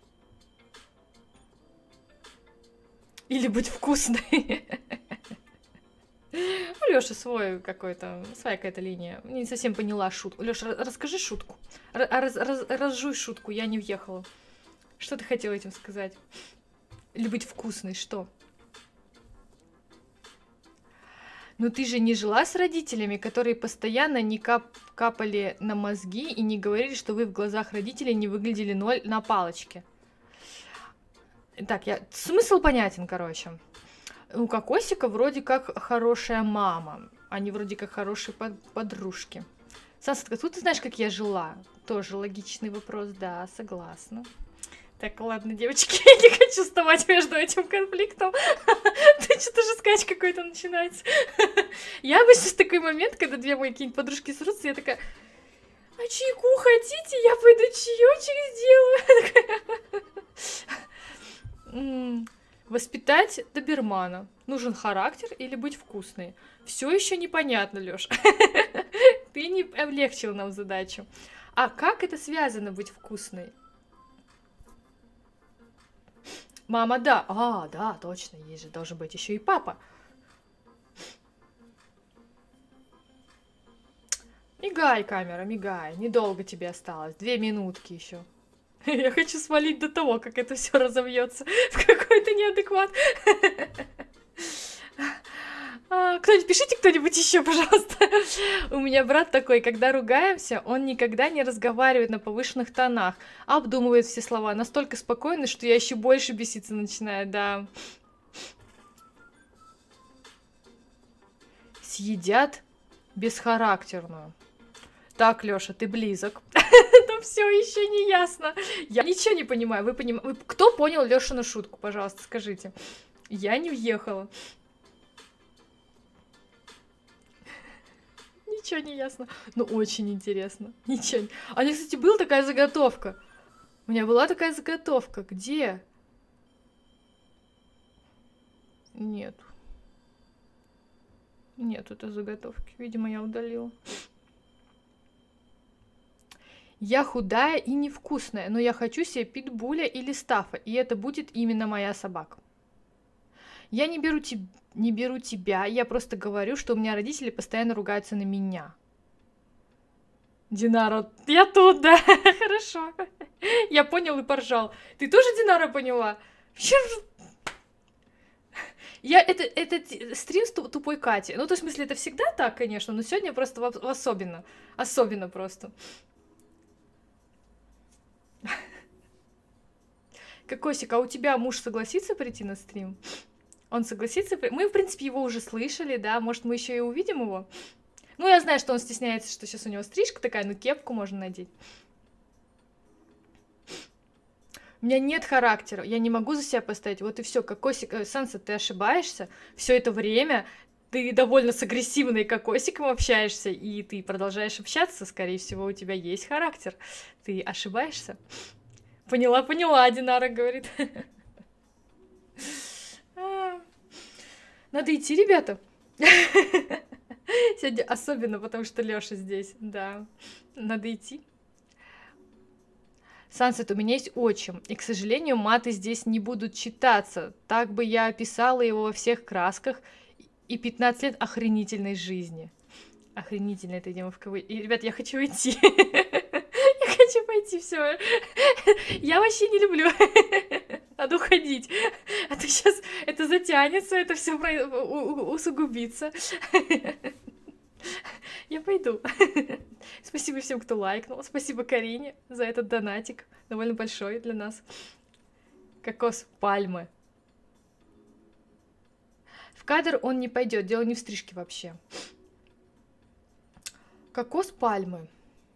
Или быть вкусной. У Лёши свой какой-то, своя какая-то линия. Не совсем поняла шутку. Лёша, расскажи шутку. Раз, раз, разжуй шутку, я не въехала. Что ты хотела этим сказать? Или быть вкусной, что? Ну ты же не жила с родителями, которые постоянно не кап капали на мозги и не говорили, что вы в глазах родителей не выглядели ноль на палочке. Так, я... смысл понятен, короче. У Кокосика вроде как хорошая мама. Они вроде как хорошие под подружки. Сасотка, тут ты знаешь, как я жила? Тоже логичный вопрос, да, согласна. Так, ладно, девочки, я не хочу вставать между этим конфликтом. Ты что-то же скач какой-то начинается. Я обычно в такой момент, когда две мои какие-нибудь подружки срутся, я такая, а чайку хотите? Я пойду чаечек сделаю. Воспитать добермана. Нужен характер или быть вкусной? Все еще непонятно, Лёш. Ты не облегчил нам задачу. А как это связано быть вкусной? Мама, да. А, да, точно, есть же должен быть еще и папа. Мигай, камера, мигай. Недолго тебе осталось. Две минутки еще. Я хочу свалить до того, как это все разовьется в какой-то неадекват. Кто-нибудь, пишите кто-нибудь еще, пожалуйста. У меня брат такой, когда ругаемся, он никогда не разговаривает на повышенных тонах, обдумывает все слова, настолько спокойно, что я еще больше беситься начинаю, да. Съедят бесхарактерную. Так, Лёша, ты близок. Но все еще не ясно. Я ничего не понимаю. Вы понимаете? Кто понял Лёшину шутку, пожалуйста, скажите. Я не въехала. Ничего не ясно. Ну, очень интересно. Ничего не... А у меня, кстати, была такая заготовка. У меня была такая заготовка. Где? Нет. Нет этой заготовки. Видимо, я удалила. Я худая и невкусная, но я хочу себе питбуля или стафа, и это будет именно моя собака. Я не беру, te... не беру тебя, я просто говорю, что у меня родители постоянно ругаются на меня. Динара, я тут, да, хорошо. Я понял и поржал. Ты тоже, Динара, поняла? Я, это, это стрим с тупой Кати. Ну, то есть, в смысле, это всегда так, конечно, но сегодня просто в особенно. Особенно просто. Кокосик, а у тебя муж согласится прийти на стрим? Он согласится? Мы, в принципе, его уже слышали, да? Может, мы еще и увидим его? Ну, я знаю, что он стесняется, что сейчас у него стрижка такая, ну, кепку можно надеть. У меня нет характера, я не могу за себя постоять. Вот и все, Кокосик, э, Санса, ты ошибаешься. Все это время ты довольно с агрессивной Кокосиком общаешься, и ты продолжаешь общаться, скорее всего, у тебя есть характер. Ты ошибаешься. Поняла, поняла, Динара говорит. Надо идти, ребята. Сегодня особенно, потому что Лёша здесь, да. Надо идти. Сансет, у меня есть отчим, и, к сожалению, маты здесь не будут читаться. Так бы я описала его во всех красках и пятнадцать лет охренительной жизни. Охренительно это идем в кавычки. И, ребят, я хочу идти. Я хочу пойти, все. Я вообще не люблю. Надо уходить. А то сейчас это затянется, это все усугубится. Я пойду. Спасибо всем, кто лайкнул. Спасибо Карине за этот донатик. Довольно большой для нас. Кокос пальмы. В кадр он не пойдет. Дело не в стрижке вообще. Кокос пальмы.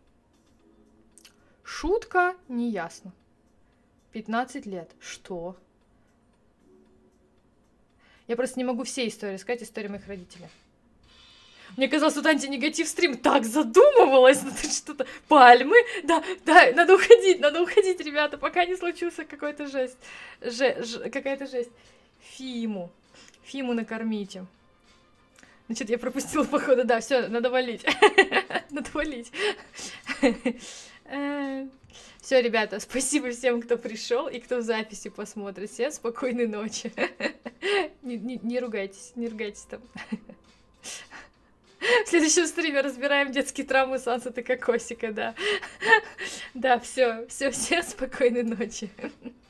Шутка, неясно. пятнадцать лет. Что? Я просто не могу все истории сказать, истории моих родителей. Мне казалось, тут антинегатив стрим так задумывалась, ну тут что-то, пальмы, да, да, надо уходить, надо уходить, ребята, пока не случился какой-то жесть, же, ж, какая-то жесть. Фиму, Фиму накормите. Значит, я пропустила, походу, да, все, надо валить, надо валить. Все, ребята, спасибо всем, кто пришел и кто в записи посмотрит. Всем спокойной ночи. Не, не, не ругайтесь, не ругайтесь там. В следующем стриме разбираем детские травмы Сансеты Кокосика, да. Да, все, все, всем спокойной ночи.